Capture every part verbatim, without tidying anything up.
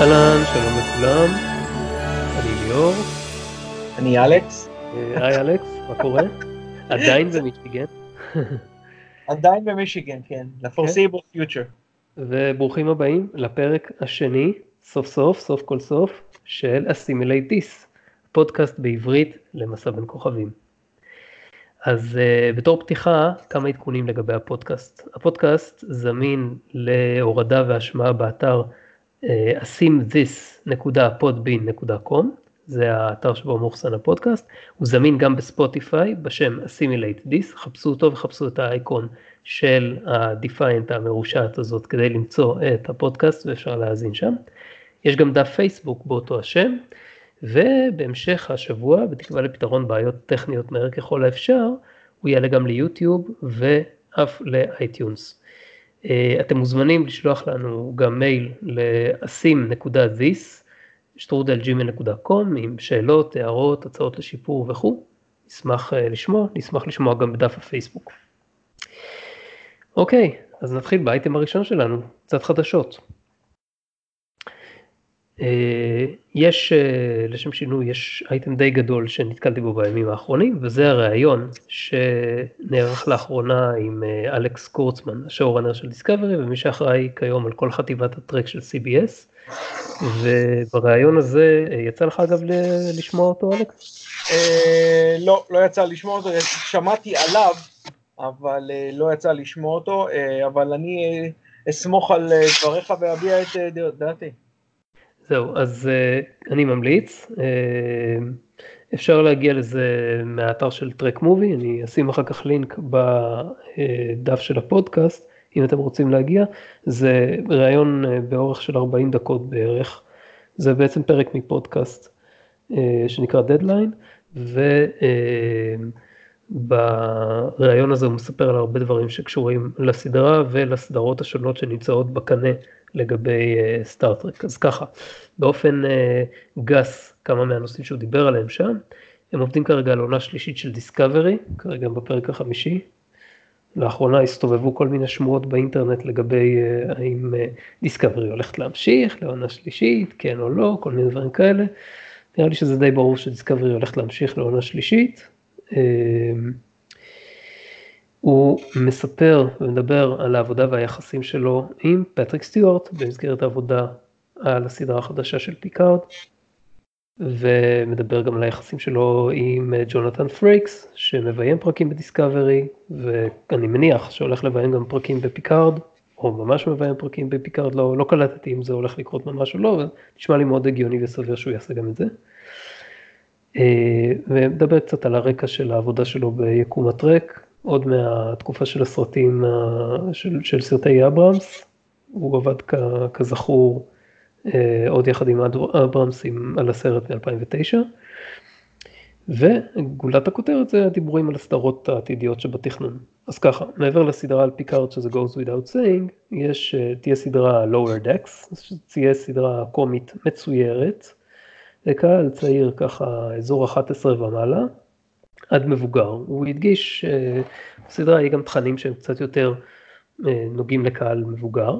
אהלן, שלום לכולם, אני ליאור. אני אלכס. היי אלכס, מה קורה? עדיין במישיגן. עדיין במישיגן, כן, ל-foreseeable future. וברוכים הבאים לפרק השני, סוף סוף, סוף כל סוף, של Assimilate This, פודקאסט בעברית למסע בין כוכבים. אז uh, בתור פתיחה, כמה עדכונים לגבי הפודקאסט. הפודקאסט זמין להורדה והשמעה באתר uh, asimthis דוט פודבין דוט קום, זה האתר שבו מאוחסן הפודקאסט. הוא זמין גם בספוטיפיי בשם Assimilate This, חפשו אותו וחפשו את האייקון של ה-Defiant המרושעת הזאת כדי למצוא את הפודקאסט ואפשר להאזין שם. יש גם דף פייסבוק באותו השם, ובהמשך השבוע, בתקווה לפתרון בעיות טכניות מהר ככל האפשר, הוא יעלה גם ליוטיוב ואף לאייטיונס. אתם מוזמנים לשלוח לנו גם מייל ל-asim דוט this שטרודל ג'ימייל דוט קום עם שאלות, הערות, הצעות לשיפור וכו'. נשמח לשמוע, נשמח לשמוע גם בדף הפייסבוק. אוקיי, אז נתחיל באייטם הראשון שלנו, קצת חדשות. יש, לשם שינוי, יש אייטם די גדול שנתקלתי בו בימים האחרונים, וזה הראיון שנערך לאחרונה עם אלכס קורצמן, השואורנר של דיסקאברי, ומי שאחראי כיום על כל חטיבת הטרק של סי בי אס, ובראיון הזה, יצא לך אגב לשמוע אותו, אלכס? לא, לא יצא לשמוע אותו, שמעתי עליו, אבל לא יצא לשמוע אותו, אבל אני אסמוך על דבריך ואביע את דעתי. זהו, אז uh, אני ממליץ, uh, אפשר להגיע לזה מהאתר של טרק מובי, אני אשים אחר כך לינק בדף של הפודקאסט, אם אתם רוצים להגיע, זה ראיון uh, באורך של ארבעים דקות בערך, זה בעצם פרק מפודקאסט uh, שנקרא דדליין, ובראיון uh, הזה הוא מספר על הרבה דברים שקשורים לסדרה ולסדרות השונות שנמצאות בקנה, לגבי סטארטרק. Uh, אז ככה, באופן uh, גס, כמה מהנושאים שהוא דיבר עליהם שם, הם עובדים כרגע על עונה שלישית של דיסקאברי, כרגע בפרק החמישי. לאחרונה הסתובבו כל מיני שמועות באינטרנט לגבי uh, האם דיסקאברי uh, הולכת להמשיך לעונה שלישית, כן או לא, כל מיני דברים כאלה. נראה לי שזה די ברור שדיסקאברי הולכת להמשיך לעונה שלישית. Uh, הוא מספר ומדבר על העבודה והיחסים שלו עם פטריק סטיוארט, במסגרת העבודה על הסדרה החדשה של פיקארד, ומדבר גם על היחסים שלו עם ג'ונתן פרייקס, שמביים פרקים בדיסקאברי, ואני מניח שהולך לביים גם פרקים בפיקארד, או ממש מביים פרקים בפיקארד, לא, לא קלטתי אם זה הולך לקרות ממש או לא, אבל נשמע לי מאוד הגיוני וסביר שהוא יעשה גם את זה. ומדבר קצת על הרקע של העבודה שלו ביקום הטרק, עוד מהתקופה של הסרטים של, של סרטי אברהמס, הוא עבד כ, כזכור עוד יחד עם אברהמס על הסרט מ-אלפיים ותשע, וגולת הכותרת זה הדיבורים על הסדרות העתידיות שבתכנון. אז ככה, מעבר לסדרה על פיקארד שזה goes without saying, יש, תהיה סדרה Lower Decks, תהיה סדרה קומית מצוירת, לקהל צעיר ככה אזור אחת עשרה ומעלה, עד מבוגר. הוא הדגיש, בסדרה יהיה גם תכנים שהם קצת יותר נוגעים לקהל מבוגר,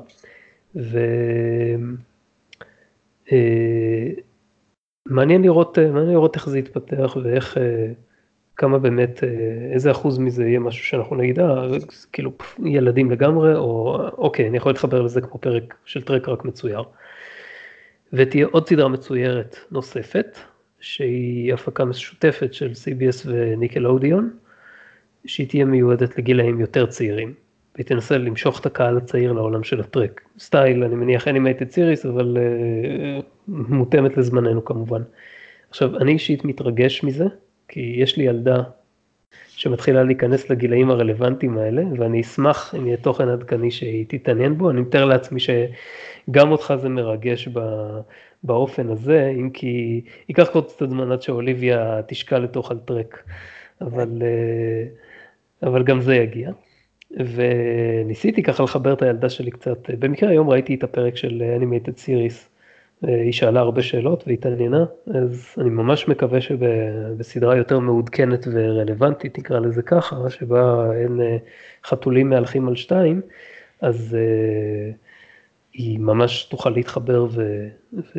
ומעניין לראות, מעניין לראות איך זה יתפתח ואיך, כמה באמת, איזה אחוז מזה יהיה משהו שאנחנו נגיד, אה, כאילו ילדים לגמרי, או אוקיי, אני יכול להתחבר לזה כמו פרק של טרק רק מצויר. ותהיה עוד סדרה מצוירת נוספת, שהיא הפקה משותפת של סי בי אס וניקלודיון, שהיא תהיה מיועדת לגילאים יותר צעירים, והיא תנסה למשוך את הקהל הצעיר לעולם של הטרק. סטייל, אני מניח אנימייטד סיריס, אבל uh, מותאמת לזמננו כמובן. עכשיו, אני אישית מתרגש מזה, כי יש לי ילדה שמתחילה להיכנס לגילאים הרלוונטיים האלה, ואני אשמח אם יהיה תוכן עדכני שהיא תתעניין בו, אני מתאר לעצמי שגם אותך זה מרגש ב... באופן הזה, אם כי ייקח קצת זמן עד שאוליביה תשקע לתוך על טרק, אבל, אבל גם זה יגיע. וניסיתי ככה לחבר את הילדה שלי קצת, במקרה היום ראיתי את הפרק של Animated Series, היא שאלה הרבה שאלות והתעניינה, אז אני ממש מקווה שבסדרה יותר מעודכנת ורלוונטית, נקרא לזה ככה, שבה אין חתולים מהלכים על שתיים, אז היא ממש תוכל להתחבר ו... ו...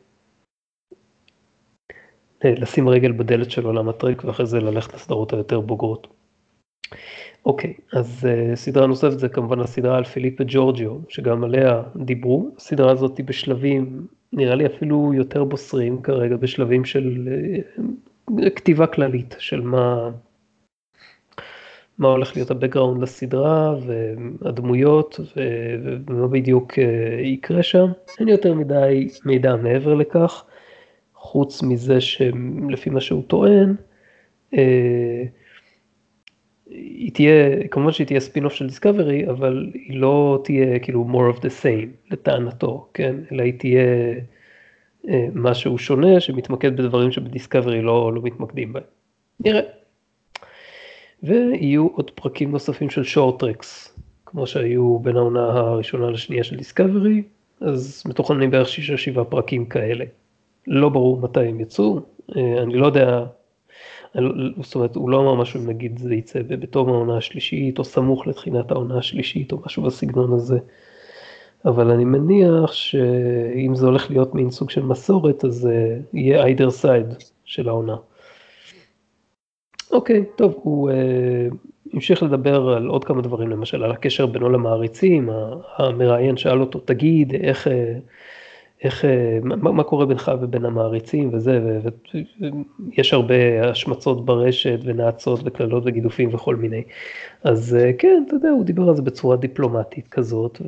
לשים רגל בדלת של עולם הטרק, ואחרי זה ללכת לסדרות היותר בוגרות. אוקיי, אז uh, סדרה נוספת זה כמובן הסדרה על פיליפה ג'ורג'יו, שגם עליה דיברו. הסדרה הזאת היא בשלבים, נראה לי אפילו יותר בוסרים כרגע, בשלבים של uh, כתיבה כללית, של מה, מה הולך להיות הבקגראונד לסדרה, והדמויות, ומה בדיוק uh, יקרה שם. אין יותר מדי מידע מעבר לכך, חוץ מזה שלפי מה שהוא טוען, uh, היא תהיה, כמובן שהיא תהיה ספין-אוף של דיסקאברי, אבל היא לא תהיה כאילו more of the same לטענתו, כן? אלא היא תהיה אה, משהו שונה שמתמקד בדברים שבדיסקאברי לא, לא מתמקדים בהם. נראה. ויהיו עוד פרקים נוספים של שורט-טרקס, כמו שהיו בין העונה הראשונה לשנייה של דיסקאברי, אז מתוכננים בערך שישה שבעה פרקים כאלה. לא ברור מתי הם יצאו, אה, אני לא יודע... זאת אומרת, הוא לא אמר משהו אם נגיד זה יצא בתום העונה השלישית, או סמוך לתחילת העונה השלישית, או משהו בסגנון הזה. אבל אני מניח שאם זה הולך להיות מין סוג של מסורת, אז יהיה either side של העונה. אוקיי, טוב, הוא המשיך לדבר על עוד כמה דברים, למשל על הקשר בינו למעריצים, המראיין שאל אותו, תגיד, איך... איך, מה, מה קורה בינך ובין המעריצים וזה, ויש הרבה השמצות ברשת ונאצות וקללות וגידופים וכל מיני. אז כן, אתה יודע, הוא דיבר על זה בצורה דיפלומטית כזאת,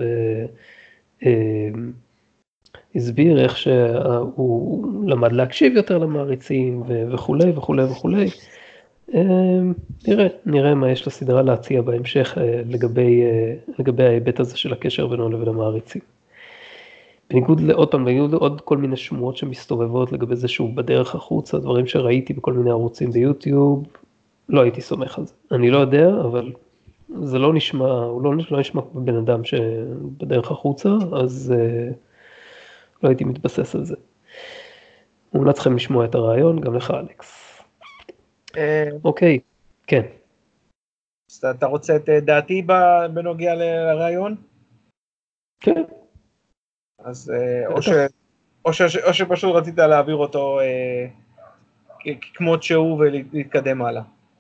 והסביר איך שהוא למד להקשיב יותר למעריצים וכולי וכולי וכולי. נראה, נראה מה יש לסדרה להציע בהמשך לגבי, לגבי ההיבט הזה של הקשר בינו לבין המעריצים. בניגוד לעוד פעם, בניגוד לעוד כל מיני שמועות שמסתובבות לגבי זה שהוא בדרך החוצה, דברים שראיתי בכל מיני ערוצים ביוטיוב, לא הייתי סומך על זה. אני לא יודע, אבל זה לא נשמע, הוא לא, לא נשמע בבן אדם שבדרך החוצה, אז uh, לא הייתי מתבסס על זה. מומלץ לכם לשמוע את הרעיון, גם לך אלכס. אוקיי, כן. אתה רוצה את דעתי בנוגע לרעיון? כן. אז או, ש, או, ש, או שפשוט רצית להעביר אותו אה, כמות שהוא ולהתקדם הלאה.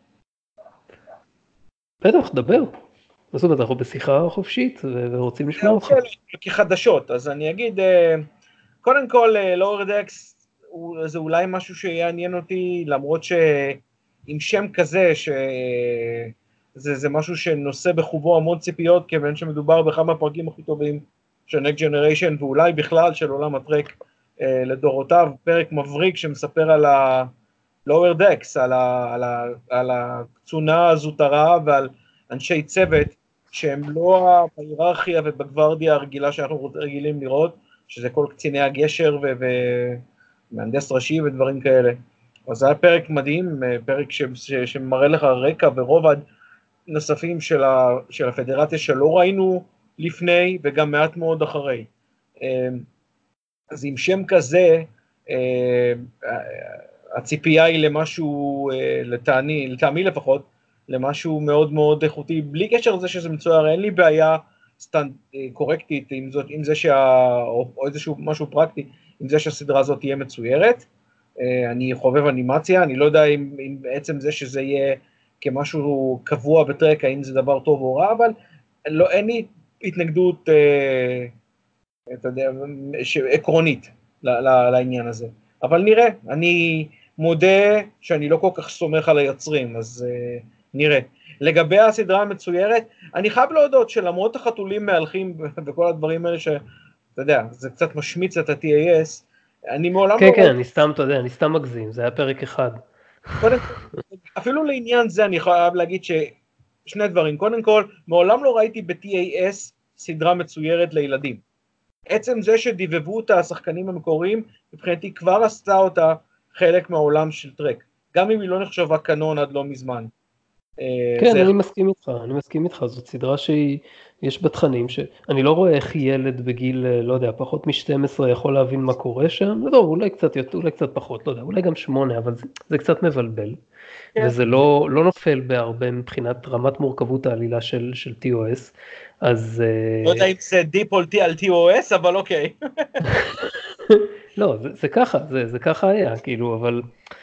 בטח, דבר. זאת אומרת, אנחנו בשיחה חופשית ורוצים לשמוע אותך. כחדשות, אז אני אגיד, קודם כל, Lower Decks זה אולי משהו שיעניין אותי, למרות שעם שם כזה, שזה זה משהו שנושא בחובו המון ציפיות, כיוון שמדובר בכמה פרקים הכי טובים של Next Generation, ואולי בכלל של עולם הטרק לדורותיו, פרק מבריק שמספר על ה-Lower Decks, על, ה- על, ה- על הקצונה הזוטרה ועל אנשי צוות, שהם לא בהיררכיה ובגוורדיה הרגילה שאנחנו רגילים לראות, שזה כל קציני הגשר ומהנדס ראשי ודברים כאלה. אז זה היה פרק מדהים, פרק ש- ש- שמראה לך רקע ורובד נוספים של, ה- של הפדרציה שלא ראינו לפני וגם מעט מאוד אחרי. אז עם שם כזה, הציפייה היא למשהו, לטעני, לטעמי לפחות, למשהו מאוד מאוד איכותי, בלי קשר לזה שזה מצויר, אין לי בעיה סטנד, קורקטית עם, זאת, עם זה שה, או, או איזשהו משהו פרקטי, עם זה שהסדרה הזאת תהיה מצוירת. אני חובב אנימציה, אני לא יודע אם, אם בעצם זה שזה יהיה כמשהו קבוע בטרק, האם זה דבר טוב או רע, אבל לא, אין לי התנגדות, אתה יודע, עקרונית לעניין הזה. אבל נראה, אני מודה שאני לא כל כך סומך על היוצרים, אז uh, נראה. לגבי הסדרה המצוירת, אני חייב להודות שלמרות החתולים מהלכים וכל הדברים האלה שאתה יודע, זה קצת משמיץ את ה-טי איי אס, אני מעולם כן, לא... כן, ראיתי... אני סתם, אתה יודע, אני סתם מגזים, זה היה פרק אחד. קודם כל, אפילו לעניין זה אני חייב להגיד ששני דברים. קודם כל, מעולם לא ראיתי ב-טי איי אס סדרה מצוירת לילדים. עצם זה שדיבבו אותה השחקנים המקוריים, מבחינתי כבר עשתה אותה חלק מהעולם של טרק, גם אם היא לא נחשבה קנון עד לא מזמן. כן, אני מסכים איתך, אני מסכים איתך, זאת סדרה שהיא, יש בה תכנים שאני לא רואה איך ילד בגיל, לא יודע, פחות מ-שתים עשרה יכול להבין מה קורה שם, לא, אולי קצת יותר, אולי קצת פחות, לא יודע, אולי גם שמונה, אבל זה, זה קצת מבלבל, כן. וזה לא, לא נופל בהרבה מבחינת רמת מורכבות העלילה של, של טי או אס, אז... לא יודע אם זה דיפ על טי או אס, אבל אוקיי. לא, זה, זה ככה, זה, זה ככה היה, כאילו, אבל...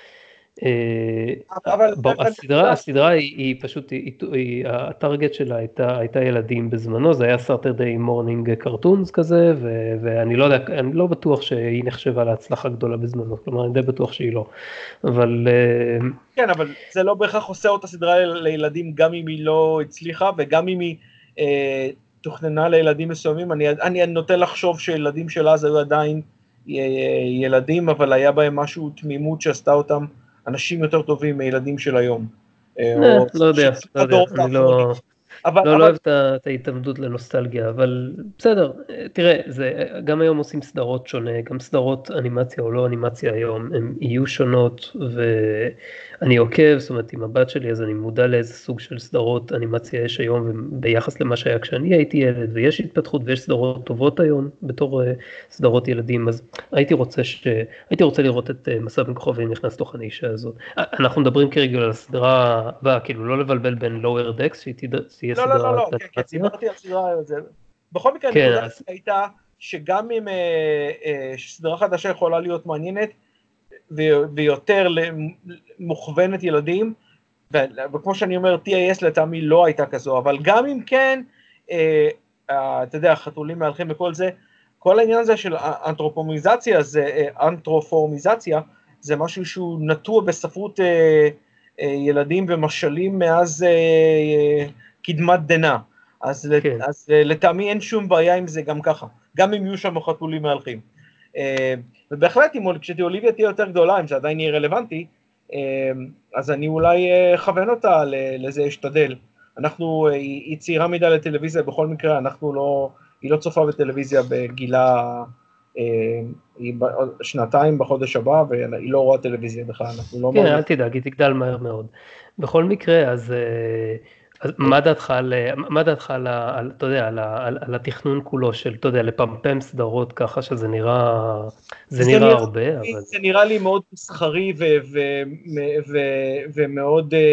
אבל הסדרה, הסדרה היא, היא פשוט, היא, היא, הטרגט שלה הייתה, הייתה ילדים בזמנו, זה היה סאטרדיי מורנינג קרטונס כזה, ו, ואני לא יודע, אני לא בטוח שהיא נחשבה להצלחה גדולה בזמנו, כלומר אני די בטוח שהיא לא, אבל... כן, אבל זה לא בהכרח עושה אותה סדרה לילדים, גם אם היא לא הצליחה, וגם אם היא אה, תוכננה לילדים מסוימים, אני, אני נוטה לחשוב שילדים של אז היו עדיין ילדים, אבל היה בהם משהו, תמימות שעשתה אותם אנשים יותר טובים מילדים של היום. לא יודע, לא יודע, אני לא... אבל, לא, אבל... לא אוהב את ההתעמדות לנוסטלגיה, אבל בסדר, תראה, זה, גם היום עושים סדרות שונה, גם סדרות אנימציה או לא אנימציה היום, הן יהיו שונות, ואני עוקב, זאת אומרת, עם הבת שלי, אז אני מודע לאיזה סוג של סדרות אנימציה יש היום, ביחס למה שהיה כשאני הייתי ילד, ויש התפתחות ויש סדרות טובות היום, בתור סדרות ילדים, אז הייתי רוצה ש... הייתי רוצה לראות את מסע בין כוכבים נכנס תוך הנישה הזאת. אנחנו מדברים כרגע על הסדרה הבאה, כאילו לא לבלבל בין Lower Decks, שהיא תהיה לא, לא, לא, סדרת לא, כן, כן, דיברתי על סדרה על זה. בכל מקרה, הנקודה הייתה שגם אם סדרה חדשה יכולה להיות מעניינת, ויותר מוכוונת ילדים, וכמו שאני אומר, טי איי אס לטעמי לא הייתה כזו, אבל גם אם כן, אתה יודע, חתולים מהלכים וכל זה, כל העניין הזה של אנתרופומיזציה, זה אנתרופורמיזציה, זה משהו שהוא נטוע בספרות ילדים ומשלים מאז קדמת דנה, אז, כן. אז לטעמי אין שום בעיה עם זה גם ככה, גם אם יהיו שם חתולים מהלכים. ובהחלט, כשתי אוליביה תהיה יותר גדולה, אם זה עדיין יהיה רלוונטי, אז אני אולי אכוון אותה לזה אשתדל. אנחנו, היא צעירה מדי לטלוויזיה, בכל מקרה, אנחנו לא, היא לא צופה בטלוויזיה בגילה, היא שנתיים בחודש הבא, והיא לא רואה טלוויזיה בכלל, אנחנו לא... כן, אל תדאג, היא תגדל מהר מאוד. בכל מקרה, אז... אז מה דעתך על, מה דעתך על, על, אתה יודע, על, על, על התכנון כולו של, אתה יודע, לפמפם סדרות ככה שזה נראה, זה, זה נראה נראה הרבה, אבל... זה נראה לי מאוד מסחרי ו, ו, ו, ו, ומאוד אה,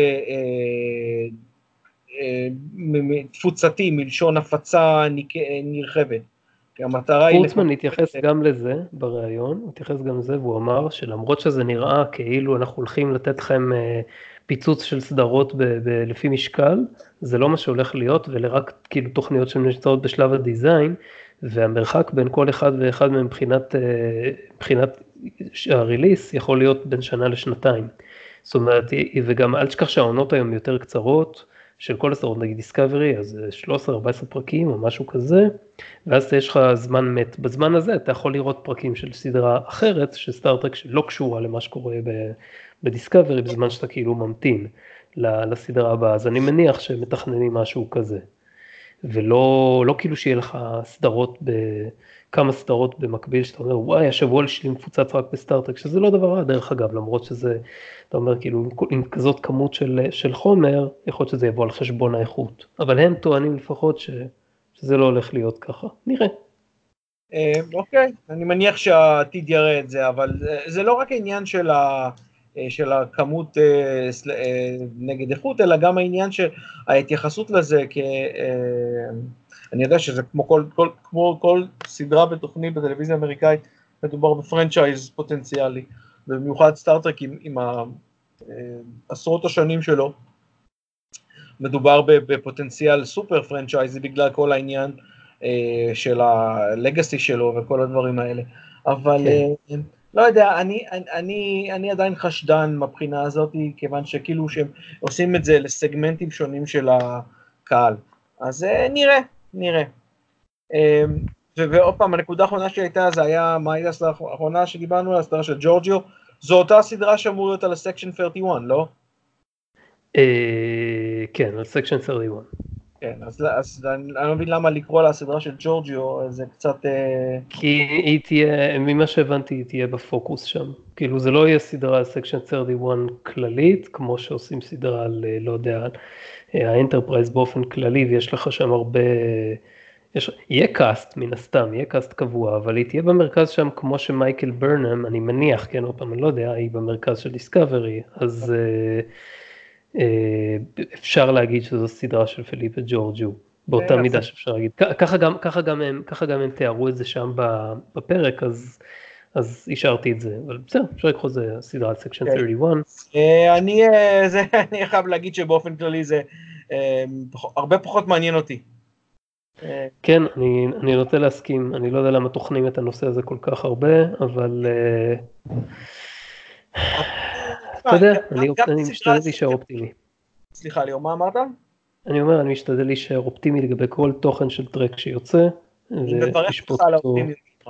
אה, תפוצתי, מלשון הפצה נרחבת. פורצמן התייחס גם לזה בריאיון, הוא התייחס גם לזה, והוא אמר שלמרות שזה נראה כאילו אנחנו הולכים לתת לכם פיצוץ של סדרות ב- ב- לפי משקל, זה לא מה שהולך להיות, ולרק כאילו תוכניות שנמצאות בשלב הדיזיין, והמרחק בין כל אחד ואחד מבחינת, מבחינת הריליס יכול להיות בין שנה לשנתיים. זאת אומרת, וגם אל תשכח שהעונות היום יותר קצרות, של כל הסדרות, נגיד דיסקאברי, אז שלוש עשרה ארבע עשרה פרקים או משהו כזה, ואז יש לך זמן מת. בזמן הזה אתה יכול לראות פרקים של סדרה אחרת, של סטארטרק שלא קשורה למה שקורה בדיסקאברי, בזמן שאתה כאילו ממתין לסדרה הבאה. אז אני מניח שמתכננים משהו כזה. ולא לא כאילו שיהיה לך סדרות, כמה סדרות במקביל, שאתה אומר, וואי, השבוע שלי מפוצץ רק בסטארטרק, שזה לא דבר רע, דרך אגב, למרות שזה, אתה אומר, כאילו, עם כזאת כמות של, של חומר, יכול להיות שזה יבוא על חשבון האיכות. אבל הם טוענים לפחות ש, שזה לא הולך להיות ככה. נראה. אוקיי, אני מניח שהעתיד יראה את זה, אבל זה לא רק העניין של ה... של הכמות נגד איכות, אלא גם העניין שההתייחסות לזה, כי אני יודע שזה כמו כל, כל, כמו כל סדרה בתוכנית בטלוויזיה האמריקאית, מדובר בפרנצ'ייז פוטנציאלי, במיוחד סטארטרק עם, עם עשרות השנים שלו, מדובר בפוטנציאל סופר פרנצ'ייזי, בגלל כל העניין של הלגאסי שלו וכל הדברים האלה, אבל... כן. לא יודע, אני, אני, אני עדיין חשדן מבחינה הזאת, כיוון שכאילו שהם עושים את זה לסגמנטים שונים של הקהל. אז נראה, נראה. ועוד פעם, הנקודה האחרונה שהייתה, זה היה, מה הייתה הסדרה האחרונה שדיברנו על הסדרה של ג'ורג'יו? זו אותה סדרה שאמור להיות על הסקשן שלושים ואחת, לא? כן, על סקשן שלושים ואחת. כן, אז, אז אני לא מבין למה לקרוא לה הסדרה של ג'ורג'יו, זה קצת... כי היא תהיה, ממה שהבנתי, היא תהיה בפוקוס שם. כאילו זה לא יהיה סדרה על סקשן שלושים ואחת כללית, כמו שעושים סדרה על, לא יודע, האנטרפרייז באופן כללי, ויש לך שם הרבה... יש, יהיה קאסט, מן הסתם, יהיה קאסט קבוע, אבל היא תהיה במרכז שם כמו שמייקל ברנם, אני מניח, כן, עוד פעם, אני לא יודע, היא במרכז של דיסקאברי, אז אה, אה, אפשר להגיד שזו סדרה של פליפה ג'ורג'ו, באותה מידה שאפשר להגיד. ככה גם, ככה גם הם, ככה גם הם תיארו את זה שם בפרק, אז, אז השארתי את זה, אבל בסדר, אפשר לקרוא זה סדרה על סקשן שלושים ואחת. אני, זה, אני חייב להגיד שבאופן כללי זה הרבה פחות מעניין אותי. כן, אני, אני נוטה להסכים, אני לא יודע למה תוכנים את הנושא הזה כל כך הרבה, אבל אתה יודע, אני, אני משתדל להישאר אופטימי. סליחה, ליאור, מה אמרת? אני אומר, אני משתדל להישאר אופטימי לגבי כל תוכן של טרק שיוצא, אני מברך אותך על האופטימיות שלך.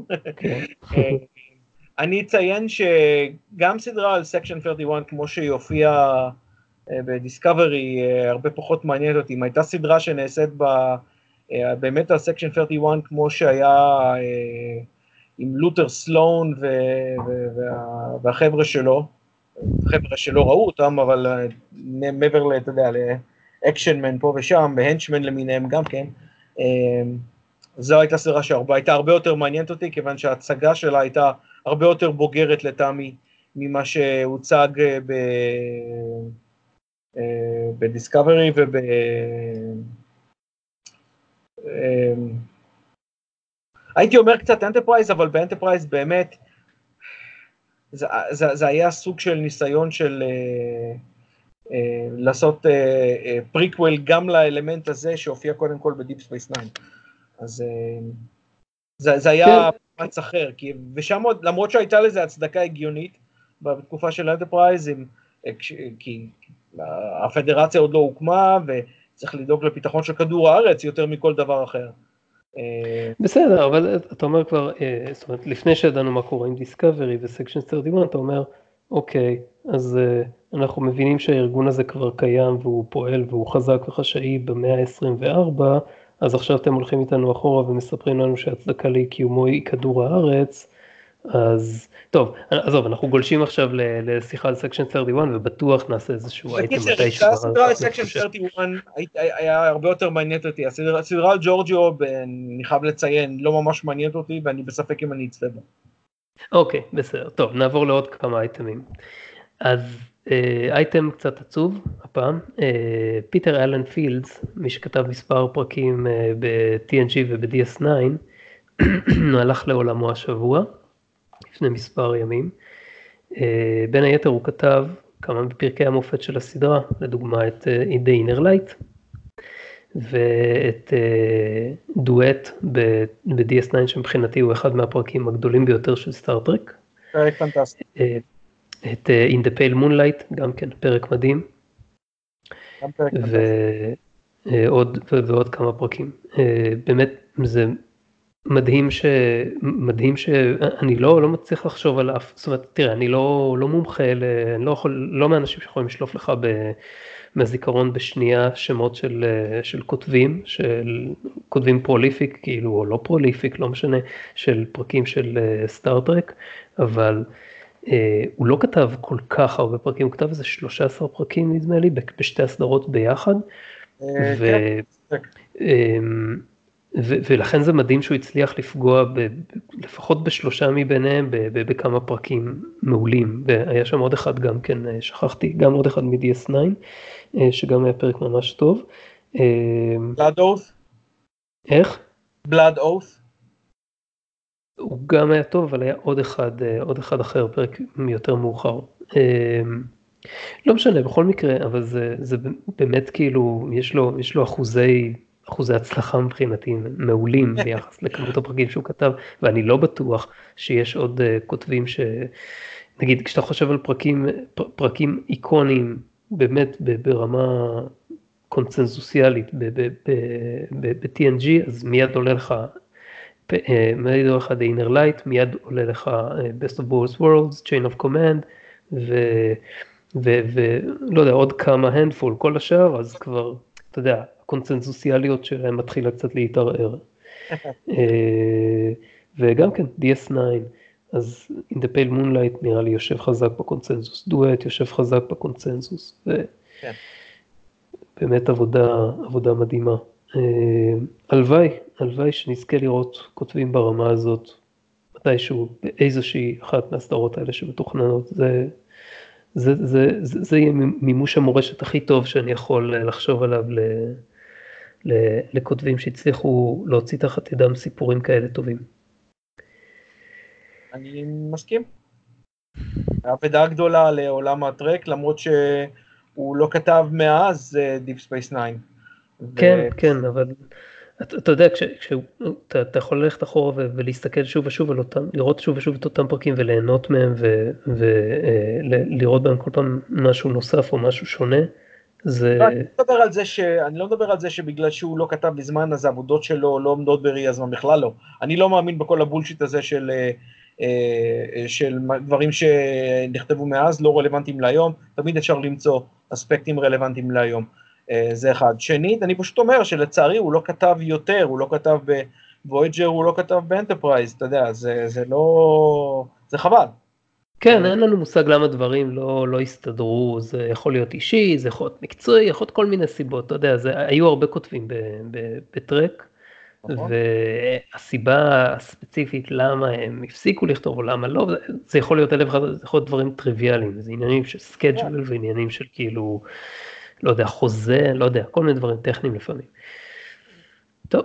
אני אציין שגם סדרה על סקשן שלושים ואחת, כמו שהיא הופיעה בדיסקאברי, הרבה פחות מעניינת אותי. אם הייתה סדרה שנעשית בה, באמת על סקשן שלושים ואחת, כמו שהיה עם לותר סלון והחבר'ה שלו, חבר'ה שלא ראו אותם, אבל מעבר ל, אתה יודע, לאקשנמן פה ושם, והנצ'מן למיניהם גם כן, זו הייתה סדרה שהייתה הרבה יותר מעניינת אותי, כיוון שההצגה שלה הייתה הרבה יותר בוגרת לטעמי, ממה שהוצג ב... בדיסקאברי וב... הייתי אומר קצת אנטרפרייז, אבל באנטרפרייז באמת, זה, זה, זה היה סוג של ניסיון של uh, uh, לעשות פריקוול uh, uh, גם לאלמנט הזה שהופיע קודם כל בדיפ ספייס תשע. אז uh, זה, זה היה פרץ אחר, כי, ושם עוד, למרות שהייתה לזה הצדקה הגיונית בתקופה של אנטרפרייז, כי הפדרציה עוד לא הוקמה, וצריך לדאוג לפיתחון של כדור הארץ יותר מכל דבר אחר. בסדר, אבל אתה אומר כבר, זאת אומרת, לפני שידענו מה קורה עם דיסקאברי וסקשן שלושים ואחת, אתה אומר, אוקיי, אז אנחנו מבינים שהארגון הזה כבר קיים והוא פועל והוא חזק וחשאי במאה ה-עשרים וארבע, אז עכשיו אתם הולכים איתנו אחורה ומספרים לנו שהצדקה לקיומו היא כדור הארץ, אז טוב, עזוב, אנחנו גולשים עכשיו לשיחה על סקשן שלושים ואחת, ובטוח נעשה איזשהו אייטם מתי שבא. הסדרה על סקשן שלושים ואחת היה הרבה יותר מעניינת אותי, הסדרה על ג'ורג'יו, אני חייב לציין, לא ממש מעניינת אותי, ואני בספק אם אני אצפה בה. אוקיי, בסדר, טוב, נעבור לעוד כמה אייטמים. אז אייטם קצת עצוב, הפעם, פיטר אלן פילדס, מי שכתב מספר פרקים ב-טי אן ג'י וב-די אס נייין, הלך לעולמו השבוע, לפני מספר ימים. בין היתר הוא כתב כמה מפרקי המופת של הסדרה, לדוגמה את The Inner Light, ואת דואט ב-די אס ניין, שמבחינתי הוא אחד מהפרקים הגדולים ביותר של סטאר טרק. פרק פנטסטי. את In the Pale Moonlight, גם כן פרק מדהים. גם פרק פנטסטי. ועוד, ועוד כמה פרקים. באמת זה מדהים ש... מדהים שאני לא, לא מצליח לחשוב על אף, זאת אומרת, תראה, אני לא, לא מומחה, אני לא יכול, לא מאנשים שיכולים לשלוף לך ב... מהזיכרון בשנייה שמות של, של כותבים, של כותבים פרוליפיק, כאילו, או לא פרוליפיק, לא משנה, של פרקים של סטאר טרק, אבל אה, הוא לא כתב כל כך הרבה פרקים, הוא כתב איזה שלושה עשר פרקים, נדמה לי, בשתי הסדרות ביחד, ו... ו- ולכן זה מדהים שהוא הצליח לפגוע ב- לפחות בשלושה מביניהם ב- ב- בכמה פרקים מעולים, והיה שם עוד אחד גם כן, שכחתי, גם עוד אחד מ-די אס ניין, שגם היה פרק ממש טוב. Blood Oath? איך? Blood Oath? הוא גם היה טוב, אבל היה עוד אחד, עוד אחד אחר, פרק יותר מאוחר. לא משנה, בכל מקרה, אבל זה, זה באמת כאילו, יש לו, יש לו אחוזי... אחוזי הצלחה מבחינתי מעולים ביחס לכמות הפרקים שהוא כתב, ואני לא בטוח שיש עוד כותבים ש... נגיד, כשאתה חושב על פרקים, פרקים איקונים, באמת ברמה קונצנזוסיאלית ב-טי אן ג'י, אז מיד עולה לך, מיד עולה לך The Inner Light, מיד עולה לך Best of Both Worlds, Chain of Command, ו... ולא יודע, עוד כמה handful, כל השאר, אז כבר, אתה יודע, הקונצנזוסיאליות שלהם מתחילה קצת להתערער. וגם כן, די אס ניין, אז In the Pale Moonlight נראה לי יושב חזק בקונצנזוס, דואט יושב חזק בקונצנזוס, ובאמת עבודה, עבודה מדהימה. הלוואי, הלוואי שנזכה לראות כותבים ברמה הזאת, מתישהו באיזושהי אחת מהסדרות האלה שמתוכננות, זה, זה, זה, זה, זה יהיה מימוש המורשת הכי טוב שאני יכול לחשוב עליו ל, ל, לכותבים שהצליחו להוציא תחת ידם סיפורים כאלה טובים. אני מסכים. העבודה גדולה לעולם הטרק, למרות שהוא לא כתב מאז Deep Space Nine. כן, ו... כן, אבל אתה, אתה יודע, כש, כש, אתה, אתה יכול ללכת אחורה ולהסתכל שוב ושוב על אותם, לראות שוב ושוב את אותם פרקים וליהנות מהם ולראות בהם כל פעם משהו נוסף או משהו שונה. זה... לא, אני, לא מדבר על זה ש... אני לא מדבר על זה שבגלל שהוא לא כתב בזמן, אז העבודות שלו לא עומדות בראי הזמן, בכלל לא. אני לא מאמין בכל הבולשיט הזה של, של דברים שנכתבו מאז, לא רלוונטיים להיום, תמיד אפשר למצוא אספקטים רלוונטיים להיום. זה אחד. שנית, אני פשוט אומר שלצערי הוא לא כתב יותר, הוא לא כתב בוויג'ר, הוא לא כתב באנטרפרייז, אתה יודע, זה, זה לא... זה חבל. כן, אין לנו מושג למה דברים לא, לא הסתדרו, זה יכול להיות אישי, זה יכול להיות מקצועי, יכול להיות כל מיני סיבות, אתה יודע, זה, היו הרבה כותבים ב, ב, בטרק, נכון. והסיבה הספציפית למה הם הפסיקו לכתוב או למה לא, זה יכול להיות אלף אחד, זה יכול להיות דברים טריוויאליים, זה עניינים של סקייג'ול ועניינים של כאילו, לא יודע, חוזה, לא יודע, כל מיני דברים טכניים לפעמים. טוב,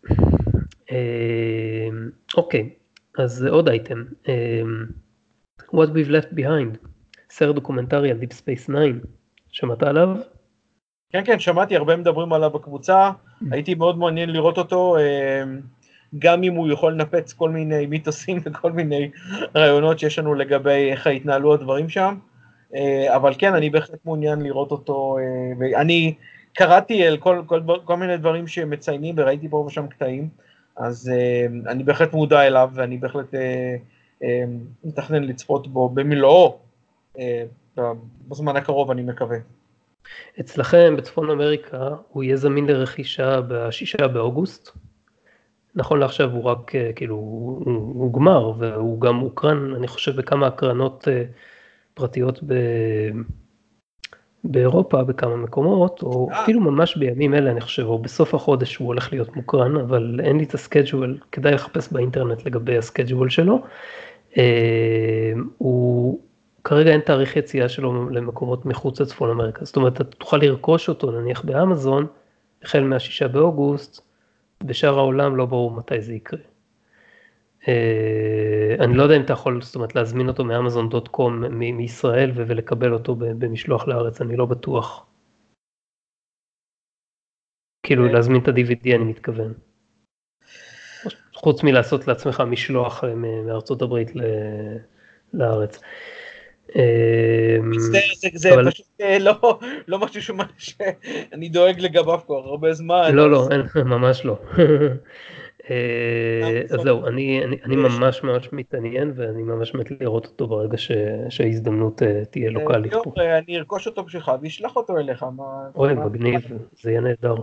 אוקיי, אז עוד אייטם. What We've Left Behind, סרט דוקומנטרי על Deep Space Nine, שמעת עליו? כן, כן, שמעתי, הרבה מדברים עליו בקבוצה, הייתי מאוד מעניין לראות אותו, גם אם הוא יכול לנפץ כל מיני מיתוסים וכל מיני רעיונות שיש לנו לגבי איך התנהלו הדברים שם, אבל כן, אני בהחלט מעוניין לראות אותו, ואני קראתי על כל, כל, כל מיני דברים שמציינים, וראיתי פה ושם קטעים, אז אני בהחלט מודע אליו, ואני בהחלט מתכנן לצפות בו במלואו, בזמן הקרוב אני מקווה. אצלכם בצפון אמריקה הוא יהיה זמין לרכישה בשישה באוגוסט, נכון לעכשיו הוא רק כאילו הוא, הוא גמר, והוא גם הוקרן אני חושב בכמה הקרנות פרטיות ב... באירופה בכמה מקומות, או אפילו ממש בימים אלה אני חושב, או בסוף החודש הוא הולך להיות מוקרן, אבל אין לי את הסקייג'ול, כדאי לחפש באינטרנט לגבי הסקייג'ול שלו. הוא כרגע אין תאריך יציאה שלו למקומות מחוץ לצפון אמריקה, זאת אומרת אתה תוכל לרכוש אותו נניח באמזון, החל מהשישה באוגוסט, בשאר העולם לא ברור מתי זה יקרה. אני לא יודע אם אתה יכול, זאת אומרת, להזמין אותו מאמזון דוט קום מישראל ולקבל אותו במשלוח לארץ, אני לא בטוח. כאילו להזמין את ה-די וי די אני מתכוון. חוץ מלעשות לעצמך משלוח מארצות הברית לארץ. זה פשוט לא משהו שאני דואג לגביו כבר הרבה זמן. לא, לא, ממש לא. אז זהו, אני ממש ממש מתעניין, ואני ממש מת לראות אותו ברגע שההזדמנות תהיה לוקלית פה. אני ארכוש אותו בשבילך, וישלח אותו אליך. אוי, מגניב, זה יהיה נהדר.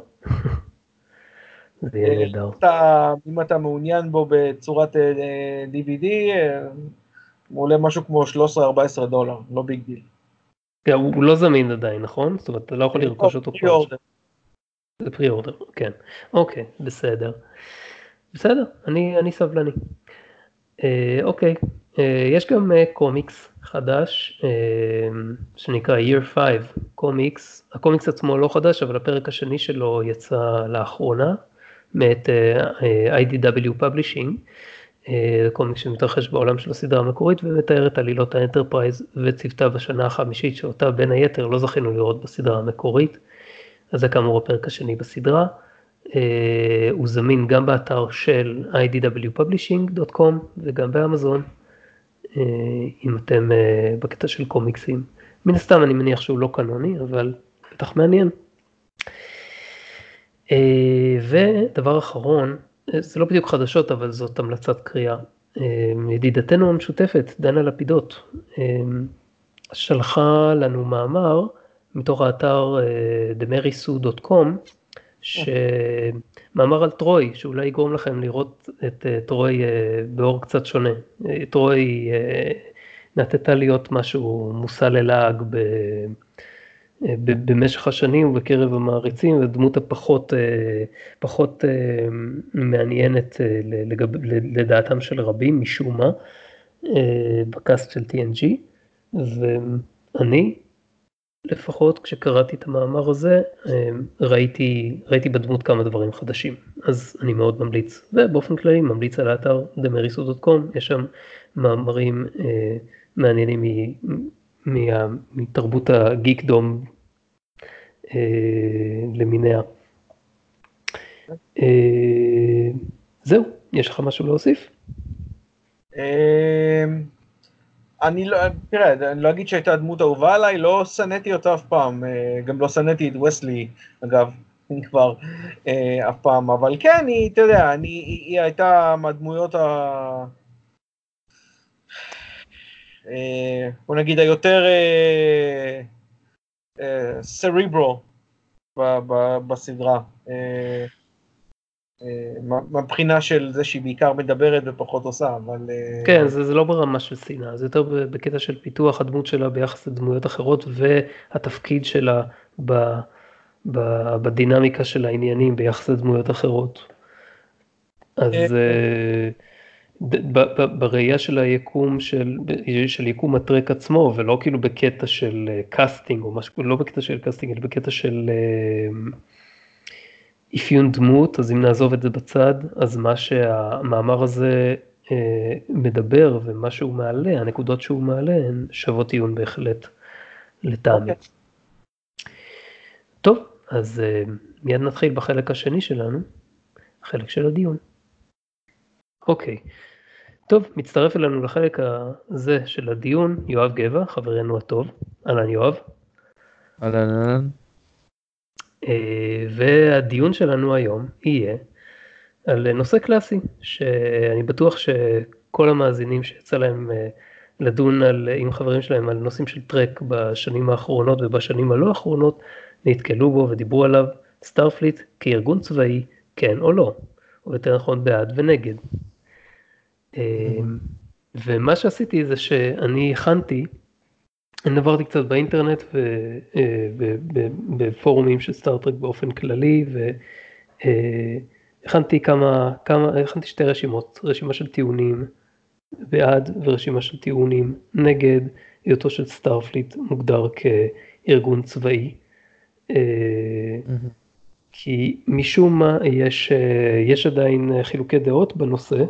זה יהיה נהדר. אם אתה מעוניין בו בצורת די וי די, הוא עולה משהו כמו שלוש עשרה ארבע עשרה דולר, לא ביג דיל. הוא לא זמין עדיין, נכון? זאת אומרת, אתה לא יכול לרכוש אותו כבר. זה פרי אורדר, כן. אוקיי, בסדר. בסדר, אני, אני סבלני. אה, אוקיי, אה, יש גם אה, קומיקס חדש, אה, שנקרא Year five, קומיקס. הקומיקס עצמו לא חדש, אבל הפרק השני שלו יצא לאחרונה, מאת אה, אה, איי די דאבליו Publishing, אה, קומיקס שמתרחש בעולם של הסדרה המקורית, ומתאר את עלילות האנטרפרייז וצוותה בשנה החמישית, שאותה בין היתר לא זכינו לראות בסדרה המקורית, אז זה כאמור הפרק השני בסדרה. Uh, הוא זמין גם באתר של איי די דאבליו פאבלישינג דוט קום וגם באמזון, uh, אם אתם uh, בקטע של קומיקסים. מן הסתם אני מניח שהוא לא קנוני, אבל בטח מעניין. Uh, ודבר אחרון, זה לא בדיוק חדשות, אבל זאת המלצת קריאה. Uh, ידידתנו המשותפת, דנה לפידות, uh, שלחה לנו מאמר מתוך האתר uh, דמריסו דוט קום, שמאמר על טרוי, שאולי יגרום לכם לראות את טרוי באור קצת שונה. טרוי נטטה להיות משהו מושא ללעג ב... במשך השנים ובקרב המעריצים, ודמות הפחות פחות מעניינת לדעתם של רבים, משום מה, בקאסט של טי אן ג'י, ואני, לפחות כשקראתי את המאמר הזה, ראיתי, ראיתי בדמות כמה דברים חדשים, אז אני מאוד ממליץ, ובאופן כללי ממליץ על האתר דמריסו דוט קום, יש שם מאמרים מעניינים מתרבות הגיקדום למיניה. זהו, יש לך משהו להוסיף? אני לא, תראה, אני לא אגיד שהייתה דמות אהובה עליי, לא שנאתי אותה אף פעם, גם לא שנאתי את וסלי, אגב, כבר אף פעם, אבל כן, היא, אתה יודע, אני, היא הייתה מהדמויות ה... בוא נגיד היותר סריברו בסדרה, מבחינה של זה שהיא בעיקר מדברת ופחות עושה, אבל... כן, זה, זה לא ברמה של שנאה, זה יותר בקטע של פיתוח הדמות שלה ביחס לדמויות אחרות, והתפקיד שלה ב, ב, בדינמיקה של העניינים ביחס לדמויות אחרות. אז ב, ב, בראייה של היקום, של, של יקום הטרק עצמו, ולא כאילו בקטע של קאסטינג, או משהו, לא בקטע של קאסטינג, אלא בקטע של... אפיון דמות, אז אם נעזוב את זה בצד, אז מה שהמאמר הזה אה, מדבר ומה שהוא מעלה, הנקודות שהוא מעלה, הן שוות עיון בהחלט לטעמי. Okay. טוב, אז אה, מיד נתחיל בחלק השני שלנו, החלק של הדיון. אוקיי, okay. טוב, מצטרף אלינו לחלק הזה של הדיון, יואב גבע, חברנו הטוב. אהלן יואב. אהלן אהלן. והדיון שלנו היום יהיה על נושא קלאסי, שאני בטוח שכל המאזינים שיצא להם לדון על, עם חברים שלהם על נושאים של טרק בשנים האחרונות ובשנים הלא האחרונות, נתקלו בו ודיברו עליו, סטארפליט כארגון צבאי, כן או לא, או יותר נכון בעד ונגד. ומה שעשיתי זה שאני הכנתי, אני עברתי קצת באינטרנט ובפורומים של סטארטרק באופן כללי, והכנתי כמה, כמה, הכנתי שתי רשימות, רשימה של טיעונים בעד ורשימה של טיעונים נגד היותו של סטארפליט מוגדר כארגון צבאי. כי משום מה יש, יש עדיין חילוקי דעות בנושא,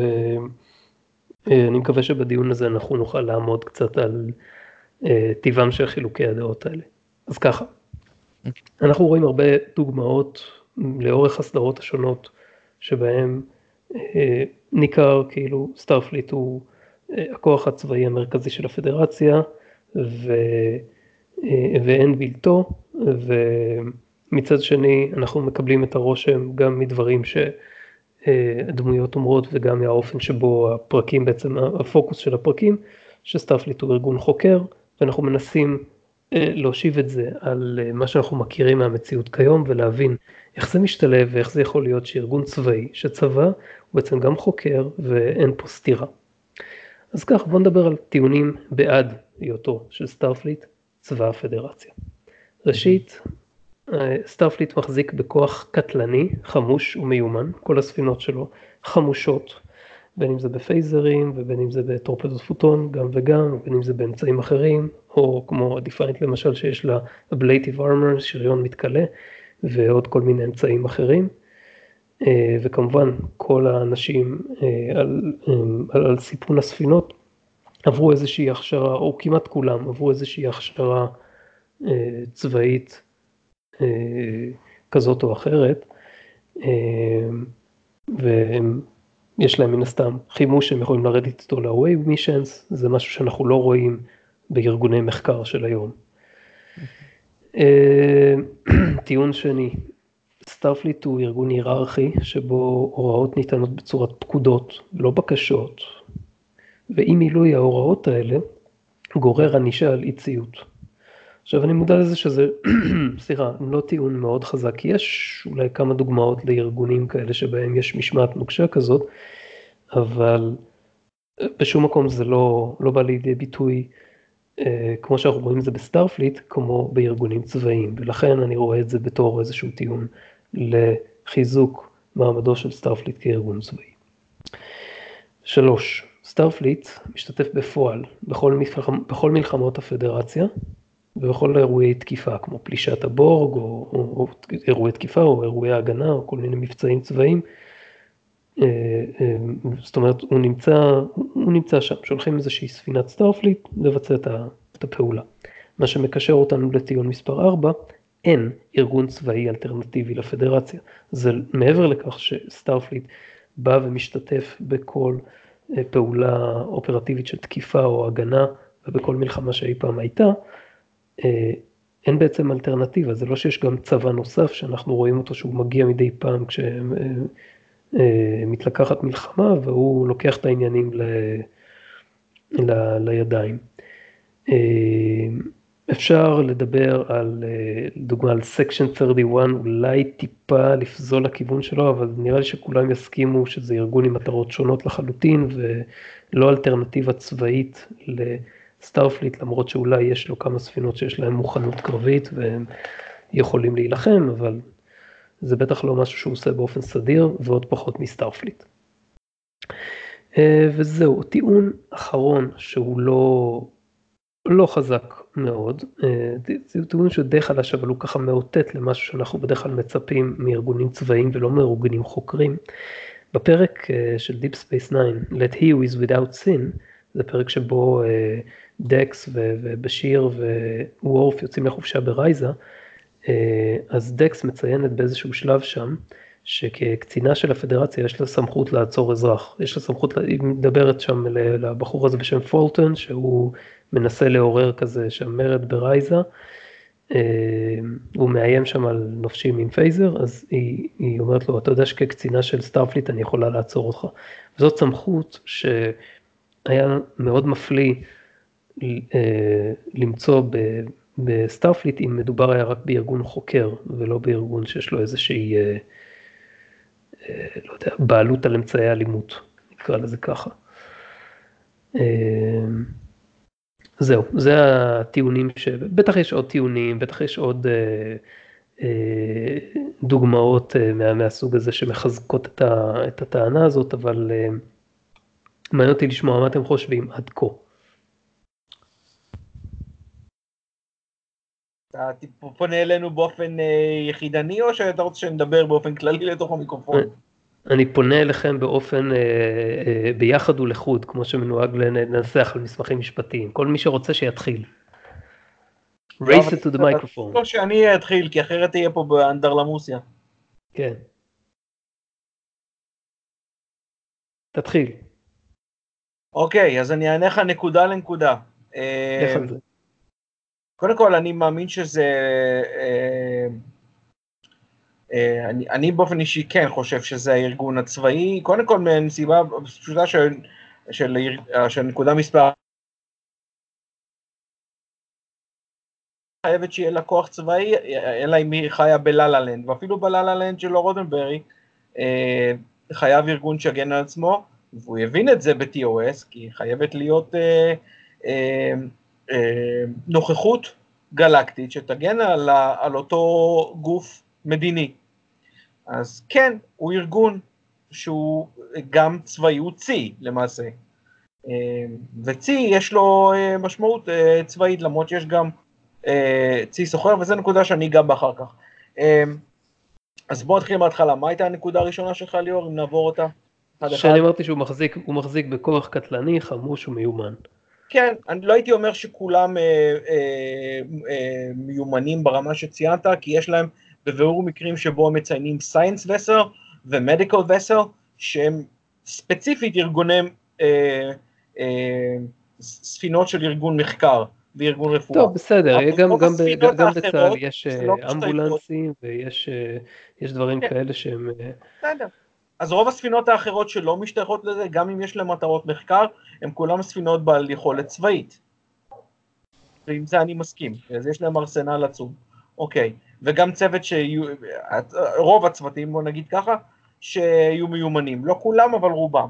ואני מקווה שבדיון הזה אנחנו נוכל לעמוד קצת על טבעם של חילוקי הדעות האלה. אז ככה, אנחנו רואים הרבה דוגמאות לאורך הסדרות השונות, שבהם ניכר כאילו סטארפליט הוא הכוח הצבאי המרכזי של הפדרציה, ו... ואין בלתו, ומצד שני אנחנו מקבלים את הרושם גם מדברים שהדמויות אומרות, וגם מהאופן שבו הפרקים, בעצם הפוקוס של הפרקים, שסטארפליט הוא ארגון חוקר, ואנחנו מנסים להושיב את זה על מה שאנחנו מכירים מהמציאות כיום, ולהבין איך זה משתלב ואיך זה יכול להיות שארגון צבאי, שצבא הוא בעצם גם חוקר ואין פה סתירה. אז כך, בואו נדבר על טיעונים בעד היותו של סטארפליט, צבא הפדרציה. ראשית, סטארפליט מחזיק בכוח קטלני, חמוש ומיומן, כל הספינות שלו חמושות, בין אם זה בפייזרים, ובין אם זה בטורפדות פוטון, גם וגם, ובין אם זה באמצעים אחרים, או כמו דיפיינט למשל, שיש לה ablative armor, שריון מתקלה, ועוד כל מיני אמצעים אחרים. וכמובן, כל האנשים על, על, על סיפון הספינות, עברו איזושהי הכשרה, או כמעט כולם, עברו איזושהי הכשרה צבאית כזאת או אחרת, והם יש להם מן הסתם חימוש שהם יכולים לרדת איתו ל-Wave Missions, זה משהו שאנחנו לא רואים בארגוני מחקר של היום. טיעון שני, סטארפליט הוא ארגון היררכי, שבו הוראות ניתנות בצורת פקודות, לא בקשות, ואי מילוי ההוראות האלה גורר ענישה על אי ציות. עכשיו אני מודע לזה שזה, סליחה, לא טיעון מאוד חזק, כי יש אולי כמה דוגמאות לארגונים כאלה שבהם יש משמעת נוקשה כזאת, אבל בשום מקום זה לא, לא בא לידי ביטוי, אה, כמו שאנחנו רואים את זה בסטארפליט, כמו בארגונים צבאיים, ולכן אני רואה את זה בתור איזשהו טיעון לחיזוק מעמדו של סטארפליט כארגון צבאי. שלוש, סטארפליט משתתף בפועל בכל, מלחמ, בכל מלחמות הפדרציה, ובכל אירועי תקיפה, כמו פלישת הבורג, או, או, או אירועי תקיפה, או אירועי ההגנה, או כל מיני מבצעים צבאיים. זאת אומרת, הוא נמצא, הוא נמצא שם, שולחים איזושהי ספינת סטארפליט לבצע את הפעולה. מה שמקשר אותנו לטיעון מספר ארבע, אין ארגון צבאי אלטרנטיבי לפדרציה. זה מעבר לכך שסטארפליט בא ומשתתף בכל פעולה אופרטיבית של תקיפה או הגנה, ובכל מלחמה שאי פעם הייתה, אין בעצם אלטרנטיבה. זה לא שיש גם צבא נוסף שאנחנו רואים אותו שהוא מגיע מדי פעם כשמתלקחת מלחמה, והוא לוקח את העניינים ל... ל... לידיים. אפשר לדבר על, דוגמה על סקשן שלושים ואחת, אולי טיפה לפזול לכיוון שלו, אבל נראה לי שכולם יסכימו שזה ארגון עם מטרות שונות לחלוטין, ולא אלטרנטיבה צבאית לסטארפליט, למרות שאולי יש לו כמה ספינות שיש להם מוכנות קרבית, והם יכולים להילחם, אבל זה בטח לא משהו שהוא עושה באופן סדיר, ועוד פחות מסטארפליט. וזהו, טיעון אחרון שהוא לא... לא חזק מאוד, זה טיעון שהוא די חלש, אבל הוא ככה מאותת למשהו שאנחנו בדרך כלל מצפים מארגונים צבאיים ולא מארגונים חוקרים. בפרק של Deep Space Nine, Let He Who is Without Sin, זה פרק שבו דקס ובשיר ווורף יוצאים לחופשה ברייזה, אז דקס מציינת באיזשהו שלב שם, שכקצינה של הפדרציה יש לה סמכות לעצור אזרח, יש לה סמכות, היא מדברת שם לבחור הזה בשם פולטון, שהוא מנסה לעורר כזה שם מרד ברייזה, הוא מאיים שם על נופשים עם פייזר, אז היא, היא אומרת לו, אתה יודע שכקצינה של סטארפליט אני יכולה לעצור אותך. וזאת סמכות שהיה מאוד מפליא למצוא בסטארפליט, אם מדובר היה רק בארגון חוקר, ולא בארגון שיש לו איזושהי, לא יודע, בעלות על אמצעי אלימות, נקרא לזה ככה. זהו, זה הטיעונים שבטח יש עוד טיעונים, בטח יש עוד אה, אה, דוגמאות אה, מה, מהסוג הזה שמחזקות את, ה, את הטענה הזאת, אבל אה, מעניין אותי לשמוע מה אתם חושבים עד כה. אתה פונה אלינו באופן אה, יחידני, או שאתה רוצה שנדבר באופן כללי לתוך המיקרופון? אני פונה אליכם באופן, אה, אה, ביחד ולחוד, כמו שמנוהג לנסח על מסמכים משפטיים. כל מי שרוצה שיתחיל. Race it to the microphone. לא שאני אתחיל, כי אחרת תהיה פה באנדרלמוסיה. כן. תתחיל. אוקיי, אז אני אענה לך נקודה לנקודה. לך על זה. קודם כל, אני מאמין שזה... אני, אני באופן אישי כן חושב שזה הארגון הצבאי, קודם כל מסיבה פשוטה של, של, של נקודה מספר. חייבת שיהיה לה כוח צבאי, אלא אם היא חיה בללה לנד, ואפילו בללה לנד של רודנברי, אה, חייב ארגון שגן על עצמו, והוא יבין את זה ב-טי או אס, כי חייבת להיות אה, אה, אה, נוכחות גלקטית, שתגן על, על אותו גוף מדיני. אז כן, הוא ארגון שהוא גם צבאי, הוא צי למעשה. וצי יש לו משמעות צבאית, למרות שיש גם צי סוחר, וזו נקודה שאני אגע בה אחר כך. אז בואו נתחיל מההתחלה, מה הייתה הנקודה הראשונה שלך ליאור, אם נעבור אותה? שאני אמרתי שהוא מחזיק, הוא מחזיק בכוח קטלני, חמוש ומיומן. כן, אני לא הייתי אומר שכולם אה, אה, אה, מיומנים ברמה שציינת, כי יש להם בבירור מקרים שבו הם מציינים Science Vessel ו-Medical Vessel, שהם ספציפית ארגוני אה, אה, ספינות של ארגון מחקר וארגון רפואה. טוב, בסדר, גם, גם, גם בצה"ל יש לא אמבולנסים ויש יש דברים כן. כאלה שהם... בסדר. אז רוב הספינות האחרות שלא משתייכות לזה, גם אם יש להם מטרות מחקר, הם כולם ספינות בעל יכולת צבאית. ועם זה אני מסכים, אז יש להם ארסנל עצום, אוקיי, וגם צוות שיהיו, רוב הצוותים, בוא נגיד ככה, שיהיו מיומנים, לא כולם, אבל רובם.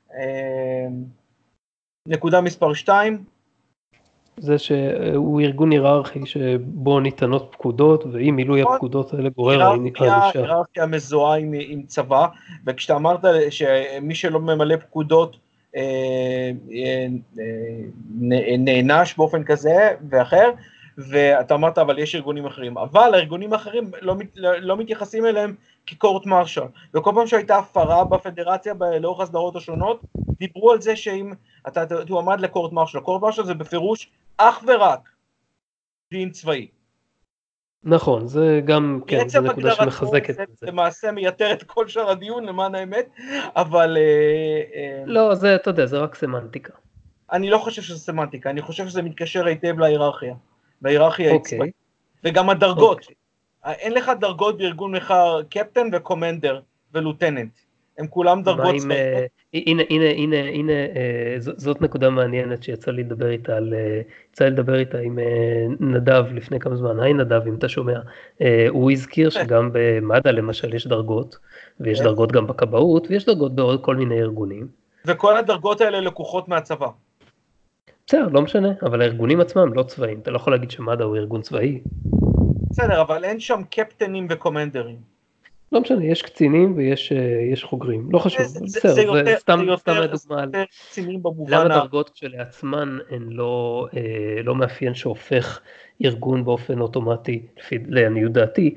נקודה מספר שתיים, זה שהוא ארגון היררכי שבו ניתנות פקודות, ואם מילוי הפקודות האלה גורר ענישה. היררכיה מזוהה עם, עם צבא, וכשאתה אמרת שמי שלא ממלא פקודות אה, אה, נענש באופן כזה ואחר, ואתה אמרת אבל יש ארגונים אחרים, אבל הארגונים האחרים לא, לא, לא מתייחסים אליהם כקורט מרשל, וכל פעם שהייתה הפרה בפדרציה לאורך הסדרות השונות, דיברו על זה שאם אתה תועמד לקורט מרשל, קורט מרשל זה בפירוש אך ורק דין צבאי. נכון, זה גם, כן, זו נקודה שמחזקת את זה. זה למעשה מייתר את כל שאר הדיון, למען האמת, אבל... לא, זה, אתה יודע, זה רק סמנטיקה. אני לא חושב שזה סמנטיקה, אני חושב שזה מתקשר היטב להיררכיה, וההיררכיה היא צבאית. וגם הדרגות. אין לך דרגות בארגון מחר קפטן וקומנדר ולוטננט. הם כולם דרגות צבאיות. הנה, הנה, הנה, הנה, זאת נקודה מעניינת שיצא לי לדבר איתה, יצא לי לדבר איתה עם נדב לפני כמה זמן. היי נדב, אם אתה שומע. הוא הזכיר שגם במד"א למשל יש דרגות, ויש דרגות גם בכבאות, ויש דרגות בעוד כל מיני ארגונים. וכל הדרגות האלה לקוחות מהצבא. בסדר, לא משנה, אבל הארגונים עצמם לא צבאיים. אתה לא יכול להגיד שמד"א הוא ארגון צבאי. בסדר, אבל אין שם קפטנים וקומנדרים. לא משנה, יש קצינים ויש יש חוגרים, לא חשוב, בסדר, זה סתם לדוגמה, למה דרגות כשלעצמן הן לא מאפיין שהופך ארגון באופן אוטומטי, לעניות דעתי,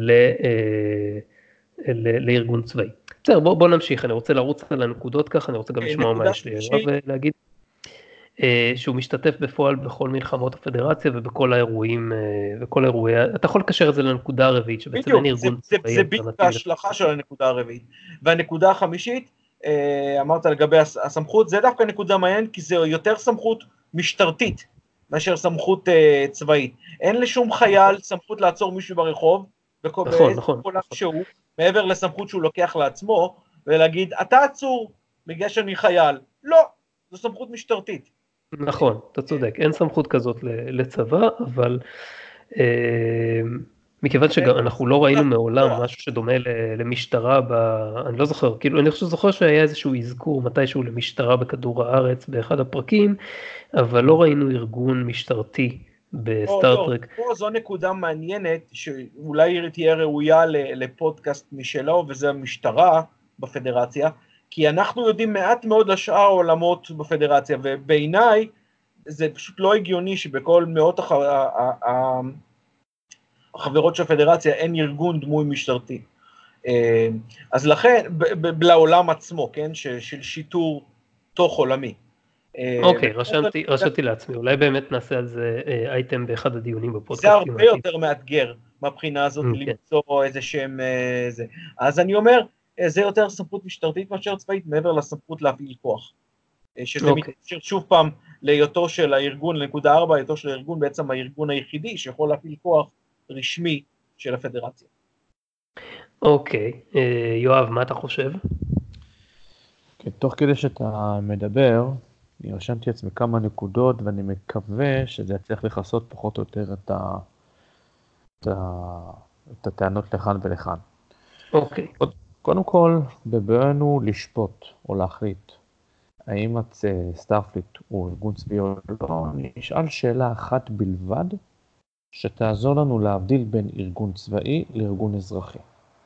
לארגון צבאי. בסדר, בוא נמשיך, אני רוצה לרוץ על הנקודות ככה, אני רוצה גם לשמוע מה יש לי להגיד. שהוא משתתף בפועל בכל מלחמות הפדרציה ובכל האירועים, וכל האירועי, אתה יכול לקשר את זה לנקודה הרביעית, שבעצם אין ארגון צבאי. זה בדיוק ההשלכה של הנקודה הרביעית. והנקודה החמישית, אמרת לגבי הסמכות, זה דווקא נקודה מעניינת, כי זה יותר סמכות משטרתית, מאשר סמכות צבאית. אין לשום חייל סמכות לעצור מישהו ברחוב, נכון, נכון. שהוא, מעבר לסמכות שהוא לוקח לעצמו, ולהגיד, אתה עצור, בגלל שאני חייל. לא, זו סמכות משטרתית. נכון, אתה צודק, אין סמכות כזאת לצבא, אבל מכיוון שאנחנו לא ראינו מעולם משהו שדומה למשטרה, אני לא זוכר, כאילו אני חושב זוכר שהיה איזשהו אזכור מתישהו למשטרה בכדור הארץ באחד הפרקים, אבל לא ראינו ארגון משטרתי בסטארטרק. זו נקודה מעניינת שאולי תהיה ראויה לפודקאסט משלו, וזה המשטרה בפדרציה, כי אנחנו יודעים מעט מאוד לשאר העולמות בפדרציה, ובעיניי זה פשוט לא הגיוני שבכל מאות החברות של הפדרציה אין ארגון דמוי משטרתי. אז לכן, לעולם עצמו, כן, של שיטור תוך עולמי. אוקיי, רשמתי, רשמתי לעצמי, אולי באמת נעשה על זה אייטם באחד הדיונים בפודקאסט. זה הרבה יותר מאתגר מהבחינה הזאת, למצוא איזה שם זה. אז אני אומר, זה יותר סמכות משטרתית מאשר צבאית, מעבר לסמכות להפעיל כוח. שזה מתקשר שוב פעם להיותו של הארגון, לנקודה ארבע, להיותו של הארגון, בעצם הארגון היחידי שיכול להפעיל כוח רשמי של הפדרציה. אוקיי, יואב, מה אתה חושב? תוך כדי שאתה מדבר, אני רשמתי לעצמי כמה נקודות, ואני מקווה שזה יצליח לכסות פחות או יותר את, ה... את, ה... את הטענות לכאן ולכאן. אוקיי. קודם כל, בבואנו לשפוט או להחליט, האם סטארפליט הוא ארגון צבאי או לא, אני אשאל שאלה אחת בלבד, שתעזור לנו להבדיל בין ארגון צבאי לארגון אזרחי.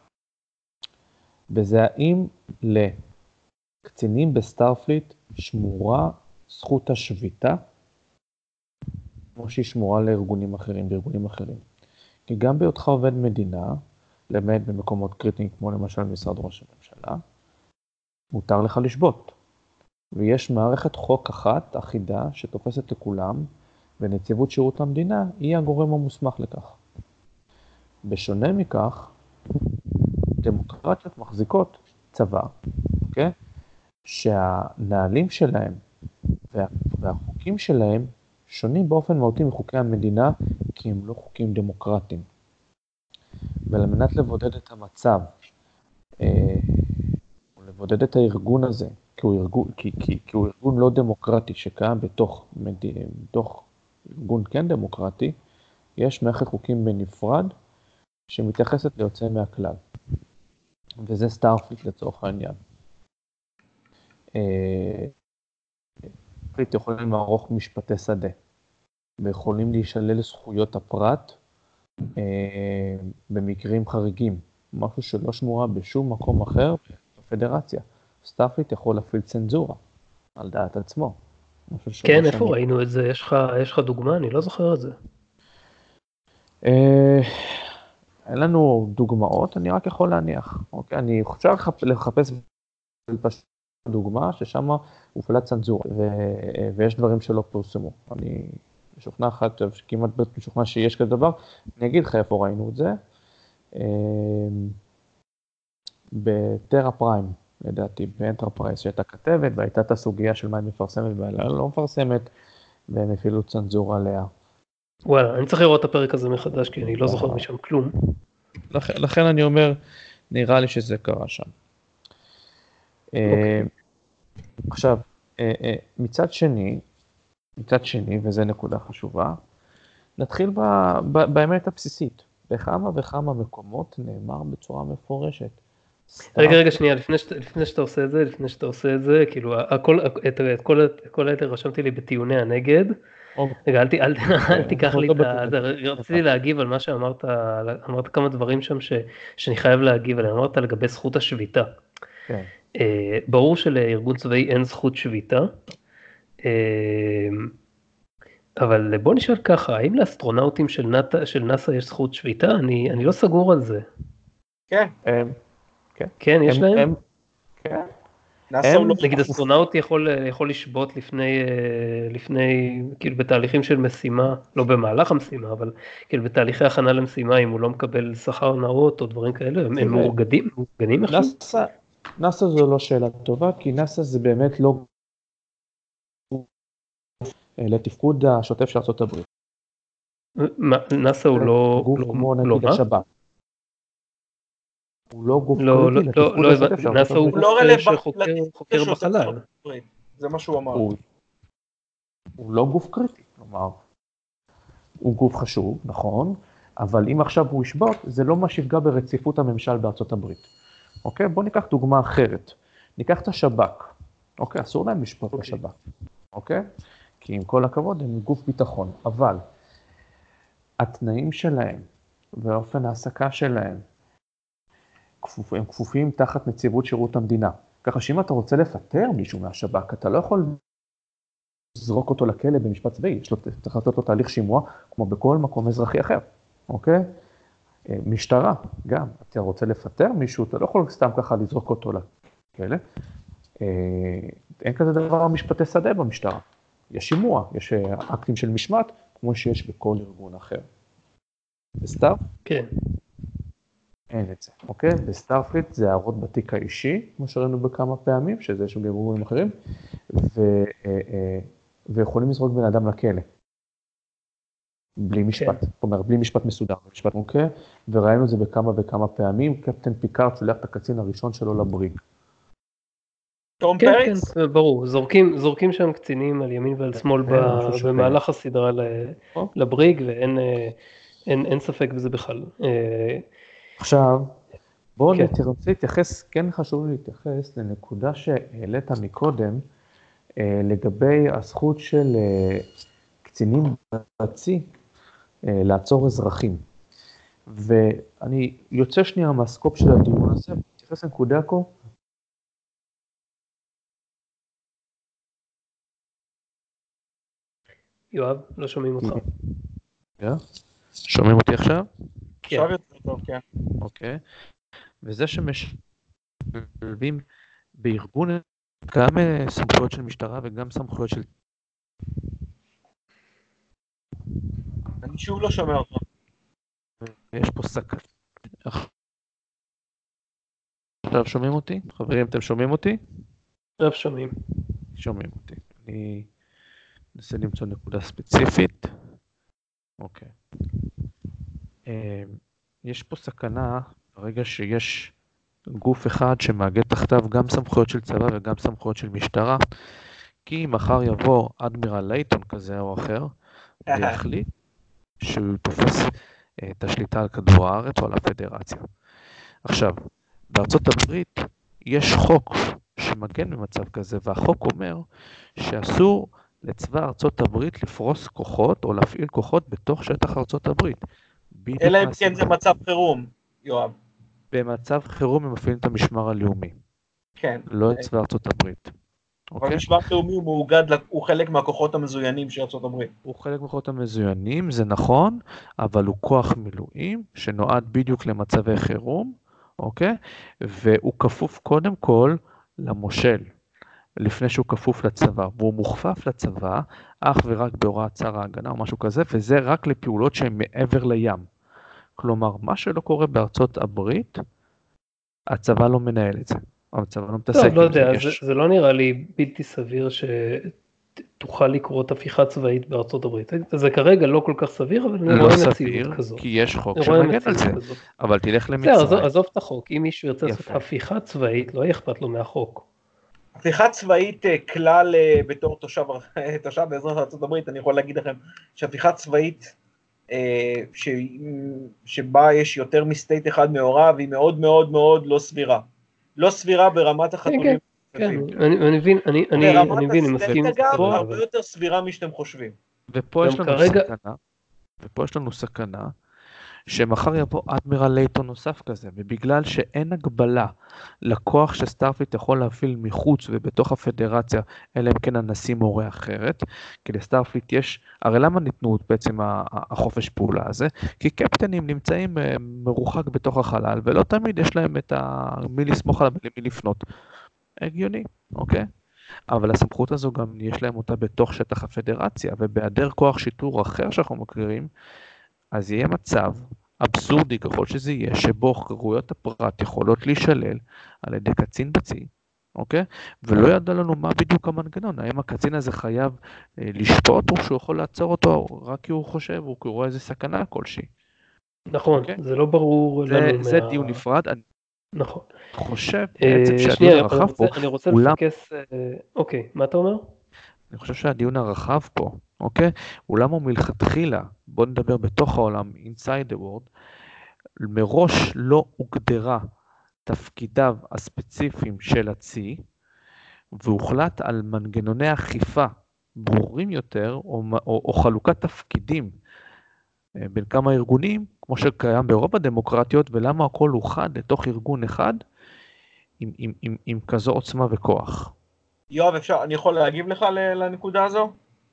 וזה האם לקצינים בסטארפליט שמורה זכות השביתה, כמו שהיא שמורה לארגונים אחרים, בארגונים אחרים. כי גם בהיותך עובד מדינה, למעט במקומות קריטיים, כמו למשל משרד ראש הממשלה, מותר לך לשבות. ויש מערכת חוק אחת, אחידה, שתופסת לכולם, ונציבות שירות המדינה היא הגורם המוסמך לכך. בשונה מכך, דמוקרטיות מחזיקות צבא, אוקיי? שהנהלים שלהם וה, והחוקים שלהם שונים באופן מהותי מחוקי המדינה, כי הם לא חוקים דמוקרטיים. ועל מנת לבודד את המצב, אה, לבודד את הארגון הזה, כי הוא ארגון, כי, כי, כי הוא ארגון לא דמוקרטי שקיים בתוך, בתוך ארגון כן דמוקרטי, יש מערכת חוקים בנפרד שמתייחסת ליוצא מהכלל. וזה סטארפליט לצורך העניין. סטארפליט יכולים לערוך משפטי שדה, ויכולים להישלל זכויות הפרט במקרים חריגים, משהו שלא שמורה בשום מקום אחר בפדרציה. סטארפליט יכול להפעיל צנזורה על דעת עצמו. כן, איפה ראינו את זה? יש לך, יש לך דוגמה? אני לא זוכר את זה. אין לנו דוגמאות, אני רק יכול להניח. אוקיי? אני חושב לחפש דוגמה ששם הופעלה צנזורה, ויש דברים שלא פורסמו. אני משוכנע אחת, כמעט משוכנע שיש כזה דבר, אני אגיד לך איפה ראינו את זה. בטרה פריים, לדעתי, באנטרפרייז, שהייתה כתבת, והייתה את הסוגיה של מה היא מפרסמת ועליה לא מפרסמת, והם הפעילו צנזורה עליה. וואלה, אני צריך לראות את הפרק הזה מחדש, כי אני לא זוכר משם כלום. לכן, לכן אני אומר, נראה לי שזה קרה שם. אוקיי. עכשיו, מצד שני, מצד שני, וזו נקודה חשובה, נתחיל ב, ב, באמת הבסיסית. בכמה וכמה מקומות נאמר בצורה מפורשת. רגע, רגע, שנייה, לפני, שאת, לפני שאתה עושה את זה, לפני שאתה עושה את זה, כאילו, הכל, את, את כל, את כל היתר רשמתי לי בטיעוני הנגד. רגע, אל, אל, אל תיקח לי את ה... רציתי להגיב על מה שאמרת, אמרת כמה דברים שם ש, שאני חייב להגיב עליהם, אמרת לגבי זכות השביתה. כן. ברור שלארגון צבאי אין זכות שביתה, אבל בוא נשאל ככה, האם לאסטרונאוטים של, נאט"א, של נאס"א יש זכות שביתה? אני, אני לא סגור על זה. כן. כן, כן, יש הם, להם? הם, כן. הם, לא... נגיד אסטרונאוט יכול, יכול לשבות לפני, לפני, כאילו בתהליכים של משימה, לא במהלך המשימה, אבל כאילו בתהליכי הכנה למשימה, אם הוא לא מקבל שכר נאות או דברים כאלה, הם, הם מאורגנים, מאורגנים איכשהו? נאס"א, נאס"א זו לא שאלה טובה, כי נאס"א זה באמת לא לתפקוד השוטף של ארצות הברית. נאס"א הוא לא... גוף כמו נגיד השב"כ. הוא לא גוף לא, קריטי לא, לתפקוד לא, השוטף של ארצות נאס"א הוא הברית. לא גוף רלוונטי שחוקר בחלל. זה מה שהוא אמר. הוא, הוא לא גוף קריטי, כלומר, הוא גוף חשוב, נכון, אבל אם עכשיו הוא ישבות, זה לא מה שיפגע ברציפות הממשל בארצות הברית. אוקיי? בוא ניקח דוגמה אחרת. ניקח את השב"כ. אוקיי? אסור להם לשפוט אוקיי. לשב"כ. אוקיי? כי עם כל הכבוד הם גוף ביטחון, אבל התנאים שלהם ואופן העסקה שלהם כפופ, הם כפופים תחת נציבות שירות המדינה. ככה שאם אתה רוצה לפטר מישהו מהשב"כ, אתה לא יכול לזרוק אותו לכלא במשפט צבאי, צריך לעשות לו תהליך שימוע כמו בכל מקום אזרחי אחר, אוקיי? משטרה, גם, אתה רוצה לפטר מישהו, אתה לא יכול סתם ככה לזרוק אותו לכלא. אין כזה דבר משפטי שדה במשטרה. יש שימוע, יש אקטים של משמעת, כמו שיש בכל ארגון אחר. בסטאר? כן. אין את זה, אוקיי? בסטארפליט זה הערות בתיק האישי, כמו שראינו בכמה פעמים, שזה יש בארגונים אחרים, ו, ויכולים לזרוק בן אדם לכלא. בלי משפט, זאת אומרת, בלי משפט מסודר, משפט מוקה, וראינו את זה בכמה וכמה פעמים, קפטן פיקארד שולח את הקצין הראשון שלו לבריג. תום כן, פריץ? כן, ברור, זורקים, זורקים שם קצינים על ימין ועל שמאל במהלך הסדרה לבריג, ואין אין, אין ספק בזה בכלל. עכשיו, בואו נתרצה להתייחס, כן חשוב להתייחס לנקודה שהעלית מקודם, לגבי הזכות של קצינים בצי לעצור אזרחים. ואני יוצא שנייה מהסקופ של הדיון הזה, מתייחס לנקודה כה. יואב, לא שומעים אותך. שומעים אותי עכשיו? עכשיו יותר טוב, כן. אוקיי. וזה שמשלבים בארגון גם סמכויות של משטרה וגם סמכויות של... אני שוב לא שומע אותך. יש פה סכנה. עכשיו שומעים אותי? חברים, אתם שומעים אותי? עכשיו שומעים. שומעים אותי. אני אנסה למצוא נקודה ספציפית. אוקיי. יש פה סכנה ברגע שיש גוף אחד שמאגד תחתיו גם סמכויות של צבא וגם סמכויות של משטרה, כי מחר יבוא אדמירל לייטון כזה או אחר, ויחליט שהוא תופס את השליטה על כדור הארץ או על הפדרציה. עכשיו, בארצות הברית יש חוק שמגן במצב כזה, והחוק אומר שאסור לצבא ארצות הברית לפרוס כוחות או להפעיל כוחות בתוך שטח ארצות הברית. אלא אם כן זה מצב חירום, יואב. במצב חירום הם מפעילים את המשמר הלאומי. כן. לא את צבא ארצות הברית. אבל משמר לאומי הוא מאוגד, הוא חלק מהכוחות המזוינים של ארצות הברית. הוא חלק מהכוחות המזוינים, זה נכון, אבל הוא כוח מילואים שנועד בדיוק למצבי חירום, אוקיי? והוא כפוף קודם כל למושל, לפני שהוא כפוף לצבא, והוא מוכפף לצבא אך ורק בהוראת שר ההגנה או משהו כזה, וזה רק לפעולות שהן מעבר לים. כלומר, מה שלא קורה בארצות הברית, הצבא לא מנהל את זה. הצבא לא מתעסק. לא, לא יודע, זה, זה לא נראה לי בלתי סביר שתוכל לקרות הפיכה צבאית בארצות הברית. זה כרגע לא כל כך סביר, אבל אני רואה מציאות כזאת. כי יש חוק שמגן על זה. אבל תלך למצרים. עזוב, עזוב את החוק, אם מישהו ירצה לעשות הפיכה צבאית, לא אכפת לו מהחוק. הפיכה צבאית כלל בתור תושב, תושב באזרח ארצות הברית, אני יכול להגיד לכם שהפיכה צבאית ש... שבה יש יותר מסטייט אחד מעורב, היא מאוד מאוד מאוד לא סבירה. לא סבירה ברמת החתולים. כן, אני מבין, אני מבין, אני מסכים. ברמת הסטייט אגב, הרבה יותר סבירה משאתם חושבים. ופה יש לנו סכנה, ופה יש לנו סכנה, שמחר יבוא אדמירל לייטון נוסף כזה, ובגלל שאין הגבלה לכוח שסטארפליט יכול להפעיל מחוץ ובתוך הפדרציה, אלא אם כן הנשיא מורה אחרת, כי לסטארפליט יש, הרי למה ניתנו בעצם החופש פעולה הזה? כי קפטנים נמצאים מרוחק בתוך החלל, ולא תמיד יש להם את מי לסמוך עליו ולמי לפנות. הגיוני, אוקיי? אבל הסמכות הזו גם יש להם אותה בתוך שטח הפדרציה, ובהיעדר כוח שיטור אחר שאנחנו מכירים, אז יהיה מצב אבסורדי ככל שזה יהיה, שבו חירויות הפרט יכולות להישלל על ידי קצין בצי, אוקיי? ולא ידע לנו מה בדיוק המנגנון, האם הקצין הזה חייב אה, לשפוט או שהוא יכול לעצור אותו רק כי הוא חושב, או כי הוא רואה איזה סכנה כלשהי. נכון, אוקיי? זה לא ברור זה, לנו זה מה... דיון נפרד, אני נכון. חושב בעצם שהדיון שנייה, הרחב פה, אני רוצה אולם... לפקס, אוקיי, מה אתה אומר? אני חושב שהדיון הרחב פה, אוקיי? אולם הוא מלכתחילה, בוא נדבר בתוך העולם, inside the world, מראש לא הוגדרה תפקידיו הספציפיים של הצי, והוחלט על מנגנוני אכיפה ברורים יותר, או, או, או חלוקת תפקידים בין כמה ארגונים, כמו שקיים באירופה דמוקרטיות, ולמה הכל הוחד לתוך ארגון אחד, עם, עם, עם, עם כזו עוצמה וכוח. יואב, אפשר, אני יכול להגיב לך לנקודה הזו?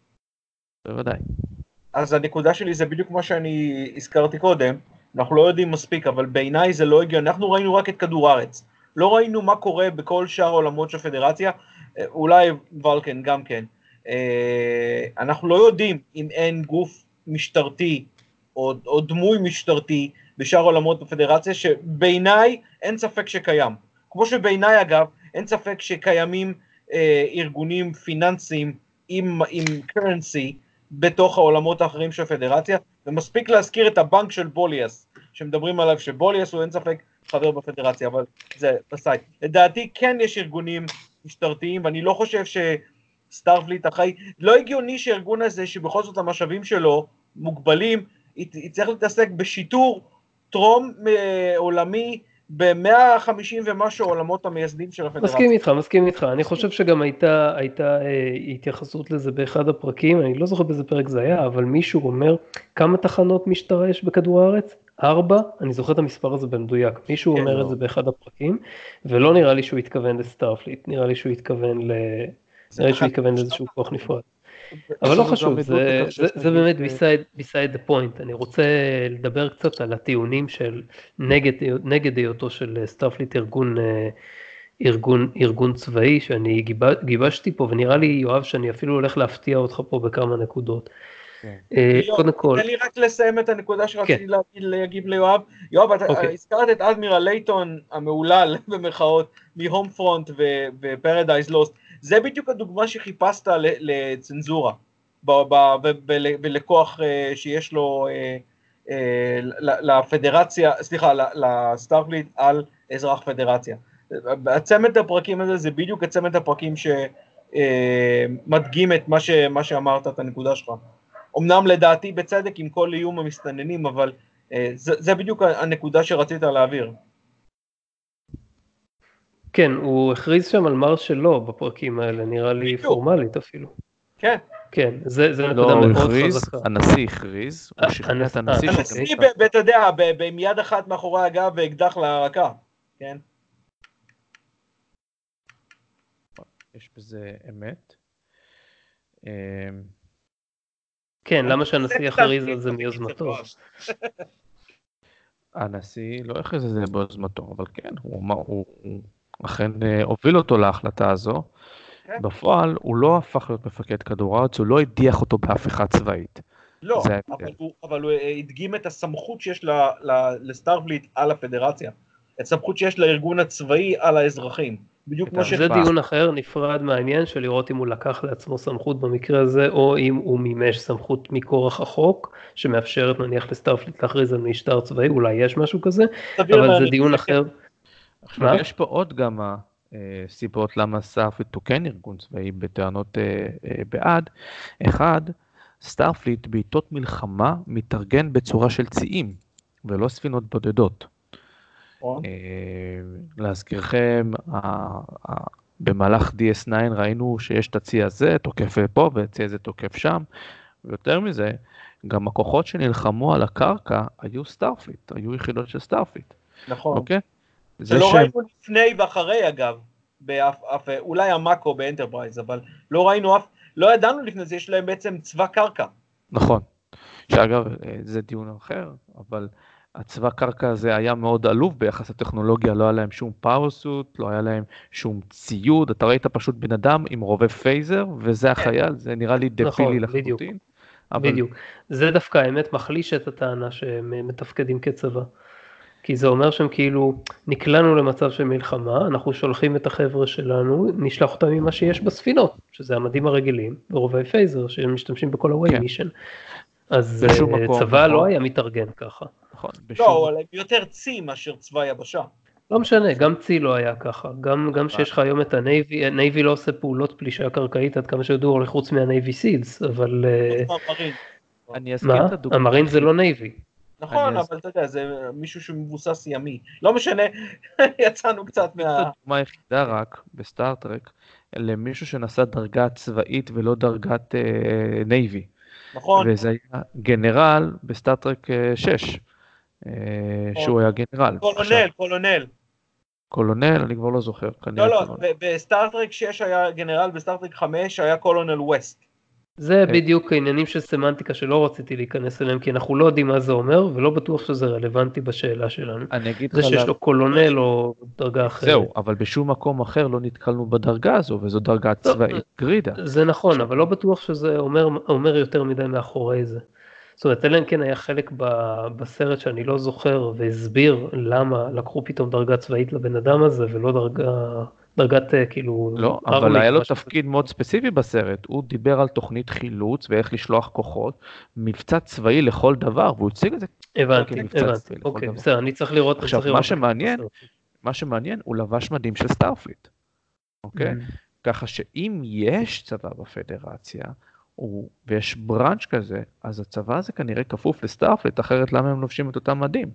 בוודאי. אז הנקודה שלי זה בדיוק מה שאני הזכרתי קודם, אנחנו לא יודעים מספיק, אבל בעיניי זה לא הגיוני, אנחנו ראינו רק את כדור הארץ, לא ראינו מה קורה בכל שאר העולמות של הפדרציה, אולי ולקן גם כן, אנחנו לא יודעים אם אין גוף משטרתי, או, או דמוי משטרתי בשאר העולמות בפדרציה, שבעיניי אין ספק שקיים, כמו שבעיניי אגב, אין ספק שקיימים אה, ארגונים פיננסיים עם, עם currency, בתוך העולמות האחרים של הפדרציה, ומספיק להזכיר את הבנק של בוליאס, שמדברים עליו שבוליאס הוא אין ספק חבר בפדרציה, אבל זה בסייט. לדעתי כן יש ארגונים משטרתיים, ואני לא חושב שסטארפליט אחראי, לא הגיוני שהארגון הזה, שבכל זאת המשאבים שלו מוגבלים, יצטרך להתעסק בשיטור טרום עולמי, ב-מאה וחמישים ומשהו עולמות המייסדים של הפדרציה. מסכים איתך, מסכים איתך. אני חושב שגם הייתה, הייתה אה, התייחסות לזה באחד הפרקים, אני לא זוכר באיזה פרק זה היה, אבל מישהו אומר, כמה תחנות משטרה יש בכדור הארץ? ארבע? אני זוכר את המספר הזה במדויק. מישהו כן, אומר לא. את זה באחד הפרקים, ולא נראה לי שהוא התכוון לסטארפליט, נראה לי שהוא התכוון ל... נראה לי שהוא התכוון לאיזשהו כוח נפרד. אבל לא חשוב, זה, זה, זה באמת beside, beside the point. אני רוצה לדבר קצת על הטיעונים של נגד, נגד היותו של סטארפליט ארגון, ארגון, ארגון צבאי, שאני גיבשתי פה, ונראה לי, יואב, שאני אפילו הולך להפתיע אותך פה בכמה נקודות. קודם כל... תן לי רק לסיים את הנקודה שרציתי להגיב ליואב. יואב, אתה הזכרת את אדמירל לייטון המעולל במרכאות, מהום פרונט ופרדייז לוסט. זה בדיוק הדוגמה שחיפשת לצנזורה, ולכוח שיש לו לפדרציה, סליחה, לסטארפליט על אזרח פדרציה. הצמד הפרקים הזה זה בדיוק הצמד הפרקים שמדגים את מה שאמרת, את הנקודה שלך. אמנם לדעתי בצדק עם כל איום המסתננים, אבל זה, זה בדיוק הנקודה שרצית להעביר. כן, הוא הכריז שם על מרס שלו בפרקים האלה, נראה לי בדיוק. פורמלית אפילו. כן. כן, זה, זה לא, נקודה הוא מאוד הכריז, חזקה. הנשיא הכריז, הוא שכנע את הנשיא אה, שגם... הנשיא, ב- אתה יודע, ב- ב- עם יד אחת מאחורי הגב ואקדח להרקה, כן? יש בזה אמת. אמ, כן, למה שהנשיא יכריז על זה מיוזמתו? הנשיא לא הכריז על זה ביוזמתו, אבל כן, הוא אמר, הוא הוא אכן אה, הוביל אותו להחלטה הזו. כן. בפועל הוא לא הפך להיות מפקד כדור הארץ, הוא לא הדיח אותו בהפיכה צבאית. לא, זה אבל ההבדל. הוא, אבל הוא הדגים את הסמכות שיש ל- ל- לסטארפליט על הפדרציה, את הסמכות שיש לארגון הצבאי על האזרחים, בדיוק את כמו ש... זה דיון אחר נפרד מהעניין של לראות אם הוא לקח לעצמו סמכות במקרה הזה, או אם הוא מימש סמכות מכורח החוק, שמאפשרת נניח לסטארפליט להכריז על משטר צבאי, אולי יש משהו כזה, סביר אבל זה להניח, דיון כן. אחר. עכשיו, מה? יש פה עוד כמה אה, סיבות למה סטארפליט הוא כן ארגון צבאי בטענות אה, אה, בעד. אחד, סטארפליט בעיתות מלחמה מתארגן בצורה של ציים, ולא ספינות בודדות. נכון. אה, להזכירכם, ה- ה- במהלך די אס תשע ראינו שיש את הצי הזה, תוקף פה, והצי הזה תוקף שם. ויותר מזה, גם הכוחות שנלחמו על הקרקע היו סטארפליט, היו יחידות של סטארפליט. נכון. אוקיי? זה שלא שהם- ראינו לפני ואחרי אגב, באף, אף, אולי המאקו באנטרפרייז, אבל לא ראינו אף, לא ידענו לפני זה, יש להם בעצם צבא קרקע. נכון. שאגב, זה דיון אחר, אבל הצבא קרקע הזה היה מאוד עלוב ביחס לטכנולוגיה, לא היה להם שום פאורסוט, לא היה להם שום ציוד, אתה ראית פשוט בן אדם עם רובה פייזר, וזה החייל, זה נראה לי דבילי נכון, בדיוק. לחלוטין. אבל בדיוק. זה דווקא האמת מחליש את הטענה שהם מתפקדים כצבא. כי זה אומר שהם כאילו נקלענו למצב של מלחמה, אנחנו שולחים את החבר'ה שלנו, נשלח אותם ממה שיש בספינות, שזה המדים הרגילים, ורובי פייזר, שהם משתמשים בכל ה-Way כן. mission. אז בשום uh, מקום, צבא נכון. לא היה מתארגן ככה. נכון, לא, בשום... אבל הם יותר צי מאשר צבא יבשה. לא משנה, גם צי לא היה ככה. גם, גם שיש לך היום את הנייבי, הנייבי לא עושה פעולות פלישה קרקעית עד כמה שידוע, חוץ מהנייבי סידס, אבל... uh, חוץ מהמרין. אני אזכיר מה? את הדוגמה. המרין זה לא נייבי. נכון, אני אבל אתה יודע, זה מישהו שמבוסס ימי. לא משנה, יצאנו קצת מה... זאת הדוגמה היחידה רק בסטארטרק, למישהו שנשא דרגה צבאית ולא דרגת אה, נייבי. נכון, וזה היה גנרל בסטארטרק שש, אה, שהוא היה גנרל. עכשיו, קולונל, קולונל. קולונל, אני כבר לא זוכר. לא, כנראה לא, קולונל. ב- בסטארטרק שש היה גנרל, בסטארטרק חמש היה קולונל ווסט. זה כן. בדיוק העניינים של סמנטיקה שלא רציתי להיכנס אליהם, כי אנחנו לא יודעים מה זה אומר, ולא בטוח שזה רלוונטי בשאלה שלנו. אני אגיד זה לך שיש למה- לו קולונל או דרגה אחרת. זהו, אבל בשום מקום אחר לא נתקלנו בדרגה הזו, וזו דרגה לא, צבאית גרידה. זה נכון, אבל לא בטוח שזה אומר, אומר יותר מדי מאחורי זה. זאת אומרת, אלא אם כן היה חלק ב- בסרט שאני לא זוכר, והסביר למה לקחו פתאום דרגה צבאית לבן אדם הזה, ולא דרגה, דרגת אה, כאילו... לא, ארמי, אבל היה לו משהו תפקיד מאוד ספציפי בסרט, הוא דיבר על תוכנית חילוץ ואיך לשלוח כוחות, מבצע צבאי לכל דבר, והוא הציג את זה. הבנתי, מבצע הבנתי, צבאי לכל אוקיי, דבר. בסדר, אני צריך לראות, אני עכשיו, צריך מה לראות שמעניין, בסרט. מה שמעניין, הוא לבש מדים של סטארפליט, אוקיי? Mm. ככה שאם יש צבא בפדרציה, הוא, ויש ברנץ' כזה, אז הצבא הזה כנראה כפוף לסטארפליט, אחרת למה הם לובשים את אותם מדים?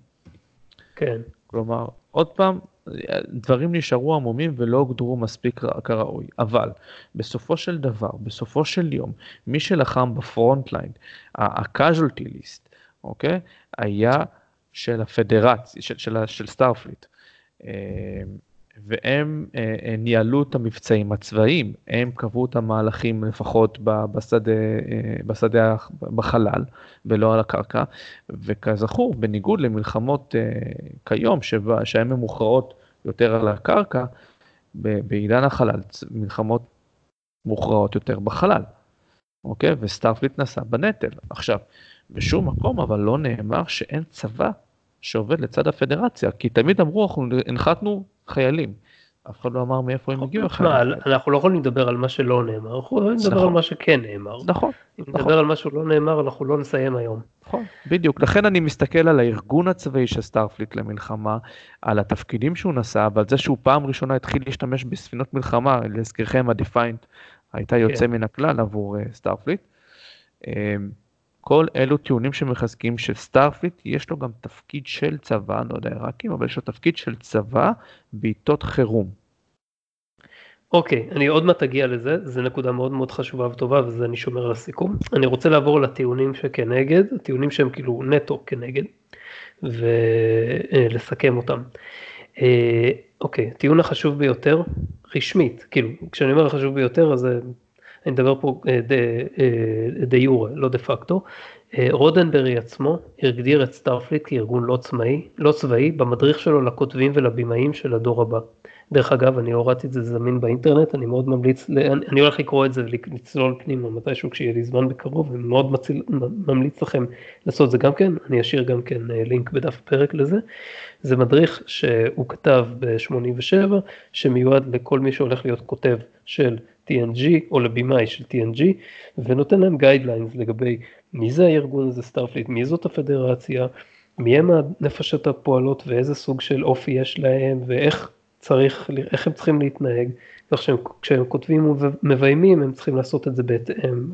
כן, כלומר, עוד פעם, דברים נשארו עמומים ולא הוגדרו מספיק כראוי, אבל בסופו של דבר, בסופו של יום, מי שלחם בפרונט ליין, ה-casualty list, אוקיי, היה של הפדרציה, של, של, של סטארפליט, והם ניהלו את המבצעים הצבאיים, הם קבעו את המהלכים לפחות בשדה, בשדה בחלל ולא על הקרקע, וכזכור, בניגוד למלחמות כיום, שבה, שהן ממוכרעות יותר על הקרקע, בעידן החלל, מלחמות מוכרעות יותר בחלל, אוקיי? וסטארפליט נסע בנטל. עכשיו, בשום מקום אבל לא נאמר שאין צבא שעובד לצד הפדרציה, כי תמיד אמרו, אנחנו הנחתנו חיילים. אף אחד לא אמר מאיפה הם הגיעו החיילים. אנחנו לא יכולים לדבר על מה שלא נאמר, אנחנו יכולים לדבר על מה שכן נאמר. נכון. אם נדבר על מה שלא נאמר, אנחנו לא נסיים היום. נכון, בדיוק. לכן אני מסתכל על הארגון הצבאי של סטארפליט למלחמה, על התפקידים שהוא נשא, ועל זה שהוא פעם ראשונה התחיל להשתמש בספינות מלחמה, להזכירכם, הדיפיינט הייתה יוצא מן הכלל עבור סטארפליט. כל אלו טיעונים שמחזקים שסטארפליט יש לו גם תפקיד של צבא, אני לא יודע עיראקים, אבל יש לו תפקיד של צבא בעיתות חירום. אוקיי, אני עוד מעט אגיע לזה, זו נקודה מאוד מאוד חשובה וטובה, וזה אני שומר לסיכום. אני רוצה לעבור לטיעונים שכנגד, הטיעונים שהם כאילו נטו כנגד, ולסכם אותם. אוקיי, טיעון החשוב ביותר, רשמית, כאילו, כשאני אומר החשוב ביותר, אז אני מדבר פה דה יורה, לא דה פקטו. רודנברי עצמו הגדיר את סטארפליט כארגון לא צבאי, לא צבאי, במדריך שלו לכותבים ולבימאים של הדור הבא. דרך אגב, אני הורדתי את זה זמין באינטרנט, אני מאוד ממליץ, אני, אני הולך לקרוא את זה ולצלול פנימה מתישהו כשיהיה לי זמן בקרוב, אני מאוד מציל, ממליץ לכם לעשות זה גם כן, אני אשאיר גם כן לינק בדף פרק לזה. זה מדריך שהוא כתב ב-שמונים ושבע, שמיועד לכל מי שהולך להיות כותב של טי אן ג'י, או לבימאי של טי אן ג'י, ונותן להם גיידליינס לגבי מי זה הארגון הזה סטארפליט, מי זאת הפדרציה, מי הם הנפשות הפועלות ואיזה סוג של אופי יש להם, ואיך צריך, איך הם צריכים להתנהג, כך שכשהם כותבים ומביימים, הם צריכים לעשות את זה בהתאם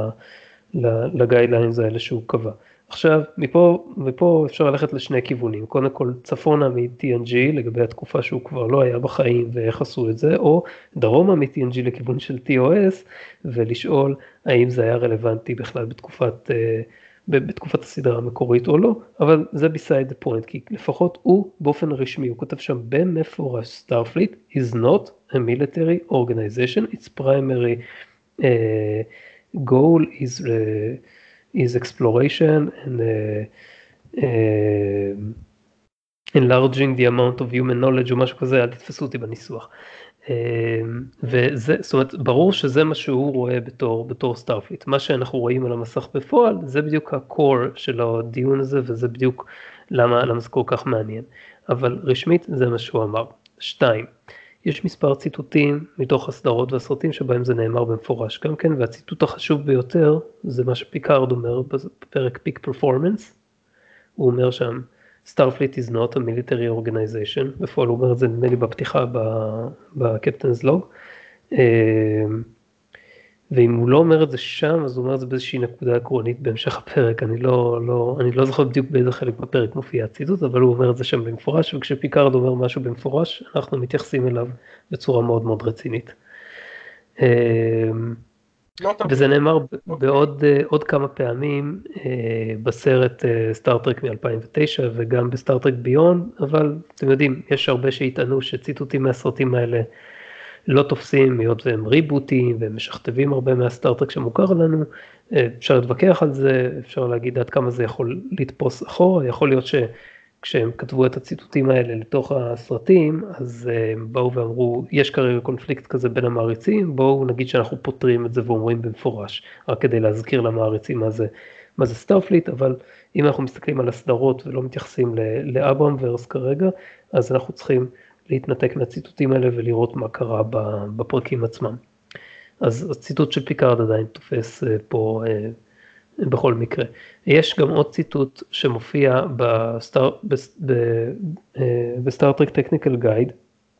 לגיידליינס האלה שהוא קבע. עכשיו, מפה, מפה אפשר ללכת לשני כיוונים, קודם כל צפונה מ-טי אן ג'י לגבי התקופה שהוא כבר לא היה בחיים ואיך עשו את זה, או דרומה מ-טי אן ג'י לכיוון של טי או אס, ולשאול האם זה היה רלוונטי בכלל בתקופת, בתקופת הסדרה המקורית או לא, אבל זה beside the point, כי לפחות הוא באופן רשמי, הוא כותב שם במפורש, Starfleet is not a military organization, its primary uh, goal is... Uh, is exploration and uh, uh, enlarging the amount of human knowledge או משהו כזה, אל תתפסו אותי בניסוח. Uh, וזה, זאת אומרת, ברור שזה מה שהוא רואה בתור, בתור סטארפליט. מה שאנחנו רואים על המסך בפועל, זה בדיוק הקור של הדיון הזה, וזה בדיוק למה, למה זה כל כך מעניין. אבל רשמית זה מה שהוא אמר. שתיים, יש מספר ציטוטים מתוך הסדרות והסרטים שבהם זה נאמר במפורש גם כן, והציטוט החשוב ביותר זה מה שפיקארד אומר בפרק פיק פרפורמנס, הוא אומר שם, Starfleet is not a military organization, בפועל הוא אומר את זה נדמה לי בפתיחה בקפטנס לוג, ואם הוא לא אומר את זה שם, אז הוא אומר את זה באיזושהי נקודה עקרונית בהמשך הפרק, אני לא, לא, אני לא זוכר בדיוק באיזה חלק בפרק מופיע הציטוט, אבל הוא אומר את זה שם במפורש, וכשפיקארד אומר משהו במפורש, אנחנו מתייחסים אליו בצורה מאוד מאוד רצינית. וזה נאמר בעוד עוד כמה פעמים בסרט סטארטרק מ-אלפיים ותשע, וגם בסטארטרק ביונד, אבל אתם יודעים, יש הרבה שהטענו שציטוטים מהסרטים האלה, לא תופסים, היות והם ריבוטים, והם משכתבים הרבה מהסטארטרק שמוכר לנו, אפשר להתווכח על זה, אפשר להגיד עד כמה זה יכול לתפוס אחורה, יכול להיות שכשהם כתבו את הציטוטים האלה לתוך הסרטים, אז הם באו ואמרו, יש כרגע קונפליקט כזה בין המעריצים, בואו נגיד שאנחנו פותרים את זה ואומרים במפורש, רק כדי להזכיר למעריצים מה זה, מה זה סטארפליט, אבל אם אנחנו מסתכלים על הסדרות ולא מתייחסים לאברהם ורס כרגע, אז אנחנו צריכים להתנתק מהציטוטים האלה ולראות מה קרה בפרקים עצמם. אז הציטוט של פיקארד עדיין תופס פה בכל מקרה. יש גם עוד ציטוט שמופיע בסטאר, בסטארטרק טכניקל גייד,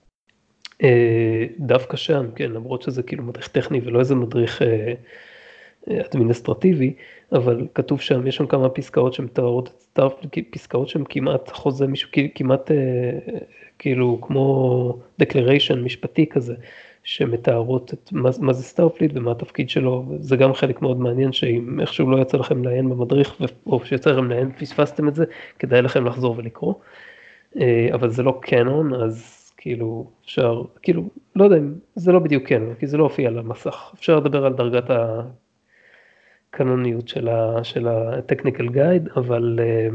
דווקא שם, כן, למרות שזה כאילו מדריך טכני ולא איזה מדריך אדמיניסטרטיבי, אבל כתוב שם, יש שם כמה פסקאות שמתארות את סטארפליט, פסקאות שהן כמעט חוזה מישהו, כמעט כאילו כמו declaration משפטי כזה, שמתארות את מה, מה זה סטארפליט ומה התפקיד שלו, זה גם חלק מאוד מעניין, שאם איכשהו לא יצא לכם לעיין במדריך, או שיצא לכם לעיין, פספסתם את זה, כדאי לכם לחזור ולקרוא, אבל זה לא קנון, אז כאילו אפשר, כאילו, לא יודע, זה לא בדיוק קנון, כי זה לא הופיע על המסך, אפשר לדבר על דרגת הקנוניות של ה, של הטכניקל גייד, אבל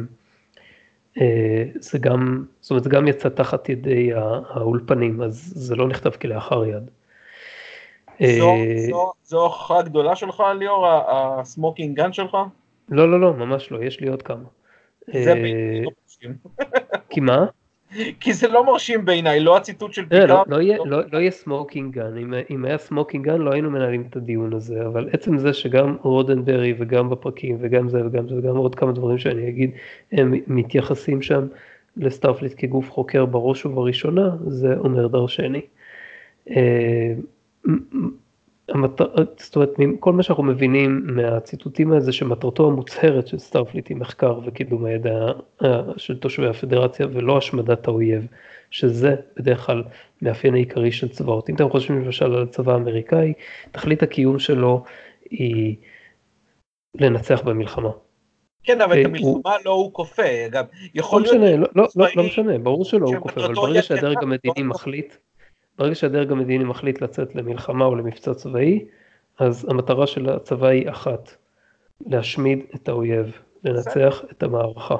זה גם, זאת אומרת, זה גם יצא תחת ידי האולפנים, אז זה לא נכתב כלאחר יד. זו, זו, זו הוכחה גדולה שלך, ליאור, הסמוקינג גן שלך? לא, לא, לא, ממש לא, יש לי עוד כמה. זה בעיניי לא מרשים. כי מה? כי זה לא מרשים בעיניי, לא הציטוט של לא, פיקארד. לא, לא, לא, לא יהיה סמוקינג גן, אם, אם היה סמוקינג גן לא היינו מנהלים את הדיון הזה, אבל עצם זה שגם רודנברי וגם בפרקים וגם זה וגם זה וגם עוד כמה דברים שאני אגיד, הם מתייחסים שם לסטארפליט כגוף חוקר בראש ובראשונה, זה אומר דרשני. המטר... זאת אומרת, כל מה שאנחנו מבינים מהציטוטים הזה שמטרתו המוצהרת של סטארפליט היא מחקר וקידום הידע של תושבי הפדרציה ולא השמדת האויב, שזה בדרך כלל מאפיין העיקרי של צבאות. אם אתם חושבים למשל על הצבא האמריקאי, תכלית הקיום שלו היא לנצח במלחמה. כן, אבל את המלחמה לא הוא כופה, אגב, יכול לא להיות... משנה, לא, לא, לא, לא משנה, ברור שלא הוא כופה, אבל ברגע שהדרג המדיני מחליט, ברגע שהדרג המדיני מחליט לצאת למלחמה או למבצע צבאי, אז המטרה של הצבא היא אחת, להשמיד את האויב, לנצח את המערכה.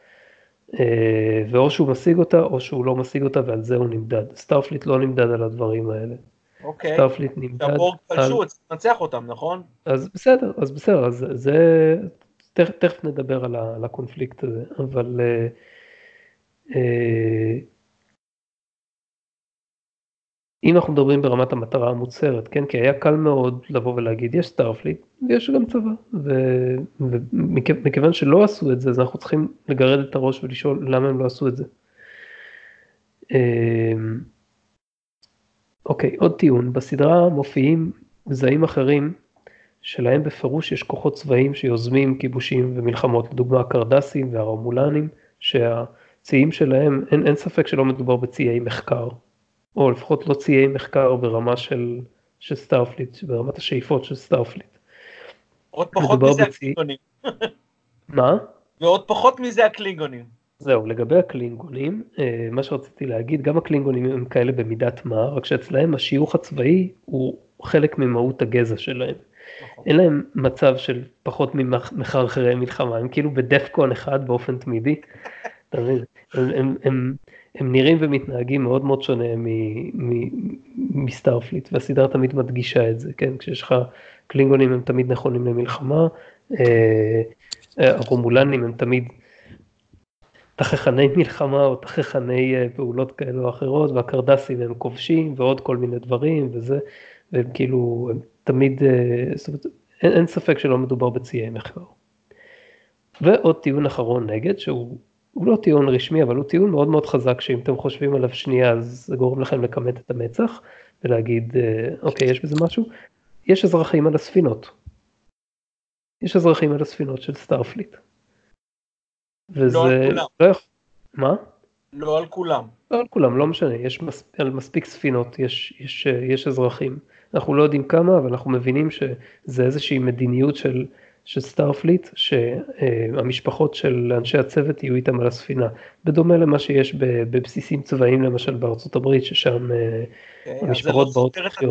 ואו שהוא משיג אותה, או שהוא לא משיג אותה, ועל זה הוא נמדד. סטארפליט לא נמדד על הדברים האלה. אוקיי. סטארפליט נמדד על... שהבורג פלשו, צריך לנצח אותם, נכון? אז בסדר, אז בסדר, אז זה... תכף נדבר על הקונפליקט הזה, אבל... אם אנחנו מדברים ברמת המטרה המוצהרת, כן, כי היה קל מאוד לבוא ולהגיד, יש סטארפליט ויש גם צבא, ומכיוון שלא עשו את זה, אז אנחנו צריכים לגרד את הראש ולשאול למה הם לא עשו את זה. אוקיי, עוד טיעון, בסדרה מופיעים גזעים אחרים, שלהם בפירוש יש כוחות צבאיים שיוזמים כיבושים ומלחמות, לדוגמה הקרדסים והרומולנים, שהציים שלהם, אין, אין ספק שלא מדובר בציי מחקר, או לפחות לא ציי מחקר ברמה של, של סטארפליט, ברמת השאיפות של סטארפליט. עוד פחות מזה בצי... הקלינגונים. מה? ועוד פחות מזה הקלינגונים. זהו, לגבי הקלינגונים, מה שרציתי להגיד, גם הקלינגונים הם כאלה במידת מה, רק שאצלהם השיוך הצבאי הוא חלק ממהות הגזע שלהם. נכון. אין להם מצב של פחות ממחרחרי מלחמה, הם כאילו בדפקון אחד באופן תמידי, אתה מבין? הם, הם, הם, הם נראים ומתנהגים מאוד מאוד שונה מסטארפליט, והסדרה תמיד מדגישה את זה, כן? כשיש לך קלינגונים הם תמיד נכונים למלחמה, הרומולנים הם תמיד תככני מלחמה או תככני פעולות כאלה או אחרות, והקרדסים הם כובשים ועוד כל מיני דברים וזה, והם כאילו, הם תמיד, זאת אומרת, אין, אין ספק שלא מדובר בציי מחקר. ועוד טיעון אחרון נגד, שהוא הוא לא טיעון רשמי, אבל הוא טיעון מאוד מאוד חזק, שאם אתם חושבים עליו שנייה, אז זה גורם לכם לקמת את המצח, ולהגיד, אוקיי, יש בזה משהו. יש אזרחים על הספינות. יש אזרחים על הספינות של סטארפליט. וזה... לא על כולם. לא... מה? לא על כולם. לא על כולם, לא משנה. יש מס... על מספיק ספינות, יש, יש, יש אזרחים. אנחנו לא יודעים כמה, אבל אנחנו מבינים שזה איזושהי מדיניות של... של סטארפליט, שהמשפחות של אנשי הצוות יהיו איתם על הספינה, בדומה למה שיש בבסיסים צבאיים, למשל בארצות הברית, ששם המשפחות באות לחיות.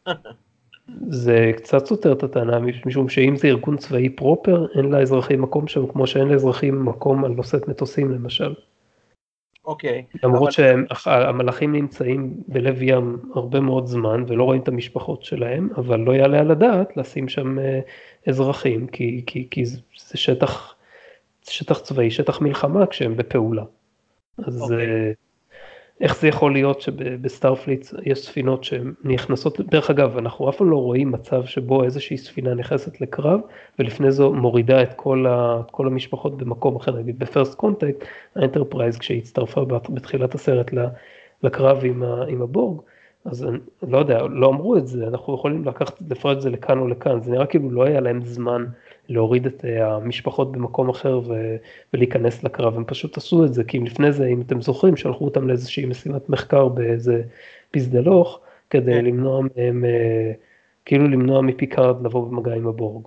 זה קצת סותר את הטענה, משום שאם זה ארגון צבאי פרופר, אין לאזרחים מקום שם, כמו שאין לאזרחים מקום על נושאת מטוסים, למשל. אוקיי. למרות שהמלאכים נמצאים בלב ים הרבה מאוד זמן, ולא רואים את המשפחות שלהם, אבל לא יעלה על הדעת לשים שם אזרחים, כי, כי, כי זה שטח, שטח צבאי, שטח מלחמה כשהם בפעולה. אז okay. איך זה יכול להיות שבסטארפליט יש ספינות שהן נכנסות, דרך אגב, אנחנו אף פעם לא רואים מצב שבו איזושהי ספינה נכנסת לקרב, ולפני זו מורידה את כל, ה, את כל המשפחות במקום אחר, נגיד בפרסט קונטקט, האנטרפרייז כשהיא הצטרפה בתחילת הסרט לקרב עם, ה, עם הבורג, אז אני לא יודע, לא אמרו את זה, אנחנו יכולים לקחת, לפרט את זה לכאן או לכאן, זה נראה כאילו לא היה להם זמן להוריד את המשפחות במקום אחר ו- ולהיכנס לקרב, הם פשוט עשו את זה, כי אם לפני זה, אם אתם זוכרים, שלחו אותם לאיזושהי משימת מחקר באיזה פסדלוך, כדי למנוע מהם, כאילו למנוע מפיקארד לבוא במגע עם הבורג.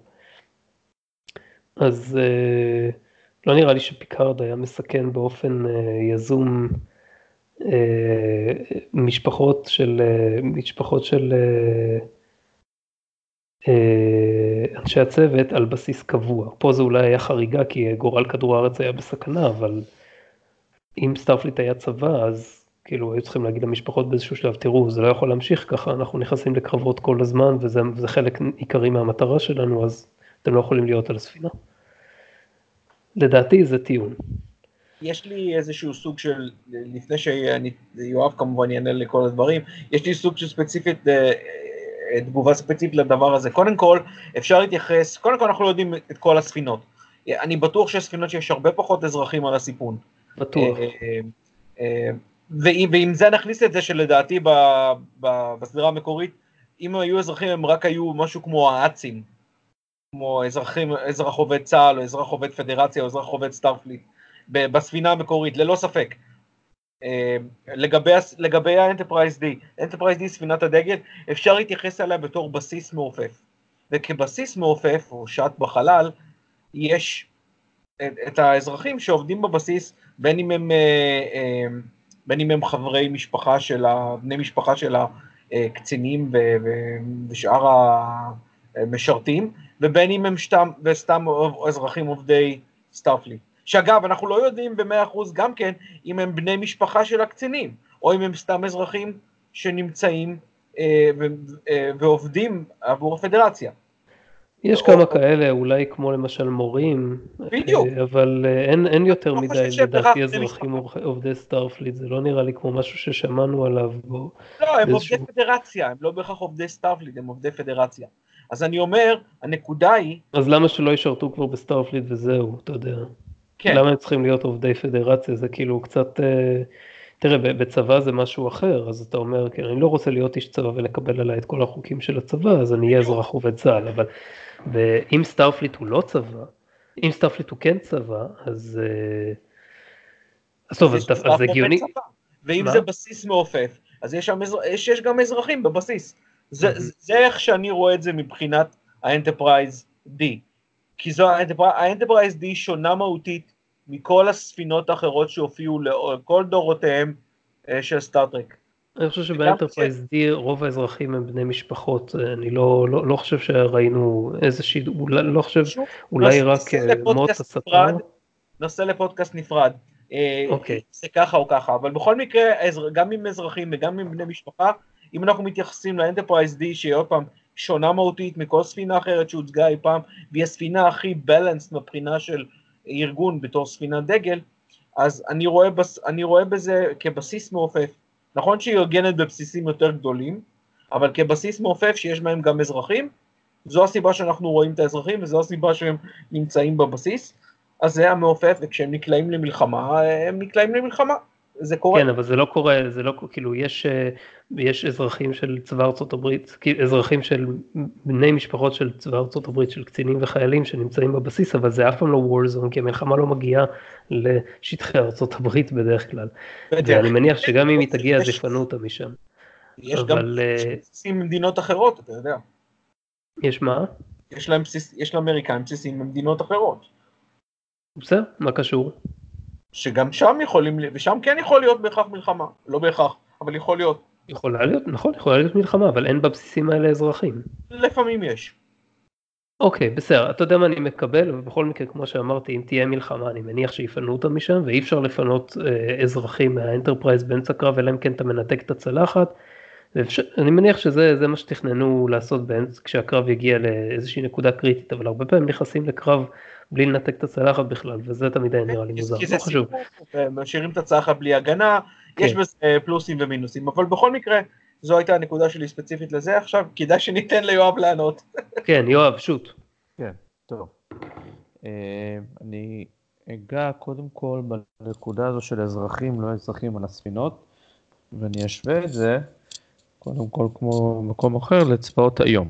אז לא נראה לי שפיקארד היה מסכן באופן יזום, משפחות של, משפחות של אנשי הצוות על בסיס קבוע. פה זה אולי היה חריגה כי גורל כדור הארץ היה בסכנה, אבל אם סטארפליט היה צבא, אז כאילו היו צריכים להגיד למשפחות באיזשהו שלב, תראו, זה לא יכול להמשיך ככה, אנחנו נכנסים לקרבות כל הזמן, וזה, וזה חלק עיקרי מהמטרה שלנו, אז אתם לא יכולים להיות על הספינה. לדעתי זה טיעון. יש לי איזשהו סוג של, לפני שיואב כמובן יענה לכל הדברים, יש לי סוג של ספציפית, תגובה ספציפית לדבר הזה. קודם כל, אפשר להתייחס, קודם כל אנחנו לא יודעים את כל הספינות. אני בטוח שיש ספינות שיש הרבה פחות אזרחים על הסיפון. בטוח. ועם זה נכניס את זה שלדעתי בסדרה המקורית, אם היו אזרחים הם רק היו משהו כמו האצים, כמו אזרחים, אזרח עובד צה"ל, או אזרח עובד פדרציה, או אזרח עובד סטארפליט, בספינה המקורית, ללא ספק. לגבי, לגבי האנטרפרייז די, האנטרפרייז די, ספינת הדגל, אפשר להתייחס עליה בתור בסיס מעופף. וכבסיס מעופף, או שעת בחלל, יש את, את האזרחים שעובדים בבסיס, בין אם הם, בין אם הם חברי משפחה של, בני משפחה של הקצינים ושאר המשרתים, ובין אם הם שתם, וסתם אזרחים עובדי סטארפליט. שאגב, אנחנו לא יודעים ב-מאה אחוז גם כן, אם הם בני משפחה של הקצינים, או אם הם סתם אזרחים שנמצאים אה, ו- אה, ועובדים עבור הפדרציה. יש או, כמה או, כאלה, אולי כמו למשל מורים, בדיוק. אבל אין, אין יותר לא מדי, חושב שהם בהכרח לדעתי, בני אזרחים משפחה. עובדי סטארפליט, זה לא נראה לי כמו משהו ששמענו עליו. בו, לא, הם באיזשהו... עובדי פדרציה, הם לא בהכרח עובדי סטארפליט, הם עובדי פדרציה. אז אני אומר, הנקודה היא... אז למה שלא ישרתו כבר בסטארפליט וזהו, אתה יודע? כן. למה הם צריכים להיות עובדי פדרציה? זה כאילו קצת... תראה, בצבא זה משהו אחר, אז אתה אומר, כן, אני לא רוצה להיות איש צבא ולקבל עליי את כל החוקים של הצבא, אז אני אהיה אזרח עובד צה"ל, אבל ואם סטארפליט הוא לא צבא, אם סטארפליט הוא כן צבא, אז... אז טוב, אז, אז זה הגיוני. ואם מה? זה בסיס מעופף, אז יש, שם, יש, יש גם אזרחים בבסיס. זה, Mm-hmm. זה, זה איך שאני רואה את זה מבחינת האנטרפרייז D. כי זו האנטרפרייז D שונה מהותית מכל הספינות האחרות שהופיעו לכל דורותיהם של סטארטרק. אני חושב שבאנטרפרייז D רוב האזרחים הם בני משפחות, אני לא, לא, לא חושב שראינו איזושהי, אולי, לא חושב, אולי רק מות הספר. נושא לפודקאסט נפרד. אוקיי. זה ככה או ככה, אבל בכל מקרה, גם עם אזרחים וגם עם בני משפחה, אם אנחנו מתייחסים לאנטרפרייז D, שהיא עוד פעם שונה מהותית מכל ספינה אחרת שהוצגה אי פעם, והיא הספינה הכי בלנס מבחינה של ארגון בתור ספינת דגל, אז אני רואה, אני רואה בזה כבסיס מעופף. נכון שהיא הוגנת בבסיסים יותר גדולים, אבל כבסיס מעופף שיש בהם גם אזרחים, זו הסיבה שאנחנו רואים את האזרחים, וזו הסיבה שהם נמצאים בבסיס, אז זה המעופף, וכשהם נקלעים למלחמה, הם נקלעים למלחמה. זה קורה. כן, אבל זה לא קורה, זה לא, כאילו, יש, יש אזרחים של צבא ארצות הברית, אזרחים של בני משפחות של צבא ארצות הברית, של קצינים וחיילים שנמצאים בבסיס, אבל זה אף פעם לא וורזון, כי המלחמה לא מגיעה לשטחי ארצות הברית בדרך כלל. ואני מניח שגם אם היא תגיע, אז יפנו אותה משם. יש גם בסיסים במדינות אחרות, אתה יודע. יש מה? יש להם בסיס, יש לאמריקאים בסיסים במדינות אחרות. בסדר, מה קשור? שגם שם יכולים, ושם כן יכול להיות בהכרח מלחמה, לא בהכרח, אבל יכול להיות. יכולה להיות, נכון, יכולה להיות מלחמה, אבל אין בבסיסים האלה אזרחים. לפעמים יש. אוקיי, בסדר, אתה יודע מה אני מקבל, ובכל מקרה, כמו שאמרתי, אם תהיה מלחמה, אני מניח שיפנו אותם משם, ואי אפשר לפנות אה, אזרחים מהאנטרפרייז באמצע קרב, אלא אם כן אתה מנתק את הצלחת, ואפשר, אני מניח שזה זה מה שתכננו לעשות באמצע, כשהקרב יגיע לאיזושהי נקודה קריטית, אבל הרבה פעמים נכנסים לקרב בלי לנתק את הצלחת בכלל, וזה תמיד נראה לי מוזר, לא חשוב. משאירים את הצלחת בלי הגנה, יש בזה פלוסים ומינוסים, אבל בכל מקרה, זו הייתה הנקודה שלי ספציפית לזה, עכשיו כדאי שניתן ליואב לענות. כן, יואב, שוט. כן, טוב. אני אגע קודם כל בנקודה הזו של אזרחים, לא אזרחים על הספינות, ואני אשווה את זה, קודם כל כמו מקום אחר, לצבאות היום.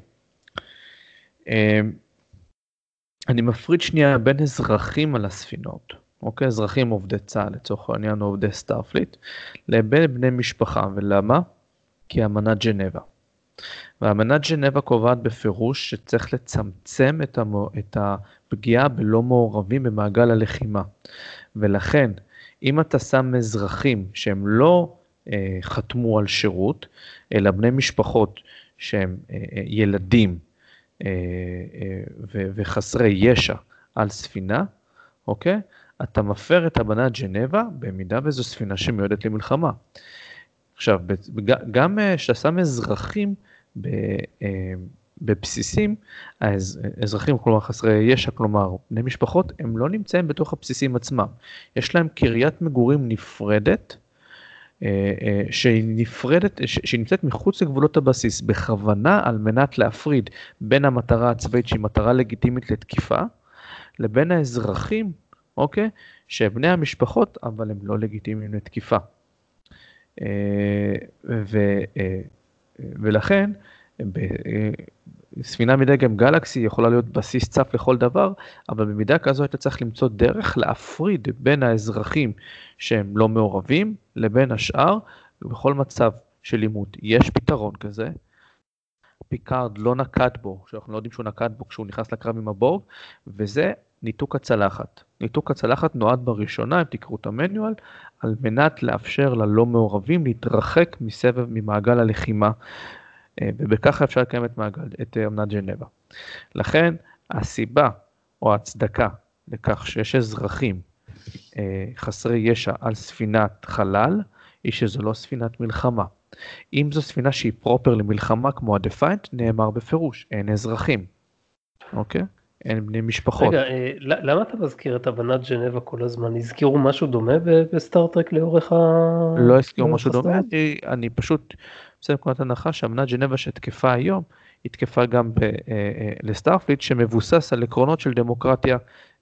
אני מפריד שנייה בין אזרחים על הספינות, אוקיי? אזרחים עובדי צה"ל, לצורך העניין עובדי סטארפליט, לבין בני משפחה, ולמה? כי אמנת ג'נבה. ואמנת ג'נבה קובעת בפירוש שצריך לצמצם את, המו, את הפגיעה בלא מעורבים במעגל הלחימה. ולכן, אם אתה שם אזרחים שהם לא אה, חתמו על שירות, אלא בני משפחות שהם אה, ילדים אה, אה, ו, וחסרי ישע על ספינה, אוקיי? אתה מפר את אמנת ג'נבה במידה וזו ספינה שמיועדת למלחמה. עכשיו, גם כשאתה שם אזרחים בבסיסים, האזרחים, כלומר חסרי ישע, כלומר בני משפחות, הם לא נמצאים בתוך הבסיסים עצמם. יש להם קריית מגורים נפרדת, שהיא נפרדת, שהיא נמצאת מחוץ לגבולות הבסיס, בכוונה על מנת להפריד בין המטרה הצבאית שהיא מטרה לגיטימית לתקיפה, לבין האזרחים, אוקיי, שבני המשפחות, אבל הם לא לגיטימיים לתקיפה. ו, ולכן ספינה מדגם גלקסי יכולה להיות בסיס צף לכל דבר, אבל במידה כזו אתה צריך למצוא דרך להפריד בין האזרחים שהם לא מעורבים לבין השאר, ובכל מצב של עימות יש פתרון כזה. פיקארד לא נקט בו, שאנחנו לא יודעים שהוא נקט בו כשהוא נכנס לקרב עם הבורג, וזה ניתוק הצלחת. ניתוק הצלחת נועד בראשונה, אם תקראו את המניואל, על מנת לאפשר ללא מעורבים להתרחק מסבב ממעגל הלחימה, ובכך אפשר לקיים את, מעגל, את אמנת ג'נבה. לכן הסיבה או ההצדקה לכך שיש אזרחים חסרי ישע על ספינת חלל, היא שזו לא ספינת מלחמה. אם זו ספינה שהיא פרופר למלחמה כמו ה-Defiant, נאמר בפירוש, אין אזרחים, אוקיי? אין בני משפחות. רגע, למה אתה מזכיר את אמנת ג'נבה כל הזמן? הזכירו משהו דומה בסטארטרק לאורך ה... לא הזכירו משהו דומה, אני פשוט, בסדר נקודת הנחה שאמנת ג'נבה שתקפה היום, היא תקפה גם לסטארפליט, שמבוסס על עקרונות של דמוקרטיה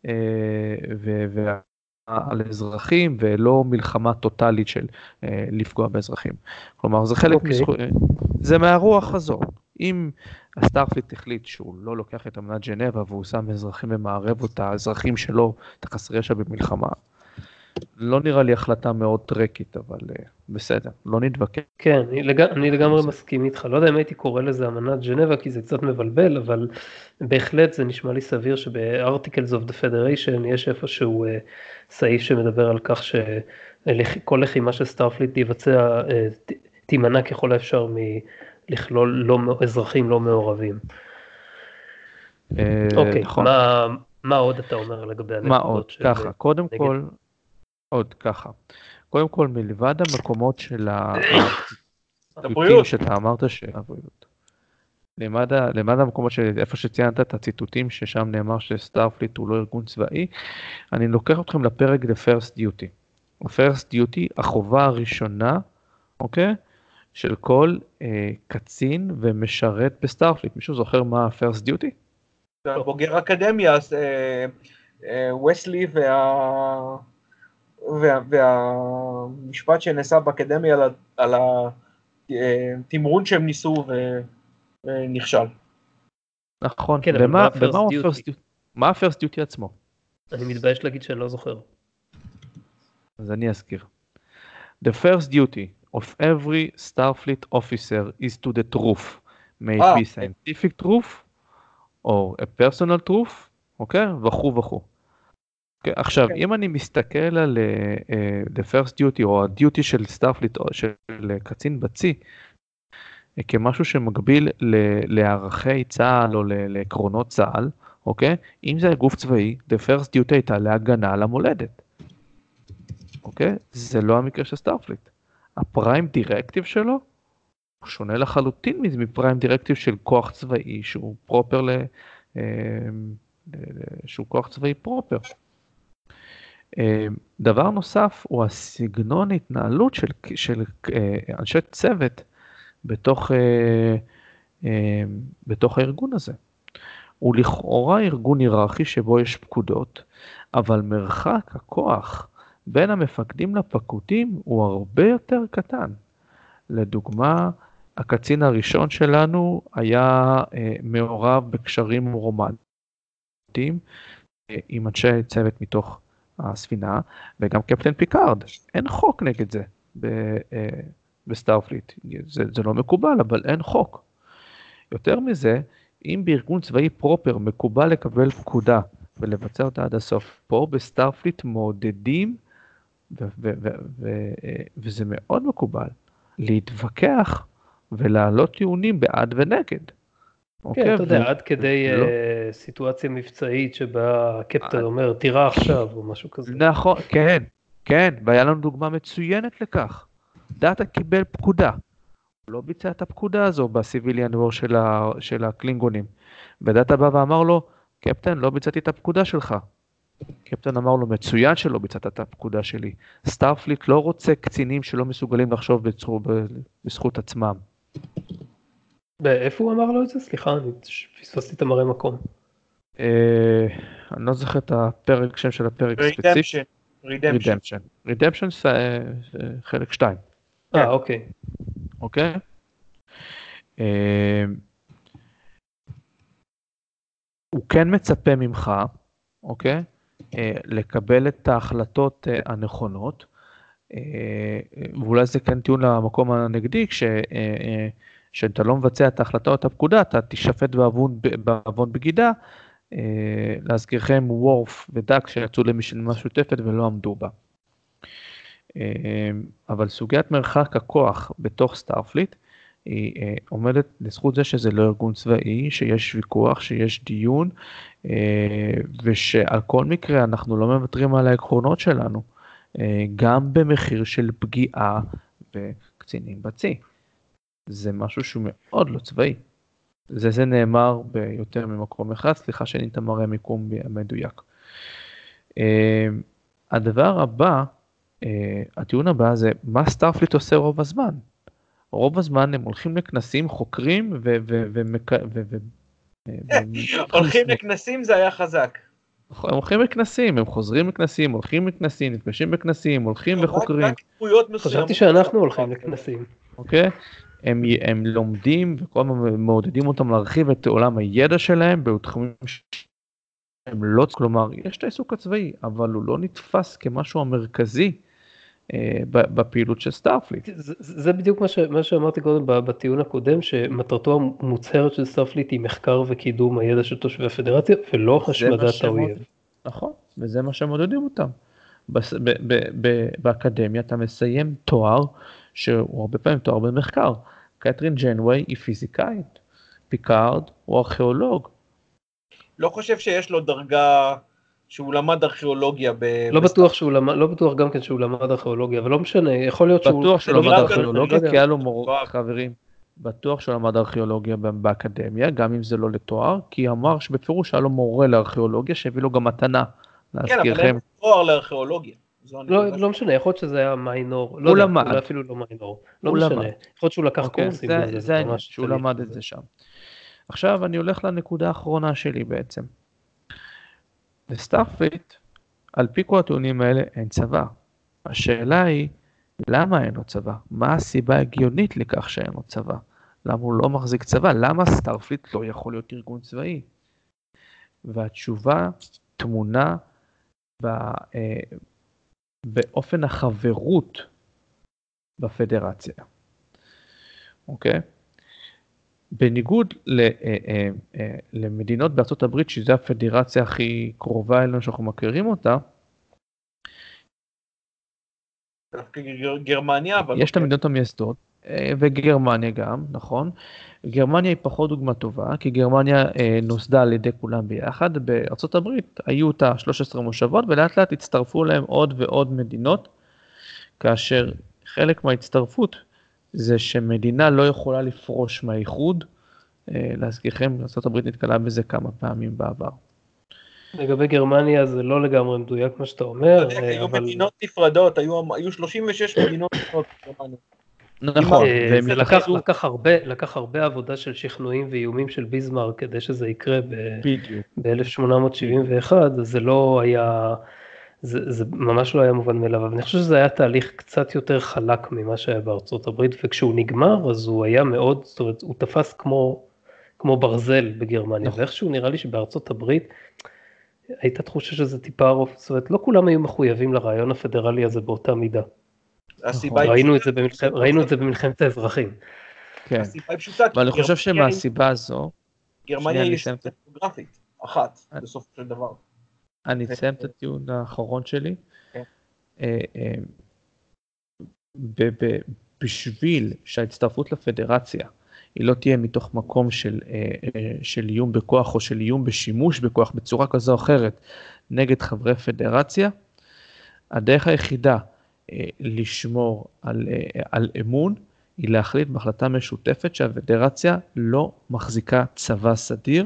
ועל אזרחים, ולא מלחמה טוטלית של לפגוע באזרחים. כלומר, זה חלק מזכות, זה מהרוח הזו. אם הסטארפליט החליט שהוא לא לוקח את אמנת ג'נבה, והוא שם אזרחים ומערב אותה, האזרחים שלו, את החסרי ישע במלחמה, לא נראה לי החלטה מאוד טרקית, אבל בסדר, לא נתווכח. כן, אני, לג... אני לגמרי מסכים איתך, לא יודע אם הייתי קורא לזה אמנת ג'נבה, כי זה קצת מבלבל, אבל בהחלט זה נשמע לי סביר שב-Articles of the Federation יש איפשהו uh, סעיף שמדבר על כך שכל לחימה של סטארפליט יבצע, uh, ת, תימנע ככל האפשר מלכלול לא, אזרחים לא מעורבים. אוקיי, נכון. מה, מה עוד אתה אומר לגבי הנקודות? מה עוד? ככה, קודם נגד... כל... עוד ככה. קודם כל, מלבד המקומות של הציטוטים שאתה אמרת שהבריאות. למד, למד המקומות שאיפה שציינת את הציטוטים ששם נאמר שסטארפליט הוא לא ארגון צבאי, אני לוקח אתכם לפרק The First Duty. ה-First Duty, החובה הראשונה, אוקיי? של כל אה, קצין ומשרת בסטארפליט. מישהו זוכר מה ה-First Duty? בוגר אקדמיה, אז אה, אה, וסלי וה... וה, והמשפט שנעשה באקדמיה על, על התמרון שהם ניסו ונכשל. נכון, כן, ומה ה-First Duty עצמו? אני מתבייש להגיד שאני לא זוכר. אז אני אזכיר. The first duty of every Starfleet officer is to the truth, may it be scientific truth, or a personal truth, אוקיי? וכו וכו. Okay, עכשיו, okay. אם אני מסתכל על uh, the first duty או הדיוטי של סטארפליט או של קצין בצי, uh, כמשהו שמקביל לערכי צה"ל או לעקרונות צה"ל, אוקיי? Okay? אם זה גוף צבאי, the first duty הייתה להגנה על המולדת. אוקיי? Okay? זה לא המקרה של סטארפליט. הפריים דירקטיב שלו הוא שונה לחלוטין מפריים דירקטיב של כוח צבאי שהוא פרופר ל... Uh, שהוא כוח צבאי פרופר. דבר נוסף הוא הסגנון התנהלות של, של אנשי צוות בתוך, בתוך הארגון הזה. הוא לכאורה ארגון היררכי שבו יש פקודות, אבל מרחק הכוח בין המפקדים לפקודים הוא הרבה יותר קטן. לדוגמה, הקצין הראשון שלנו היה מעורב בקשרים רומנטיים עם אנשי צוות מתוך הספינה, וגם קפטן פיקארד. אין חוק נגד זה בסטארפליט. זה, זה לא מקובל, אבל אין חוק. יותר מזה, אם בארגון צבאי פרופר מקובל לקבל פקודה ולבצע אותה עד הסוף, פה בסטארפליט מעודדים, ו- ו- ו- ו- וזה מאוד מקובל, להתווכח ולהעלות טיעונים בעד ונגד. כן, אתה יודע, עד כדי סיטואציה מבצעית שבה הקפטן אומר, תירה עכשיו, או משהו כזה. נכון, כן, כן, והיה לנו דוגמה מצוינת לכך. דאטה קיבל פקודה, הוא לא ביצע את הפקודה הזו בסיביליאן וור של הקלינגונים, ודאטה בא ואמר לו, קפטן, לא ביצעתי את הפקודה שלך. קפטן אמר לו, מצוין שלא ביצעת את הפקודה שלי. סטארפליט לא רוצה קצינים שלא מסוגלים לחשוב בזכות עצמם. באיפה הוא אמר לו את זה? סליחה, אני פספסתי את המראה מקום. אני לא זוכר את הפרק, שם של הפרק ספציפי. Redemption. Redemption זה חלק שתיים. אה, אוקיי. אוקיי? הוא כן מצפה ממך, אוקיי? לקבל את ההחלטות הנכונות, ואולי זה כן טיעון למקום הנגדי, כשאתה לא מבצע את ההחלטות הפקודה, אתה תשפט בעוון בגידה, להזכירכם וורף ודק שיצאו למשימה משותפת ולא עמדו בה. אבל סוגיית מרחק הכוח בתוך סטארפליט, היא עומדת לזכות זה שזה לא ארגון צבאי, שיש ויכוח, שיש דיון, ושעל כל מקרה אנחנו לא מוותרים על העקרונות שלנו, גם במחיר של פגיעה בקצינים בצי. זה משהו שהוא מאוד לא צבאי. זה זה נאמר ביותר ממקום אחד, סליחה שאין את המראה מיקום מדויק. הדבר הבא, הטיעון הבא זה מה סטארפליט עושה רוב הזמן. רוב הזמן הם הולכים לכנסים, חוקרים ו... הולכים לכנסים זה היה חזק. הם הולכים לכנסים, הם חוזרים לכנסים, הולכים לכנסים, נפגשים בכנסים, הולכים וחוקרים. חשבתי שאנחנו הולכים לכנסים. אוקיי? הם לומדים וכל הזמן מעודדים אותם להרחיב את עולם הידע שלהם בתחומים שהם לא, כלומר, יש את העיסוק הצבאי, אבל הוא לא נתפס כמשהו המרכזי בפעילות של סטארפליט. זה, זה בדיוק מה, ש, מה שאמרתי קודם בטיעון הקודם, שמטרתו המוצהרת של סטארפליט היא מחקר וקידום הידע של תושבי הפדרציה, ולא השמדת האויב. נכון, וזה מה שמודדים אותם. באקדמיה אתה מסיים תואר, שהוא הרבה פעמים תואר במחקר. קתרין ג'נווי היא פיזיקאית, פיקארד הוא ארכיאולוג. לא חושב שיש לו דרגה שהוא למד ארכיאולוגיה. לא בטוח שהוא למד, לא בטוח גם כן שהוא למד ארכיאולוגיה, אבל לא משנה, יכול להיות שהוא... בטוח שהוא למד ארכיאולוגיה, כי היה לו מורות, חברים, בטוח שהוא למד ארכיאולוגיה באקדמיה, גם אם זה לא לתואר, כי אמר שבפירוש היה לו מורה לארכיאולוגיה, שהביא לו גם מתנה. כן, אבל אין תואר לארכיאולוגיה. לא משנה, יכול להיות שזה היה מיינור, לא יודע, אולי אפילו לא מיינור, לא משנה, יכול להיות שהוא לקח קורסים לזה. זה העניין, שהוא למד את זה שם. עכשיו אני הולך לנקודה האחרונה שלי בעצם. בסטארפליט, על פי כל הטיעונים האלה, אין צבא. השאלה היא, למה אין לו צבא? מה הסיבה הגיונית לכך שאין לו צבא? למה הוא לא מחזיק צבא? למה סטארפליט לא יכול להיות ארגון צבאי? והתשובה תמונה באופן החברות בפדרציה. אוקיי? בניגוד למדינות בארצות הברית, שזו הפדרציה הכי קרובה אלינו שאנחנו מכירים אותה, גרמניה, אבל יש את המדינות המייסדות, וגרמניה גם, נכון? גרמניה היא פחות דוגמה טובה, כי גרמניה נוסדה על ידי כולם ביחד, בארצות הברית היו את ה-שלוש עשרה מושבות, ולאט לאט הצטרפו להם עוד ועוד מדינות, כאשר חלק מההצטרפות, זה שמדינה לא יכולה לפרוש מהאיחוד, להזכירכם, ארצות הברית נתקלה בזה כמה פעמים בעבר. לגבי גרמניה זה לא לגמרי מדויק מה שאתה אומר. היו מדינות נפרדות, היו שלושים ושש מדינות נפרדות בגרמניה. נכון. זה לקח הרבה, לקח הרבה עבודה של שכנועים ואיומים של ביזמרק כדי שזה יקרה ב-אלף שמונה מאות שבעים ואחת, אז זה לא היה... זה, זה ממש לא היה מובן מאליו, אבל אני חושב שזה היה תהליך קצת יותר חלק ממה שהיה בארצות הברית, וכשהוא נגמר, אז הוא היה מאוד, זאת אומרת, הוא תפס כמו, כמו ברזל בגרמניה, נכון. ואיכשהו נראה לי שבארצות הברית, הייתה תחושה שזה טיפה רוב, זאת אומרת, לא כולם היו מחויבים לרעיון הפדרלי הזה באותה מידה. הסיבה היא ראינו את זה במלחמת, ראינו את זה במלחמת האזרחים. כן. הסיבה היא פשוטה. ואני חושב שמהסיבה הזו, גרמניה היא דמוגרפית, אחת, בסוף של דבר. אני אסיים את הטיעון האחרון שלי. בשביל שההצטרפות לפדרציה היא לא תהיה מתוך מקום של, של איום בכוח או של איום בשימוש בכוח בצורה כזו או אחרת נגד חברי פדרציה, הדרך היחידה לשמור על, על אמון היא להחליט בהחלטה משותפת שהפדרציה לא מחזיקה צבא סדיר,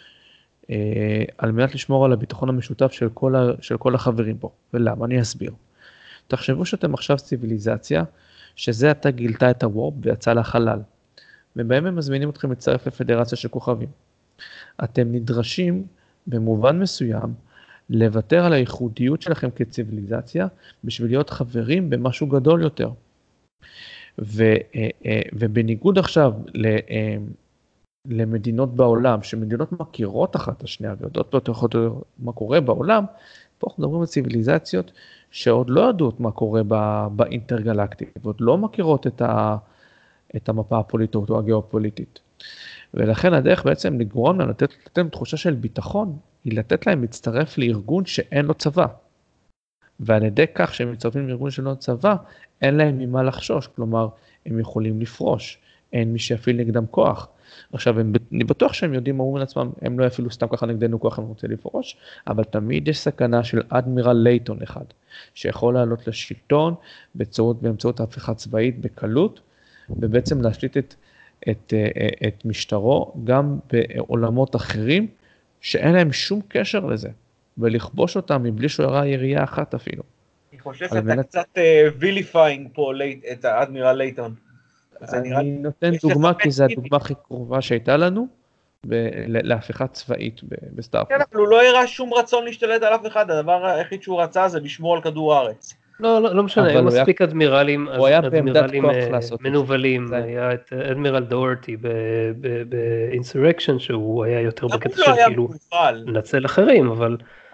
על מנת לשמור על הביטחון המשותף של כל, ה, של כל החברים בו. ולמה? אני אסביר. תחשבו שאתם עכשיו ציוויליזציה, שזה אתה גילתה את הוורפ ויצא לחלל. ובהם הם מזמינים אתכם לצרף לפדרציה של כוכבים. אתם נדרשים במובן מסוים לוותר על הייחודיות שלכם כציוויליזציה, בשביל להיות חברים במשהו גדול יותר. ו, ובניגוד עכשיו למדינות בעולם, שמדינות מכירות אחת את השנייה, ויודעות לא תוכל מה קורה בעולם, פה אנחנו מדברים על ציוויליזציות שעוד לא יודעות מה קורה באינטרגלקטי, ועוד לא מכירות את, ה, את המפה הפוליטית או הגיאופוליטית. ולכן הדרך בעצם לגרום להם, לתת, לתת להם תחושה של ביטחון, היא לתת להם להצטרף לארגון שאין לו צבא. ועל ידי כך שהם מצטרפים לארגון שאין לו צבא, אין להם ממה לחשוש, כלומר, הם יכולים לפרוש, אין מי שיפעיל נגדם כוח. עכשיו, אני בטוח שהם יודעים מה אומרים לעצמם, הם לא יפעילו סתם ככה נגדנו כוח, הם רוצים לפרוש, אבל תמיד יש סכנה של אדמירל לייטון אחד, שיכול לעלות לשלטון באמצעות, באמצעות ההפיכה צבאית בקלות, ובעצם להשליט את, את, את משטרו גם בעולמות אחרים, שאין להם שום קשר לזה, ולכבוש אותם מבלי שהוא ירה ירייה אחת אפילו. אני חושב שאתה קצת ויליפיינג פה את האדמירל לייטון. אני נותן דוגמה, כי זו הדוגמה הכי קרובה שהייתה לנו, להפיכה צבאית בסטארפליט. כן, אבל הוא לא הראה שום רצון להשתלט על אף אחד, הדבר היחיד שהוא רצה זה לשמור על כדור הארץ. לא, לא משנה, היו מספיק אדמירלים, אדמירלים מנובלים, היה את אדמירל דורטי באינסורקשן, שהוא היה יותר בקטע של כאילו לנצל אחרים, אבל...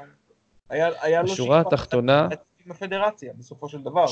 השורה התחתונה, עם הפדרציה, בסופו של דבר.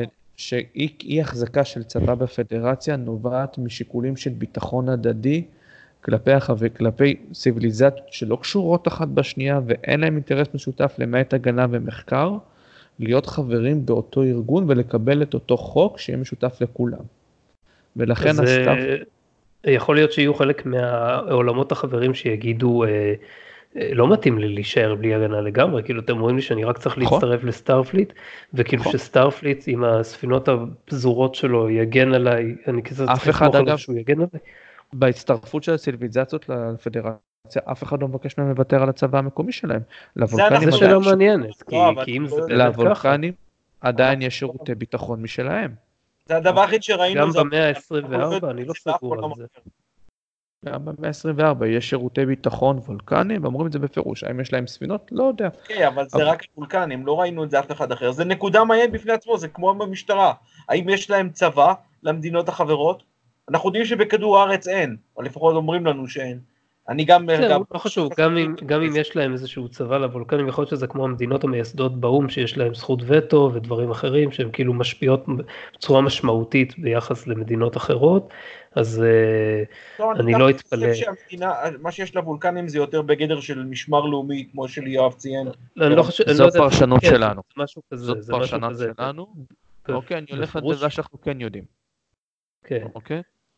שאי החזקה של צבא בפדרציה נובעת משיקולים של ביטחון הדדי, כלפי וכלפי ציוויליזציות שלא קשורות אחת בשנייה, ואין להם אינטרס משותף למעט הגנה ומחקר, להיות חברים באותו ארגון ולקבל את אותו חוק שיהיה משותף לכולם. ולכן הסטאפ... יכול להיות שיהיו חלק מהעולמות החברים שיגידו, לא מתאים לי להישאר בלי הגנה לגמרי, כאילו אתם אומרים לי שאני רק צריך להצטרף לסטארפליט, וכאילו שסטארפליט עם הספינות הפזורות שלו יגן עליי, אני כזה צריך לסמוך עליו שהוא יגן עליי. בהצטרפות של הציוויליזציות לפדרציה, אף אחד לא מבקש מהם לוותר על הצבא המקומי שלהם. זה שאלה מעניינת, כי אם זה לוולקנים עדיין יש שירותי ביטחון משלהם. זה הדבר הכי שראינו. גם במאה ה-עשרים וארבע, אני לא סגור על זה. גם במאה ה-עשרים וארבע יש שירותי ביטחון וולקנים, ואומרים את זה בפירוש, האם יש להם ספינות? לא יודע. כן, אבל זה רק וולקנים, לא ראינו את זה אף אחד אחר. זה נקודה מעניינת בפני עצמו, זה כמו במשטרה. האם יש להם צבא למדינות החברות? אנחנו יודעים שבכדור הארץ אין, או לפחות אומרים לנו שאין. אני גם... לא חשוב, גם אם יש להם איזשהו צבא לוולקנים, יכול להיות שזה כמו המדינות המייסדות באום, שיש להם זכות וטו ודברים אחרים, שהן כאילו משפיעות בצורה משמעותית ביחס למדינות אחרות, אז אני לא אתפלא. אני חושב שהמדינה, מה שיש לוולקנים זה יותר בגדר של משמר לאומי, כמו שליואב ציין. זו פרשנות שלנו. זו פרשנות שלנו. אוקיי, אני הולך לדבר שאנחנו כן יודעים. אוקיי.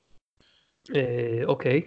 אוקיי.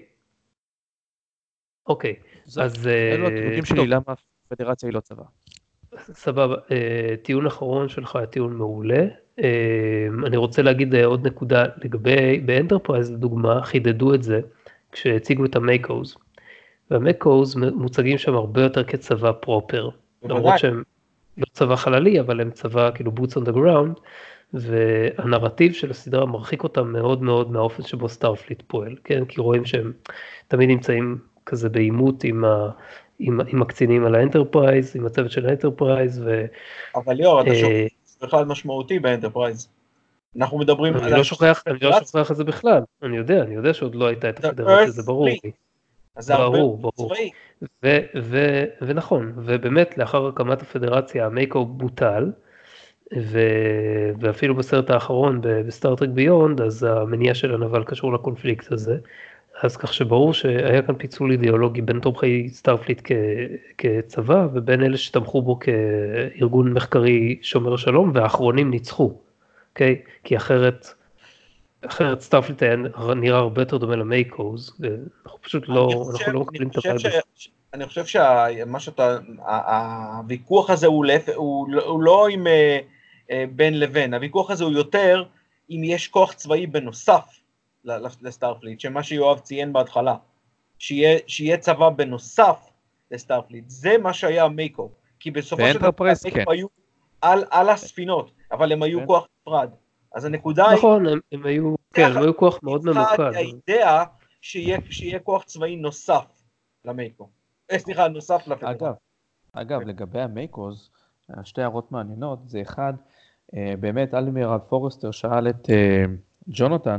אוקיי, אז... אלו התיעודים שלי, למה הפדרציה היא לא צבא. סבבה, טיעון אחרון שלך, טיעון מעולה. אני רוצה להגיד עוד נקודה לגבי, באנטרפרייז לדוגמה, חידדו את זה כשהציגו את המקוז. והמקוז מוצגים שם הרבה יותר כצבא פרופר. למרות שהם לא צבא חללי, אבל הם צבא כאילו boots on the ground, והנרטיב של הסדרה מרחיק אותם מאוד מאוד מהאופן שבו סטארפליט פועל, כן? כי רואים שהם תמיד נמצאים כזה בעימות עם, ה, עם, עם הקצינים על האנטרפרייז, עם הצוות של האנטרפרייז. ו, אבל ליאור, אתה שוכח בכלל משמעותי באנטרפרייז. אנחנו מדברים... אני לא שוכח, אני לא שוכח את זה בכלל. אני יודע, אני יודע שעוד לא הייתה את הפדרציה, זה ברור לי. זה ברור, ברור. ו, ו, ונכון, ובאמת לאחר הקמת הפדרציה, המייקו בוטל, ו, ואפילו בסרט האחרון, בסטארטרק ביונד, אז המניע של הנבל קשור לקונפליקט הזה. אז כך שברור שהיה כאן פיצול אידיאולוגי בין תומכי סטארפליט כ, כצבא, ובין אלה שתמכו בו כארגון מחקרי שומר שלום, והאחרונים ניצחו, אוקיי? כי אחרת, אחרת סטארפליט היה נראה הרבה יותר דומה למייקוז, ואנחנו פשוט לא, אנחנו לא מקבלים את הבעיה. אני חושב שמה שאתה, הוויכוח הזה הוא, הוא, הוא לא עם בין לבין, הוויכוח הזה הוא יותר אם יש כוח צבאי בנוסף, לסטארפליט, שמה שיואב ציין בהתחלה, שיהיה, שיהיה צבא בנוסף לסטארפליט, זה מה שהיה המייקו, כי בסופו של דבר המייקו היו על, על הספינות, אבל הם היו כוח נפרד, אז הנקודה נכון, הם, הם היו, כן, הם היו כוח מאוד ממוקד. האידאה שיהיה, שיהיה כוח צבאי נוסף למייקו, סליחה, נוסף לפדרציה. אגב, אגב, לגבי המייקוז, שתי הערות מעניינות, זה אחד, באמת אדמירל פורסטר שאל את ג'ונתן,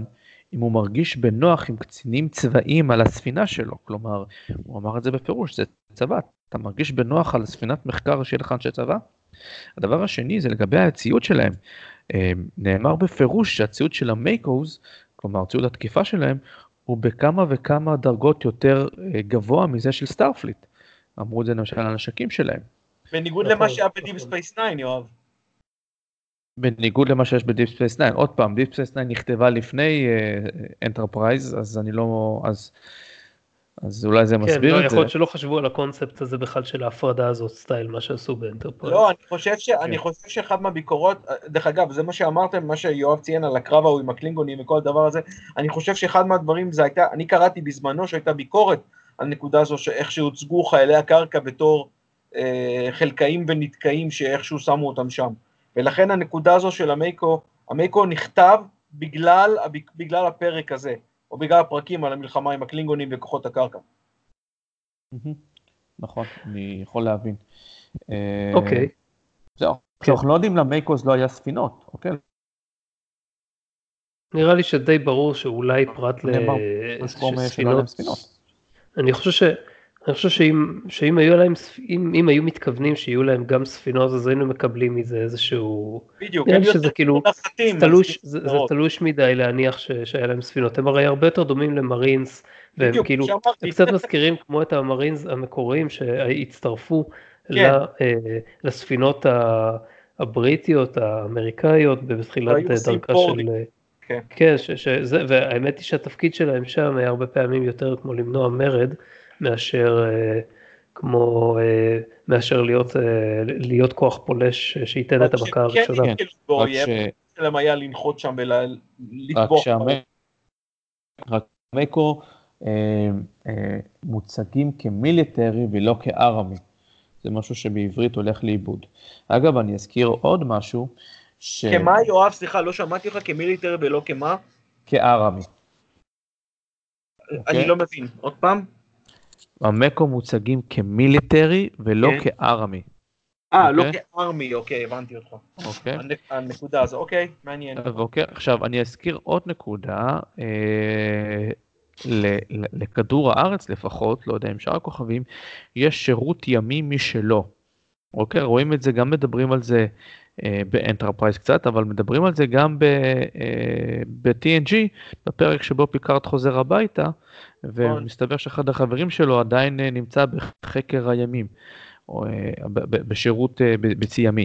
אם הוא מרגיש בנוח עם קצינים צבאיים על הספינה שלו, כלומר, הוא אמר את זה בפירוש, זה צבא, אתה מרגיש בנוח על ספינת מחקר שיהיה לך אנשי צבא? הדבר השני זה לגבי הציוד שלהם, נאמר בפירוש שהציוד של המייקוז, כלומר ציוד התקיפה שלהם, הוא בכמה וכמה דרגות יותר גבוה מזה של סטארפליט, אמרו את זה למשל על הנשקים שלהם. בניגוד למה שהיה בדיפ ספייס ניין, יואב. בניגוד למה שיש בדיפ ספייס ניין, עוד פעם, דיפ ספייס ניין נכתבה לפני אנטרפרייז, אז אני לא, אז, אז אולי זה מסביר את זה. כן, לא, את יכול זה. להיות שלא חשבו על הקונספט הזה בכלל של ההפרדה הזאת, סטייל, מה שעשו באנטרפרייז. לא, אני חושב ש, אני חושב שאחד מהביקורות, דרך אגב, זה מה שאמרתם, מה שיואב ציין על הקרב ההוא עם הקלינגונים וכל הדבר הזה, אני חושב שאחד מהדברים זה הייתה, אני קראתי בזמנו שהייתה ביקורת על נקודה הזו, שאיך שהוצגו חיילי הקרקע בתור אה, חלקאים ונתקאים, שאיכשהו שמו אותם שם. ולכן הנקודה הזו של המייקו, המייקו נכתב בגלל, בגלל הפרק הזה, או בגלל הפרקים על המלחמה עם הקלינגונים וכוחות הקרקע. נכון, אני יכול להבין. אוקיי. זהו, אנחנו לא יודעים למייקוס לא היה ספינות, אוקיי? נראה לי שדי ברור שאולי פרט לספינות, אני חושב ש... אני חושב שאם, שאם היו להם, אם, אם היו מתכוונים שיהיו להם גם ספינות, אז היינו מקבלים מזה איזשהו... בדיוק, נראה לי שזה כאילו, תלוש, זה, זה תלוש מדי להניח ש, שהיה להם ספינות, הם הרי הרבה יותר דומים למרינס, והם בדיוק, כאילו, הם קצת מזכירים כמו את המרינס המקוריים שהצטרפו כן. לספינות הבריטיות, האמריקאיות, בתחילת דרכה של... כן, כן, שזה, והאמת היא שהתפקיד שלהם שם היה הרבה פעמים יותר כמו למנוע מרד, מאשר כמו, מאשר להיות, להיות כוח פולש שייתן את המכה הראשונה. כן, באויב שלהם היה לנחות שם ולטבוח. רק שהמייקו מוצגים כמיליטרי ולא כארמי. זה משהו שבעברית הולך לאיבוד. אגב, אני אזכיר עוד משהו, ש... כמה יואב, סליחה, לא שמעתי לך כמיליטרי ולא כמה? כארמי. אני לא מבין, עוד פעם? המקו מוצגים כמיליטרי ולא כארמי. אה, לא כארמי, אוקיי, הבנתי אותך. אוקיי. הנקודה הזו, אוקיי, מעניין. אוקיי, עכשיו אני אזכיר עוד נקודה, לכדור הארץ לפחות, לא יודע אם שאר הכוכבים, יש שירות ימי משלו. אוקיי, רואים את זה, גם מדברים על זה באנטרפרייז קצת, אבל מדברים על זה גם ב-טי אן ג'י, בפרק שבו פיקארד חוזר הביתה, ומסתבר שאחד החברים שלו עדיין נמצא בחקר הימים, או בשירות בצי ימי.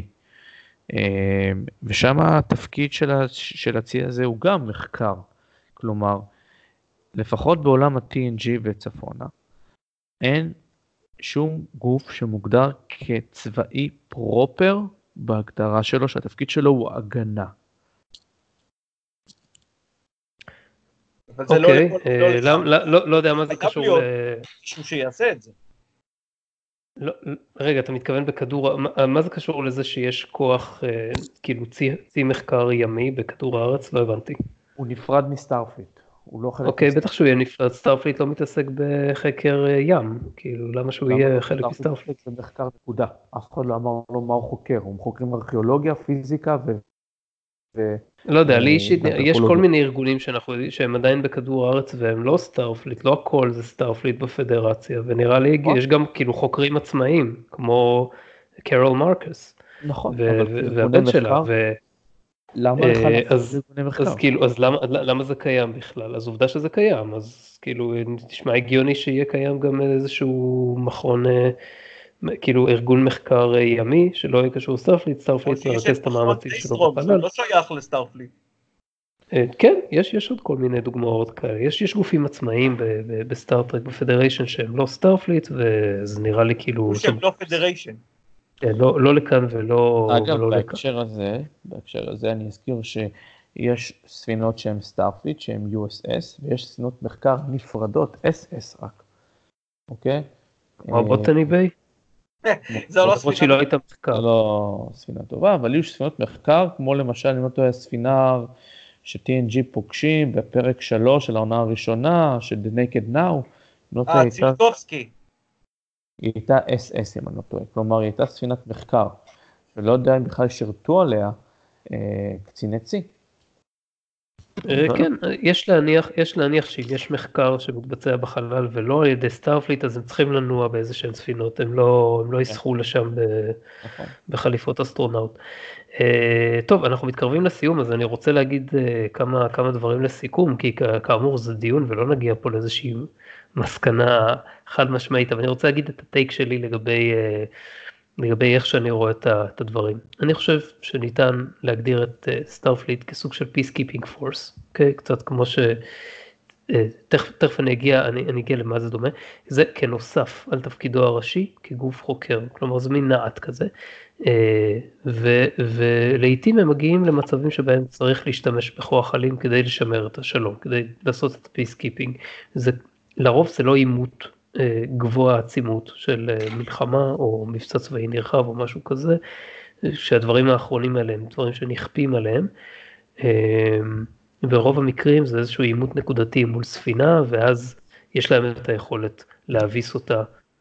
ושם התפקיד של הצי הזה הוא גם מחקר, כלומר, לפחות בעולם ה-טי אן ג'י וצפונה, אין שום גוף שמוגדר כצבאי פרופר בהגדרה שלו, שהתפקיד שלו הוא הגנה. אוקיי, לא יודע מה זה קשור ל... מישהו שיעשה את זה. רגע, אתה מתכוון בכדור, מה זה קשור לזה שיש כוח, כאילו צי מחקר ימי בכדור הארץ? לא הבנתי. הוא נפרד מסטארפליט. אוקיי, בטח שהוא יהיה נפרד, סטארפליט לא מתעסק בחקר ים, כאילו למה שהוא יהיה חלק מסטארפליט? זה מחקר נקודה, אף אחד לא אמר לו מה הוא חוקר, הוא חוקרים ארכיאולוגיה, פיזיקה ו... לא יודע, לי אישית, יש כל מיני ארגונים שאנחנו יודעים שהם עדיין בכדור הארץ והם לא סטארפליט, לא הכל זה סטארפליט בפדרציה, ונראה לי יש גם כאילו חוקרים עצמאיים, כמו קרול מרקס, נכון, והבן שלה, למה לך אז, אז כאילו, אז למה, למה זה קיים בכלל? אז עובדה שזה קיים, אז כאילו נשמע הגיוני שיהיה קיים גם איזשהו מכון, כאילו ארגון מחקר ימי, שלא יהיה קשור סטארפליט, סטארפליט מרכז את המאמצים שלו בפנל. זה לא שייך לסטארפליט. כן, יש, יש עוד כל מיני דוגמאות כאלה, יש, יש גופים עצמאיים בסטארטרק, בפדריישן שהם לא סטארפליט, וזה נראה לי כאילו... שהם לא פדריישן. לא, לא לכאן ולא, אגב, ולא בהקשר לכאן. הזה, בהקשר הזה אני אזכיר שיש ספינות שהן סטארפליט, שהן יו אס אס, ויש ספינות מחקר נפרדות, אס אס רק. אוקיי? או בוטני ביי? זה לא ספינה. שהיא לא הייתה מחקר. זה לא ספינה טובה, אבל יש ספינות מחקר, כמו למשל, אם לא הספינה ש-טי אן ג'י פוגשים בפרק שלוש של העונה הראשונה, של The Naked Now. אה, צירטובסקי. היא הייתה אס אס, אם אני לא טועה, כלומר היא הייתה ספינת מחקר, ולא יודע אם בכלל שירתו עליה אה, קציני צי. כן, יש להניח, יש להניח שאם יש מחקר שמתבצע בחלל ולא על ידי סטארפליט, אז הם צריכים לנוע באיזה שהן ספינות, הם לא, הם לא יסחו לשם בחליפות אסטרונאוט. טוב, אנחנו מתקרבים לסיום, אז אני רוצה להגיד כמה, כמה דברים לסיכום, כי כאמור זה דיון ולא נגיע פה לאיזושהי מסקנה חד משמעית, אבל אני רוצה להגיד את הטייק שלי לגבי, לגבי איך שאני רואה את הדברים. אני חושב שניתן להגדיר את סטארפליט כסוג של Peacekeeping Force, אוקיי? קצת כמו ש... תכף, תכף אני אגיע, אני, אני אגיע למה זה דומה, זה כנוסף על תפקידו הראשי כגוף חוקר, כלומר זה מין נעט כזה, ו, ולעיתים הם מגיעים למצבים שבהם צריך להשתמש בכוח אלים כדי לשמר את השלום, כדי לעשות את ה-Peacekeeping, זה, לרוב זה לא עימות גבוה עצימות של מלחמה או מבצע צבאי נרחב או משהו כזה, שהדברים האחרונים האלה הם דברים שנכפים עליהם, ברוב המקרים זה איזשהו עימות נקודתי מול ספינה, ואז יש להם את היכולת להביס אותה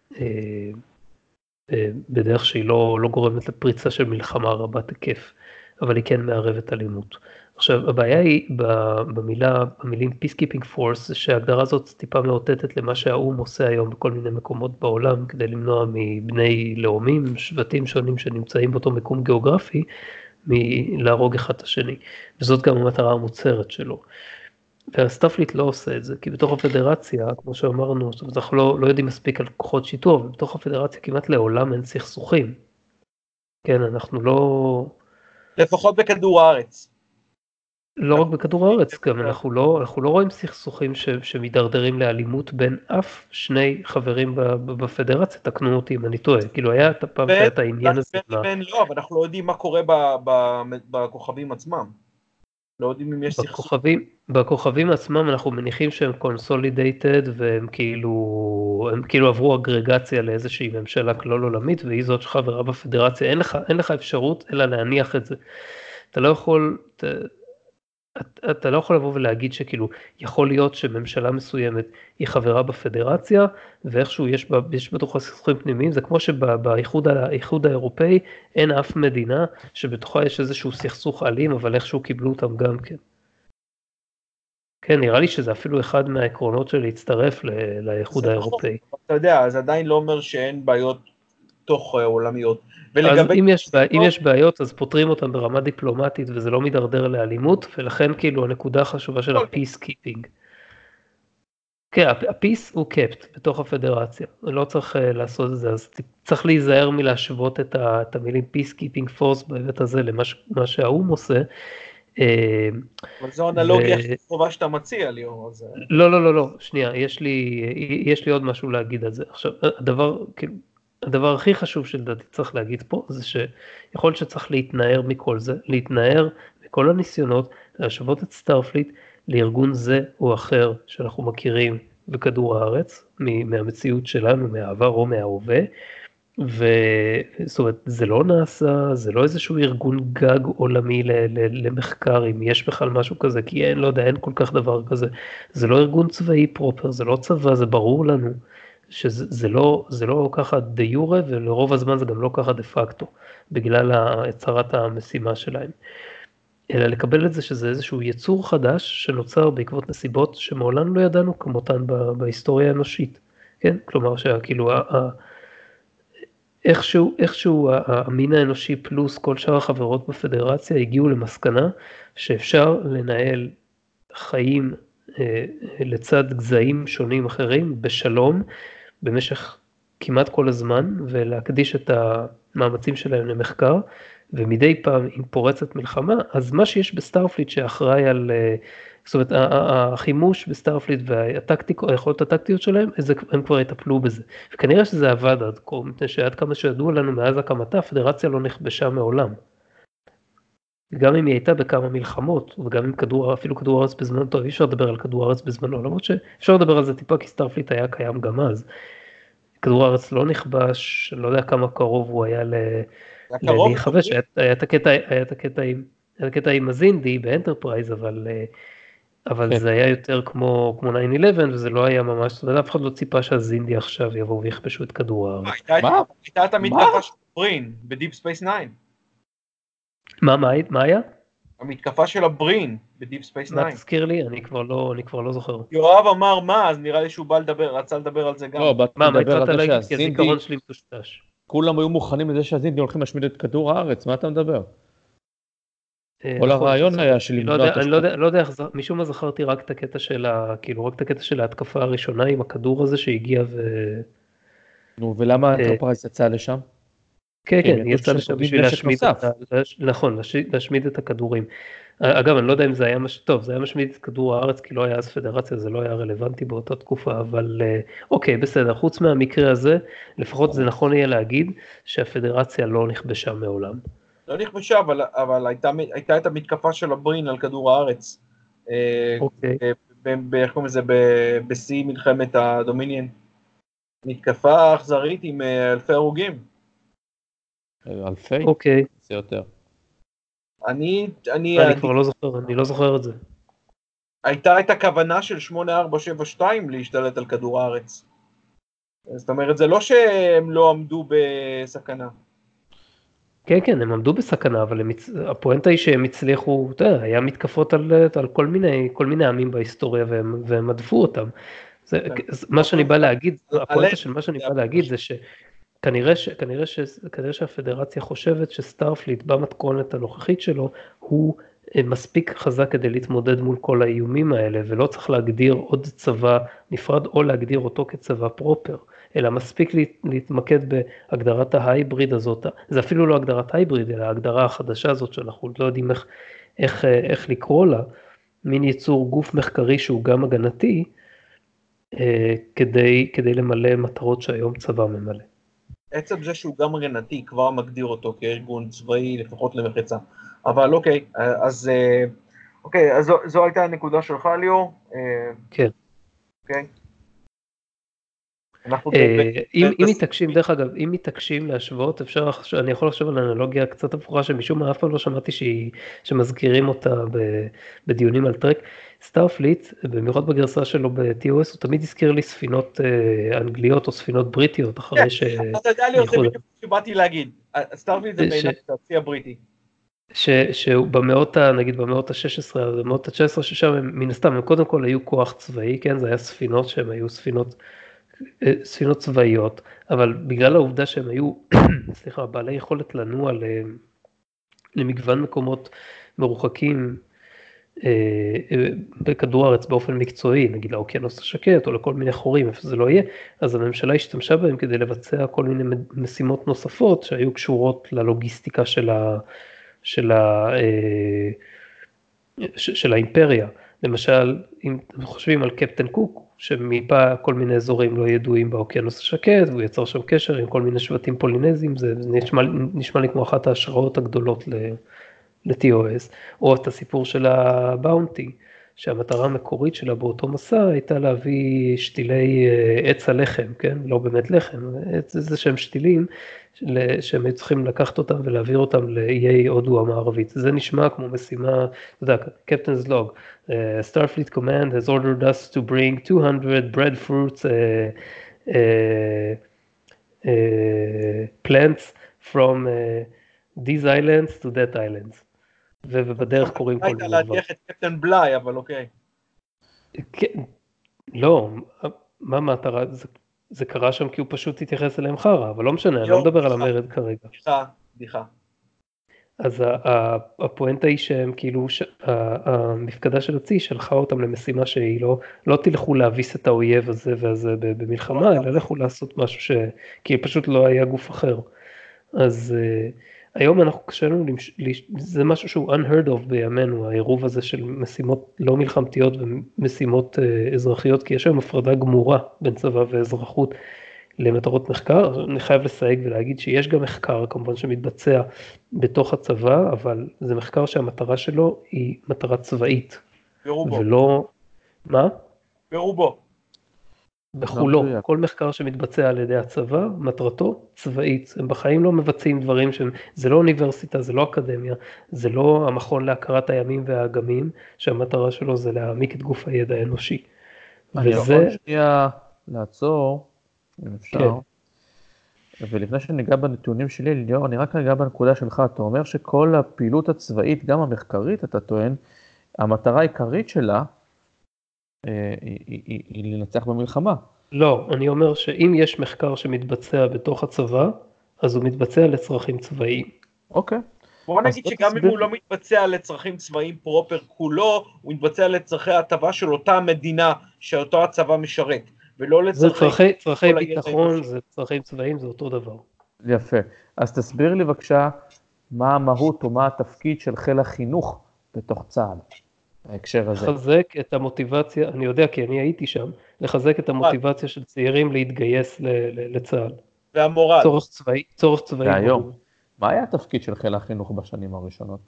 בדרך שהיא לא, לא גורמת לפריצה של מלחמה רבת היקף, אבל היא כן מערבת אלימות. עכשיו, הבעיה היא במילה, במילים Peacekeeping Force, שההגדרה הזאת טיפה מאותתת למה שהאו"ם עושה היום בכל מיני מקומות בעולם, כדי למנוע מבני לאומים, שבטים שונים שנמצאים באותו מקום גיאוגרפי, מלהרוג אחד את השני. וזאת גם המטרה המוצהרת שלו. והסטארפליט לא עושה את זה, כי בתוך הפדרציה, כמו שאמרנו, זאת אומרת, אנחנו לא, לא יודעים מספיק על כוחות שיטור, אבל בתוך הפדרציה כמעט לעולם אין סכסוכים. כן, אנחנו לא... לפחות בכדור הארץ. לא רק בכדור הארץ, גם אנחנו לא, אנחנו לא רואים סכסוכים ש, שמדרדרים לאלימות בין אף שני חברים בפדרציה, תקנו אותי אם אני טועה, כאילו היה את הפעם שהיה את העניין הזה. בין לבין לא, אבל אנחנו לא יודעים מה קורה בכוכבים עצמם. לא יודעים אם יש סכסוך. בכוכבים עצמם אנחנו מניחים שהם קונסולידייטד, והם כאילו, הם כאילו עברו אגרגציה לאיזושהי ממשלה כלל עולמית, והיא זאת שחברה בפדרציה, אין לך, אין לך אפשרות אלא להניח את זה. אתה לא יכול... אתה, אתה לא יכול לבוא ולהגיד שכאילו יכול להיות שממשלה מסוימת היא חברה בפדרציה ואיכשהו יש, בה, יש בתוכה סכסוכים פנימיים, זה כמו שבאיחוד האיחוד האירופאי אין אף מדינה שבתוכה יש איזשהו סכסוך אלים אבל איכשהו קיבלו אותם גם כן. כן, נראה לי שזה אפילו אחד מהעקרונות של להצטרף לאיחוד האירופאי. אתה יודע, זה עדיין לא אומר שאין בעיות תוך עולמיות. אז אם יש, אם יש בעיות, אז פותרים אותם ברמה דיפלומטית, וזה לא מדרדר לאלימות, ולכן כאילו הנקודה החשובה של ה-peacekeeping. כן, ה-peace הוא kept בתוך הפדרציה, לא צריך לעשות את זה, אז צריך להיזהר מלהשוות את המילים peacekeeping force בהיבט הזה למה שהאו"ם עושה. אבל זו אנלוגיה טובה שאתה מציע, ליאור. לא, לא, לא, לא, שנייה, יש לי, יש לי עוד משהו להגיד על זה. עכשיו, הדבר, כאילו, הדבר הכי חשוב שלדעתי צריך להגיד פה, זה שיכול להיות שצריך להתנער מכל זה, להתנער מכל הניסיונות, להשוות את סטארפליט לארגון זה או אחר שאנחנו מכירים בכדור הארץ, מהמציאות שלנו, מהעבר או מההווה, וזאת אומרת, זה לא נעשה, זה לא איזשהו ארגון גג עולמי למחקר, אם יש בכלל משהו כזה, כי אין, לא יודע, אין כל כך דבר כזה, זה לא ארגון צבאי פרופר, זה לא צבא, זה ברור לנו, שזה זה לא, זה לא ככה דה יורה, ולרוב הזמן זה גם לא ככה דה פקטו, בגלל הצהרת המשימה שלהם. אלא לקבל את זה שזה איזשהו יצור חדש, שנוצר בעקבות נסיבות שמעולם לא ידענו כמותן בהיסטוריה האנושית. כן? כלומר שכאילו, איכשהו, איכשהו המין האנושי פלוס כל שאר החברות בפדרציה הגיעו למסקנה שאפשר לנהל חיים לצד גזעים שונים אחרים בשלום במשך כמעט כל הזמן, ולהקדיש את המאמצים שלהם למחקר, ומדי פעם אם פורצת מלחמה, אז מה שיש בסטארפליט שאחראי על, זאת אומרת, החימוש בסטארפליט והיכולות הטקטיות שלהם, הם כבר יטפלו בזה. וכנראה שזה עבד עד כה, מפני שעד כמה שידעו לנו מאז הקמתה, הפדרציה לא נכבשה מעולם. גם אם היא הייתה בכמה מלחמות, וגם אם כדור, אפילו כדור הארץ בזמן, טוב, אי אפשר לדבר על כדור הארץ בזמנו, למרות שאפשר לדבר על זה טיפה, כי סטארפליט היה קיים גם אז. כדור הארץ לא נכבש, לא יודע כמה קרוב הוא היה להיחבש, היה את הקטע, היה את הקטע עם, היה את הקטע עם הזינדי באנטרפרייז, אבל, אבל זה היה יותר כמו, כמו נאין אלבן, וזה לא היה ממש, זאת אומרת, אף אחד לא ציפה שהזינדי עכשיו יבואו ויכבשו את כדור הארץ. הייתה תמיד ככה שפרין, בדיפ ספייס ניין. מה, מה, מה היה? המתקפה של הברין בדיפ ספייס מה תשע. תזכיר לי? אני כבר לא, אני כבר לא זוכר. יואב אמר מה, אז נראה לי שהוא בא לדבר, רצה לדבר על זה גם. לא, באתי מה, מה לדבר התחלת על זה להגיד? כי שהזינדי, הזיכרון שלי מטושטש. כולם היו מוכנים לזה שהזינדי הולכים להשמיד את כדור הארץ, מה אתה מדבר? אה, כל נכון, הרעיון אתה היה צודק. של אני לא למנוע יודע, את אני לא השטח. יודע, לא יודע איך, ז- משום מה זכרתי רק את הקטע של ה... כאילו, רק את הקטע של ההתקפה הראשונה עם הכדור הזה שהגיע ו... נו, ולמה אה, האנטרפרייז יצא לשם? כן, כי הם כן, היא ידעו יצאה שהם לשם פוגעים בשביל נשק להשמיד את נוסף. ה... להש- נכון, להש- להשמיד את הכדורים. אה, אגב, אני לא יודע אם זה היה מש... טוב, זה היה משמיד את כדור הארץ, כי לא היה אז פדרציה, זה לא היה רלוונטי באותה תקופה, אבל אה, אוקיי, בסדר, חוץ מהמקרה הזה, לפחות זה נכון יהיה להגיד שהפדרציה לא נכבשה מעולם. לא נכבשה, אבל, אבל הייתה, הייתה את המתקפה של הברין על כדור הארץ. אה, אוקיי. ב- ב- ב- איך קוראים לזה? ב- בשיא מלחמת הדומיניאן. מתקפה אכזרית עם אה, אלפי הרוגים. אלפי? אוקיי. זה יותר. אני, אני, אני כבר לא זוכר, אני לא זוכר את זה. הייתה את הכוונה של שמונה ארבע שבע שתיים להשתלט על כדור הארץ. זאת אומרת, זה לא שהם לא עמדו בסכנה. כן, כן, הם עמדו בסכנה, אבל הם, הצ- הפואנטה היא שהם הצליחו, אתה יודע, היה מתקפות על, על כל מיני, כל מיני עמים בהיסטוריה, והם, והם הדפו אותם. זה, זה, מה שאני בא להגיד, הפואנטה של מה שאני בא להגיד זה שכנראה ש, כנראה ש, כנראה שהפדרציה חושבת שסטארפליט במתכונת הנוכחית שלו, הוא אה, מספיק חזק כדי להתמודד מול כל האיומים האלה, ולא צריך להגדיר עוד צבא נפרד, או להגדיר אותו כצבא פרופר. אלא מספיק להת- להתמקד בהגדרת ההייבריד הזאת, זה אפילו לא הגדרת הייבריד, אלא ההגדרה החדשה הזאת שאנחנו לא יודעים איך, איך, איך לקרוא לה, מין יצור גוף מחקרי שהוא גם הגנתי, אה, כדי, כדי למלא מטרות שהיום צבא ממלא. עצם זה שהוא גם הגנתי כבר מגדיר אותו כארגון צבאי לפחות למחצה. אבל אוקיי, אז אה, אוקיי, אז זו, זו הייתה הנקודה שלך ליאור. אה, כן. אוקיי. אנחנו ב- אה, ב- אם ב- אם מתעקשים, דרך אגב, אם מתעקשים להשוות, אפשר, לחשוב- אני יכול לחשוב על אנלוגיה קצת הפוכה שמשום מה אף פעם לא שמעתי שהיא, שמזכירים אותה ב- בדיונים על טרק. סטארפליט, במיוחד בגרסה שלו ב-טי או אס, הוא תמיד הזכיר לי ספינות אה, אנגליות או ספינות בריטיות, אחרי ש... אתה יודע ליאור, זה בייחוד- בדיוק מה שבאתי להגיד. סטארפליט זה ש- בעיניי הצי הבריטי. ש, שבמאות, ה- נגיד במאות ה-שש עשרה, במאות ה-תשע עשרה, ששם הם, מן הסתם, הם קודם כל היו כוח צבאי, כן, זה היה ספינות שהן היו ספינות, אה, ספינות צבאיות, אבל בגלל העובדה שהם היו, סליחה, בעלי יכולת לנוע ל- למגוון מקומות מרוחקים אה, אה, בכדור הארץ באופן מקצועי, נגיד לאוקיינוס השקט או לכל מיני חורים, איפה זה לא יהיה, אז הממשלה השתמשה בהם כדי לבצע כל מיני משימות נוספות שהיו קשורות ללוגיסטיקה של ה... של ה... אה, ש- של האימפריה. למשל, אם אתם חושבים על קפטן קוק, שמיפה כל מיני אזורים לא ידועים באוקיינוס השקט, והוא יצר שם קשר עם כל מיני שבטים פולינזיים, זה נשמע, נשמע לי כמו אחת ההשראות הגדולות ל-טי או אס, או את הסיפור של הבאונטי, שהמטרה המקורית שלה באותו מסע הייתה להביא שתילי אה, עץ הלחם, כן? לא באמת לחם, עץ איזה שהם שתילים, של- שהם היו צריכים לקחת אותם ולהעביר אותם לאיי הודו המערבית. זה נשמע כמו משימה, אתה יודע, Captain's log, uh, Starfleet command has ordered us to bring two hundred breadfruits uh, uh, uh, plants from uh, these islands to that islands. ו- ובדרך קוראים כל הייתה מיני דברים. להדיח את קפטן בליי, אבל אוקיי. כן, לא, מה המטרה, זה, זה קרה שם כי הוא פשוט התייחס אליהם חרא, אבל לא משנה, אני לא יו, מדבר על בדיחה. המרד כרגע. בדיחה, בדיחה. אז ה- ה- הפואנטה היא שהם כאילו, ש- ה- המפקדה של הצי שלחה אותם למשימה שהיא לא, לא תלכו להביס את האויב הזה והזה ב- במלחמה, אלא לכו לעשות משהו ש... כי פשוט לא היה גוף אחר. אז uh, היום אנחנו קשה לנו, למש... לש... זה משהו שהוא unheard of בימינו, העירוב הזה של משימות לא מלחמתיות ומשימות uh, אזרחיות, כי יש היום הפרדה גמורה בין צבא ואזרחות למטרות מחקר. אני חייב לסייג ולהגיד שיש גם מחקר כמובן שמתבצע בתוך הצבא, אבל זה מחקר שהמטרה שלו היא מטרה צבאית. ברובו. ולא, מה? ברובו. בכולו, מדויק. כל מחקר שמתבצע על ידי הצבא, מטרתו צבאית. הם בחיים לא מבצעים דברים שהם, זה לא אוניברסיטה, זה לא אקדמיה, זה לא המכון להכרת הימים והאגמים, שהמטרה שלו זה להעמיק את גוף הידע האנושי. אני וזה, יכול שנייה לעצור, אם אפשר. כן. ולפני שניגע בנתונים שלי, ליאור, אני רק ניגע בנקודה שלך, אתה אומר שכל הפעילות הצבאית, גם המחקרית, אתה טוען, המטרה העיקרית שלה אה, היא, היא, היא, היא לנצח במלחמה. לא, אני אומר שאם יש מחקר שמתבצע בתוך הצבא, אז הוא מתבצע לצרכים צבאיים. אוקיי. בוא אז נגיד בוא שגם אם תסביר. הוא לא מתבצע לצרכים צבאיים פרופר כולו, הוא מתבצע לצרכי הטבה של אותה מדינה שאותו הצבא משרת, ולא זה לצרכי צרכי, צרכי כל הידע ביטחון, האנושי. זה צרכים צבאיים, זה אותו דבר. יפה. אז תסביר לי בבקשה מה המהות או מה התפקיד של חיל החינוך בתוך צה"ל, בהקשר הזה. לחזק את המוטיבציה, אני יודע כי אני הייתי שם, לחזק את המוטיבציה של צעירים להתגייס ל- ל- לצה"ל. והמורל. צורך צבאי, צורך צבאי והיום, ברור. מה היה התפקיד של חיל החינוך בשנים הראשונות?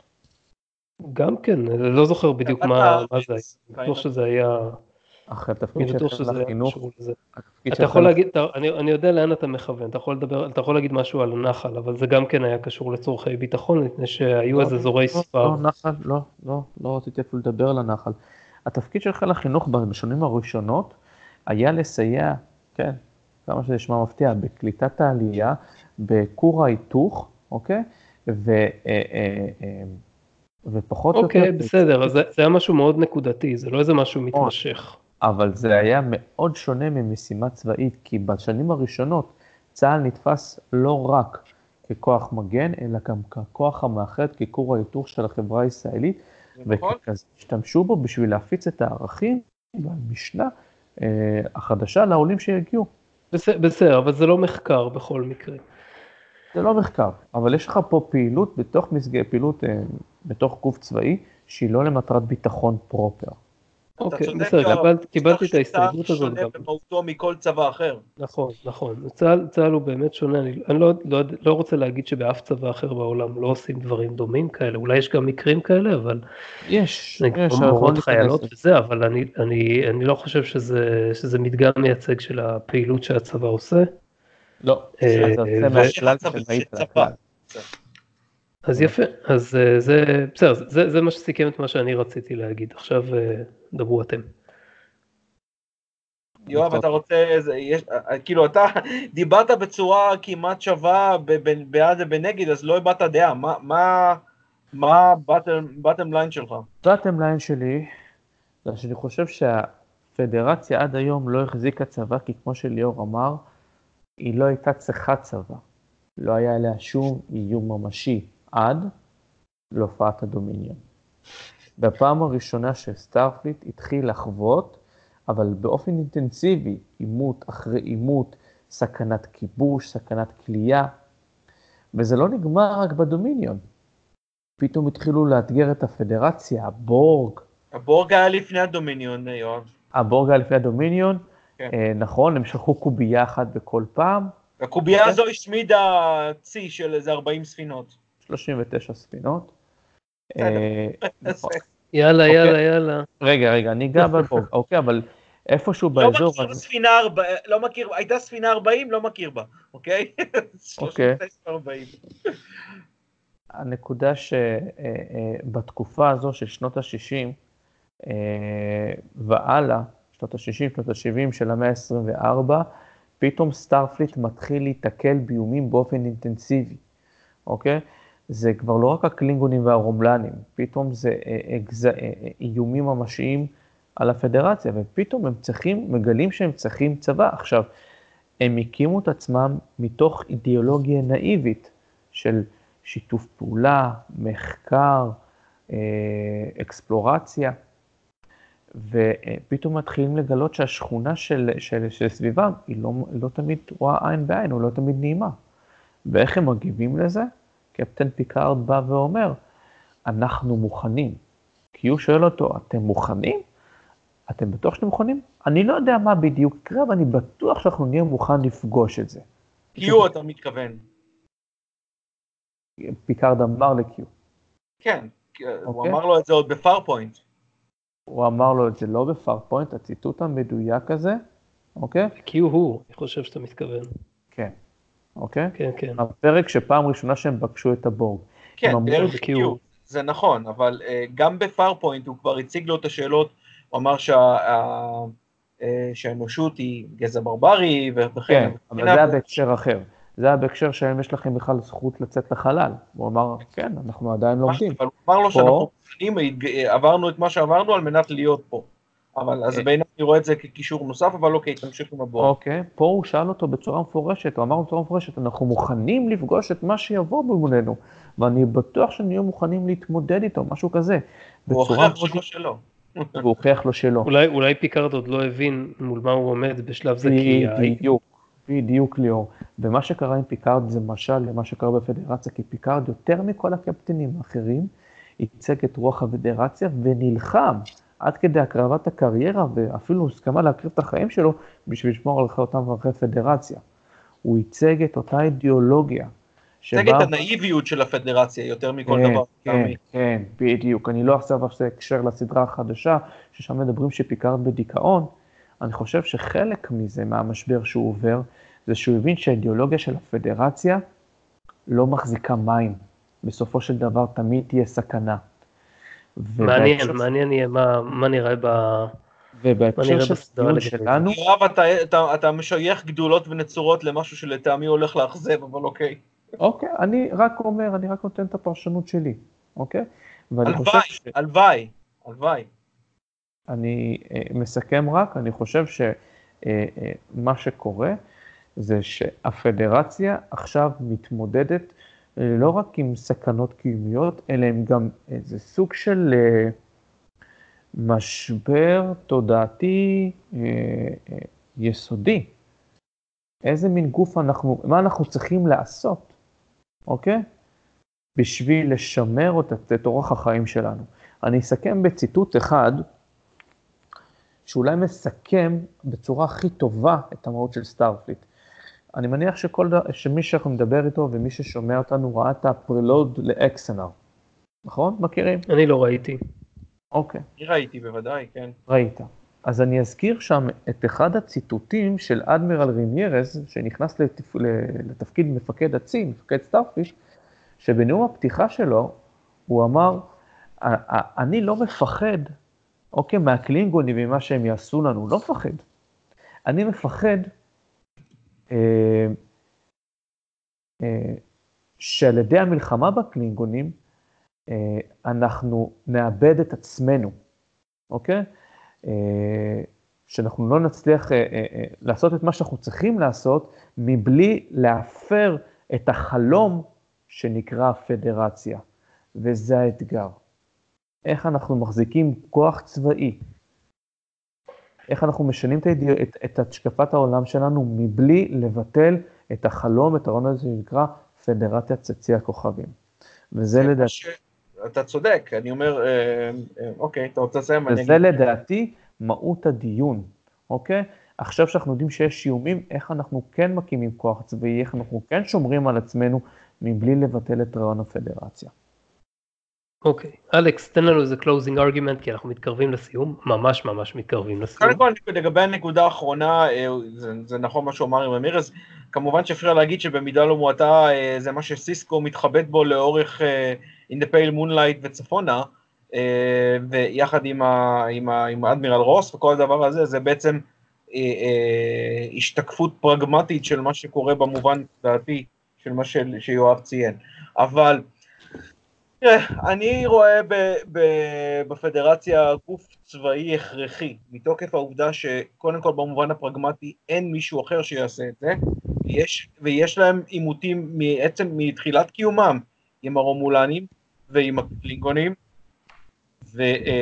גם כן, אני לא זוכר בדיוק קראת מה, מה זה היה. הארץ, אני בטוח שזה היה, אחרי אני התפקיד של בטוח חיל שזה היה החינוך, קשור לזה. התפקיד אתה של יכול חיל להגיד, אתה, אני, אני יודע לאן אתה מכוון, אתה יכול לדבר, אתה יכול להגיד משהו על הנחל, אבל זה גם כן היה קשור לצורכי ביטחון, מפני שהיו לא, איזה לא, אזורי לא, ספר. לא, נחל, לא, לא, לא רציתי אפילו לדבר על הנחל. התפקיד של חיל החינוך בשנים הראשונות היה לסייע, כן, כמה שזה נשמע מפתיע, בקליטת העלייה, בכור ההיתוך, אוקיי? ו, אה, אה, אה, ופחות או אוקיי, יותר, בסדר, אז זה, זה היה משהו מאוד נקודתי, זה לא איזה משהו מתמשך. אבל זה היה מאוד שונה ממשימה צבאית, כי בשנים הראשונות צה"ל נתפס לא רק ככוח מגן, אלא גם ככוח המאחד, ככור ההיתוך של החברה הישראלית, נכון? וככזה השתמשו בו בשביל להפיץ את הערכים והמשנה אה, החדשה לעולים שיגיעו. בסדר, בסדר, אבל זה לא מחקר בכל מקרה. זה לא מחקר, אבל יש לך פה פעילות בתוך מסגרת, פעילות אה, בתוך גוף צבאי, שהיא לא למטרת ביטחון פרופר. אתה אוקיי, צודק, בסדר, יואב, קיבלתי, קיבלתי את שצה"ל ההסתייגות הזאת שונה גם. במהותו מכל צבא אחר. נכון, נכון. צה"ל, צה"ל הוא באמת שונה, אני, אני לא, לא, לא רוצה להגיד שבאף צבא אחר בעולם לא עושים דברים דומים כאלה, אולי יש גם מקרים כאלה, אבל יש, זה יש, כמו אנחנו לא מורות ניכנס חיילות לזה. וזה, אבל אני, אני, אני לא חושב שזה, שזה מדגם מייצג של הפעילות שהצבא עושה. לא, אה, זה יוצא ו- איך מהכלל הצבא שמעיד על שצבא. הכלל. אז יפה, אז אה, זה, בסדר, זה, זה מה שסיכם את מה שאני רציתי להגיד, עכשיו אה, דברו אתם. יואב, אתה רוצה, זה, יש, כאילו, אתה דיברת בצורה כמעט שווה ב- ב- בעד ובנגד, אז לא הבעת דעה. מה, מה, מה bottom line שלך? בטם ליין שלי, זה שאני חושב שהפדרציה עד היום לא החזיקה צבא, כי כמו שליאור אמר, היא לא הייתה צריכה צבא. לא היה עליה שום איום ממשי עד להופעת הדומיניון. בפעם הראשונה שסטארפליט התחיל לחוות, אבל באופן אינטנסיבי, עימות אחרי עימות, סכנת כיבוש, סכנת כלייה, וזה לא נגמר רק בדומיניון. פתאום התחילו לאתגר את הפדרציה, הבורג. הבורג היה לפני הדומיניון, יואב. הבורג היה לפני הדומיניון, כן. אה, נכון, הם שלחו קובייה אחת בכל פעם, הקובייה אוקיי. הזו השמידה צי של איזה ארבעים ספינות. שלושים ותשע ספינות. בסדר. אה, נכון. יאללה, אוקיי. יאללה, יאללה. רגע, רגע, אני אגע בבורג, אוקיי, אבל איפשהו לא באזור מכיר הזה, ספינה ארבעים, לא מכיר, הייתה ספינה ארבעים, לא מכיר בה, אוקיי? שלושים ותשע ארבעים. הנקודה שבתקופה הזו של שנות ה-שישים והלאה, שנות ה-שישים, שנות ה-שבעים של המאה ה-עשרים וארבע, פתאום סטארפליט מתחיל להתקל באיומים באופן אינטנסיבי, אוקיי? זה כבר לא רק הקלינגונים והרומלנים, פתאום זה איומים ממשיים על הפדרציה, ופתאום הם צריכים, מגלים שהם צריכים צבא. עכשיו, הם הקימו את עצמם מתוך אידיאולוגיה נאיבית של שיתוף פעולה, מחקר, אקספלורציה, ופתאום מתחילים לגלות שהשכונה של, של, של סביבם היא לא, לא תמיד רואה עין בעין, או לא תמיד נעימה. ואיך הם מגיבים לזה? קפטן פיקארד בא ואומר, אנחנו מוכנים. כי הוא שואל אותו, אתם מוכנים? אתם בטוח שאתם מוכנים? אני לא יודע מה בדיוק יקרה, אבל אני בטוח שאנחנו נהיה מוכן לפגוש את זה. קיו אתה מתכוון. פיקארד אמר לקיו. כן, הוא אמר לו את זה עוד בפארפוינט. הוא אמר לו את זה לא בפארפוינט, הציטוט המדויק הזה, אוקיי? קיו הוא, אני חושב שאתה מתכוון. כן, אוקיי? כן, כן. הפרק שפעם ראשונה שהם פגשו את הבורג. כן, הם אמרו, דרך זה קיו, קיו. זה נכון, אבל uh, גם בפארפוינט הוא כבר הציג לו את השאלות, הוא אמר שה, uh, uh, שהאנושות היא גזע ברברי וכן. כן, אבל זה היה בהקשר אחר. זה היה בהקשר שהם יש לכם בכלל זכות לצאת לחלל. הוא אמר, כן, אנחנו עדיין לומדים. אבל הוא אמר לו שאנחנו מוכנים, עברנו את מה שעברנו על מנת להיות פה. אבל אז בעיניי אני רואה את זה כקישור נוסף, אבל אוקיי, תמשיך עם הבורד. אוקיי, פה הוא שאל אותו בצורה מפורשת, הוא אמר בצורה מפורשת, אנחנו מוכנים לפגוש את מה שיבוא במולנו, ואני בטוח שנהיה מוכנים להתמודד איתו, משהו כזה. הוא הוכיח שלו שלו. והוא הוכיח לו שלו. אולי, אולי פיקארד עוד לא הבין מול מה הוא עומד בשלב זה, כי... בדיוק, בדיוק ליאור. ומה שקרה עם פיקארד זה משל למה שקרה בפדרציה, כי פיקארד יותר מכל הקפטנים האחרים, ייצג את רוח הפדרציה ונלחם עד כדי הקרבת הקריירה, ואפילו הסכמה להקריב את החיים שלו, בשביל לשמור על אותם ערכי פדרציה. הוא ייצג את אותה אידיאולוגיה. ייצג את הנאיביות של הפדרציה, יותר מכל דבר. כן, כן, בדיוק. אני לא עכשיו עושה הקשר לסדרה החדשה, ששם מדברים שפיקארד בדיכאון. אני חושב שחלק מזה, מהמשבר שהוא עובר, זה שהוא הבין שהאידיאולוגיה של הפדרציה לא מחזיקה מים. בסופו של דבר תמיד תהיה סכנה. מעניין, מעניין יהיה מה נראה ב... ובהקשר של הדיון שלנו... יואב, אתה משייך גדולות ונצורות למשהו שלטעמי הולך לאכזב, אבל אוקיי. אוקיי, אני רק אומר, אני רק נותן את הפרשנות שלי, אוקיי? הלוואי, הלוואי, הלוואי. אני מסכם רק, אני חושב שמה שקורה זה שהפדרציה עכשיו מתמודדת לא רק עם סכנות קיומיות, אלא עם גם איזה סוג של משבר תודעתי יסודי. איזה מין גוף אנחנו, מה אנחנו צריכים לעשות, אוקיי? בשביל לשמר את, את אורח החיים שלנו. אני אסכם בציטוט אחד, שאולי מסכם בצורה הכי טובה את המהות של סטארפליט. אני מניח שכל, שמי שאנחנו מדבר איתו ומי ששומע אותנו ראה את הפרילוד לאקסנר. נכון? מכירים? אני לא ראיתי. אוקיי. אני ראיתי בוודאי, כן. ראית. אז אני אזכיר שם את אחד הציטוטים של אדמירל רימיירז, שנכנס לתפ... לתפקיד מפקד הצי, מפקד סטארפיש, שבנאום הפתיחה שלו, הוא אמר, אני לא מפחד, אוקיי, מהקלינגונים ומה שהם יעשו לנו, לא מפחד. אני מפחד אה, אה, שעל ידי המלחמה בקלינגונים, אה, אנחנו נאבד את עצמנו, אוקיי? שאנחנו לא נצליח לעשות את מה שאנחנו צריכים לעשות, מבלי להפר את החלום שנקרא פדרציה. וזה האתגר. איך אנחנו מחזיקים כוח צבאי, איך אנחנו משנים את, את, את השקפת העולם שלנו, מבלי לבטל את החלום, את הרעיון הזה שנקרא פדרציית צאצאי הכוכבים. וזה לדעתי... ש... אתה צודק, אני אומר, אוקיי, אתה רוצה לסיים? וזה לדעתי מהות הדיון, אוקיי? עכשיו שאנחנו יודעים שיש איומים, איך אנחנו כן מקימים כוח צבאי, איך אנחנו כן שומרים על עצמנו, מבלי לבטל את רעיון הפדרציה. אוקיי, אלכס, תן לנו איזה closing argument, כי אנחנו מתקרבים לסיום, ממש ממש מתקרבים לסיום. קודם כל, לגבי הנקודה האחרונה, זה, זה נכון מה שהוא אמר עם אמירז, כמובן שאפשר להגיד שבמידה לא מועטה, זה מה שסיסקו מתחבט בו לאורך In the Pale Moonlight וצפונה, ויחד עם, ה, עם, ה, עם האדמירל רוס וכל הדבר הזה, זה בעצם השתקפות פרגמטית של מה שקורה במובן דעתי, של מה שיואב ציין. אבל אני רואה ב, ב, בפדרציה גוף צבאי הכרחי, מתוקף העובדה שקודם כל במובן הפרגמטי אין מישהו אחר שיעשה את זה, ויש, ויש להם עימותים מעצם מתחילת קיומם עם הרומולנים ועם הקלינגונים, ו,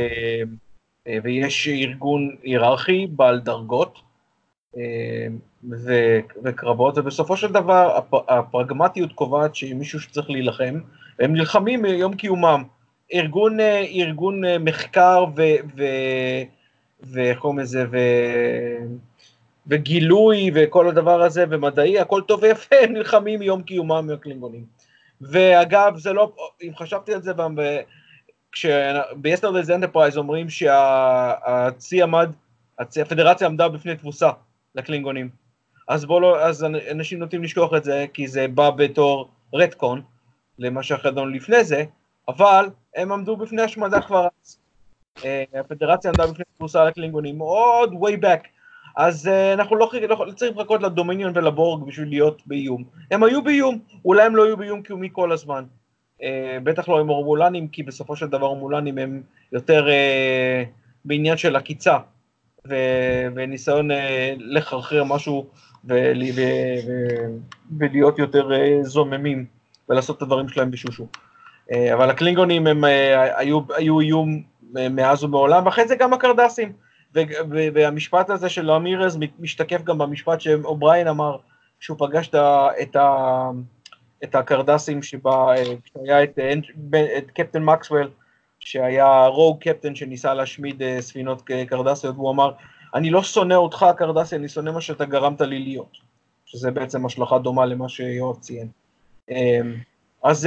ויש ארגון היררכי בעל דרגות ו, וקרבות, ובסופו של דבר הפרגמטיות קובעת שמישהו שצריך להילחם, הם נלחמים יום קיומם. ארגון, ארגון מחקר ו... ו... ואיך קוראים לזה, ו... וגילוי וכל הדבר הזה, ומדעי, הכל טוב ויפה, הם נלחמים יום קיומם מהקלינגונים. ואגב, זה לא, אם חשבתי על זה, ב-Yesterday's Enterprise אומרים שהצי עמד, הפדרציה עמדה בפני תבוסה לקלינגונים. אז בוא לא, אז אנשים נוטים לשכוח את זה, כי זה בא בתור רטקון, למה שאחרדון לפני זה, אבל הם עמדו בפני השמדה כבר אז. הפדרציה עמדה בפני תבוסה לקלינגונים, עוד way back. אז uh, אנחנו לא, לא, לא צריכים לחכות לדומיניון ולבורג בשביל להיות באיום. הם היו באיום, אולי הם לא היו באיום קיומי כל הזמן. Uh, בטח לא עם הורמולנים, כי בסופו של דבר הורמולנים הם יותר uh, בעניין של עקיצה, ו, וניסיון uh, לחרחר משהו ו, ו, ו, ולהיות יותר uh, זוממים, ולעשות את הדברים שלהם בשושו. Uh, אבל הקלינגונים הם uh, היו, היו איום uh, מאז ומעולם, ואחרי זה גם הקרדסים. והמשפט הזה של אמירז משתקף גם במשפט שאובריין אמר, שהוא פגש את, ה, את הקרדסים שבה, כשהיה את, את קפטן מקסוול, שהיה רוג קפטן שניסה להשמיד ספינות קרדסיות, והוא אמר, אני לא שונא אותך קרדסי, אני שונא מה שאתה גרמת לי להיות, שזה בעצם השלכה דומה למה שיואב ציין. אז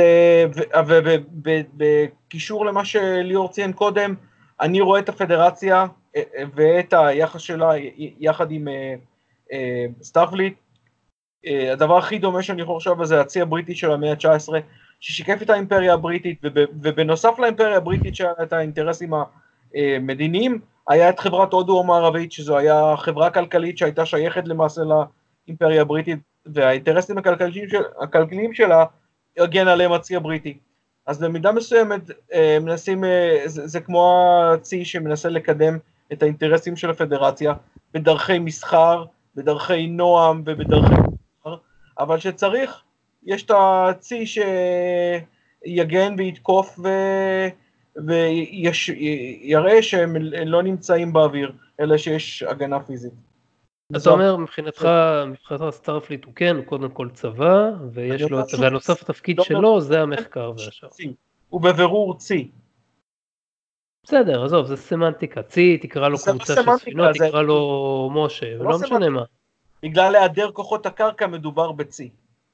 בקישור למה שליאור ציין קודם, אני רואה את הפדרציה, ואת היחס שלה יחד עם סטארפליט. הדבר הכי דומה שאני חושב זה הצי הבריטי של המאה ה-תשע עשרה, ששיקף את האימפריה הבריטית, ובנוסף לאימפריה הבריטית שהיה את האינטרסים המדיניים, היה את חברת הודו המערבית, שזו היה חברה כלכלית שהייתה שייכת למעשה לאימפריה הבריטית, והאינטרסים הכלכליים שלה הגן עליהם הצי הבריטי. אז במידה מסוימת מנסים, זה, זה כמו הצי שמנסה לקדם את האינטרסים של הפדרציה, בדרכי מסחר, בדרכי נועם ובדרכי מסחר, אבל שצריך, יש את הצי שיגן ויתקוף ו... ויראה שהם לא נמצאים באוויר, אלא שיש הגנה פיזית. אתה אומר, מבחינתך, מבחינתך סטארפליט הוא כן, הוא קודם כל צבא, ויש לו, והנוסף התפקיד שלו זה המחקר והשאר. הוא בבירור צי. בסדר, עזוב, זה סמנטיקה, צי, תקרא לו קבוצה של ספינות, תקרא לו משה, ולא משנה מה. בגלל היעדר כוחות הקרקע מדובר בצי.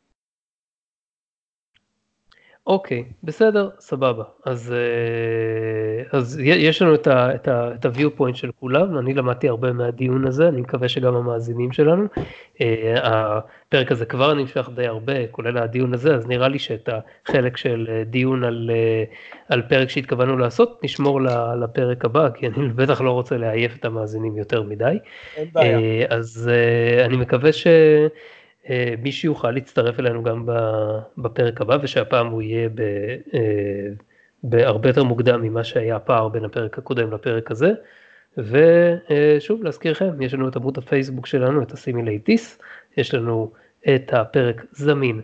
אוקיי, בסדר, סבבה. אז, אז יש לנו את ה, את ה, את ה-view point של כולם, אני למדתי הרבה מהדיון הזה, אני מקווה שגם המאזינים שלנו. הפרק הזה כבר נמשך די הרבה, כולל הדיון הזה, אז נראה לי שאת החלק של דיון על, על פרק שהתכוונו לעשות, נשמור לפרק הבא, כי אני בטח לא רוצה להעייף את המאזינים יותר מדי. אין בעיה. אז אני מקווה ש... מי שיוכל להצטרף אלינו גם בפרק הבא, ושהפעם הוא יהיה בהרבה יותר מוקדם ממה שהיה הפער בין הפרק הקודם לפרק הזה. ושוב, להזכירכם, יש לנו את עמוד הפייסבוק שלנו, את הסימילייטיס, יש לנו את הפרק זמין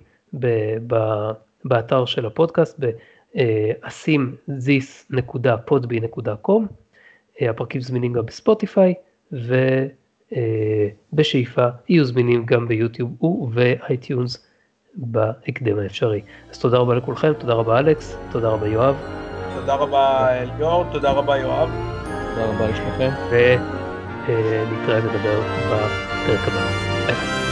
באתר של הפודקאסט, ב-asimthis דוט podbean דוט com, הפרקים זמינים גם בספוטיפיי, ו... בשאיפה יהיו זמינים גם ביוטיוב ובאייטיונס בהקדם האפשרי. אז תודה רבה לכולכם, תודה רבה אלכס, תודה רבה יואב. תודה רבה ליאור, תודה רבה יואב. תודה רבה לשניכם. ונתראה לדבר בפרק הבא. ביי.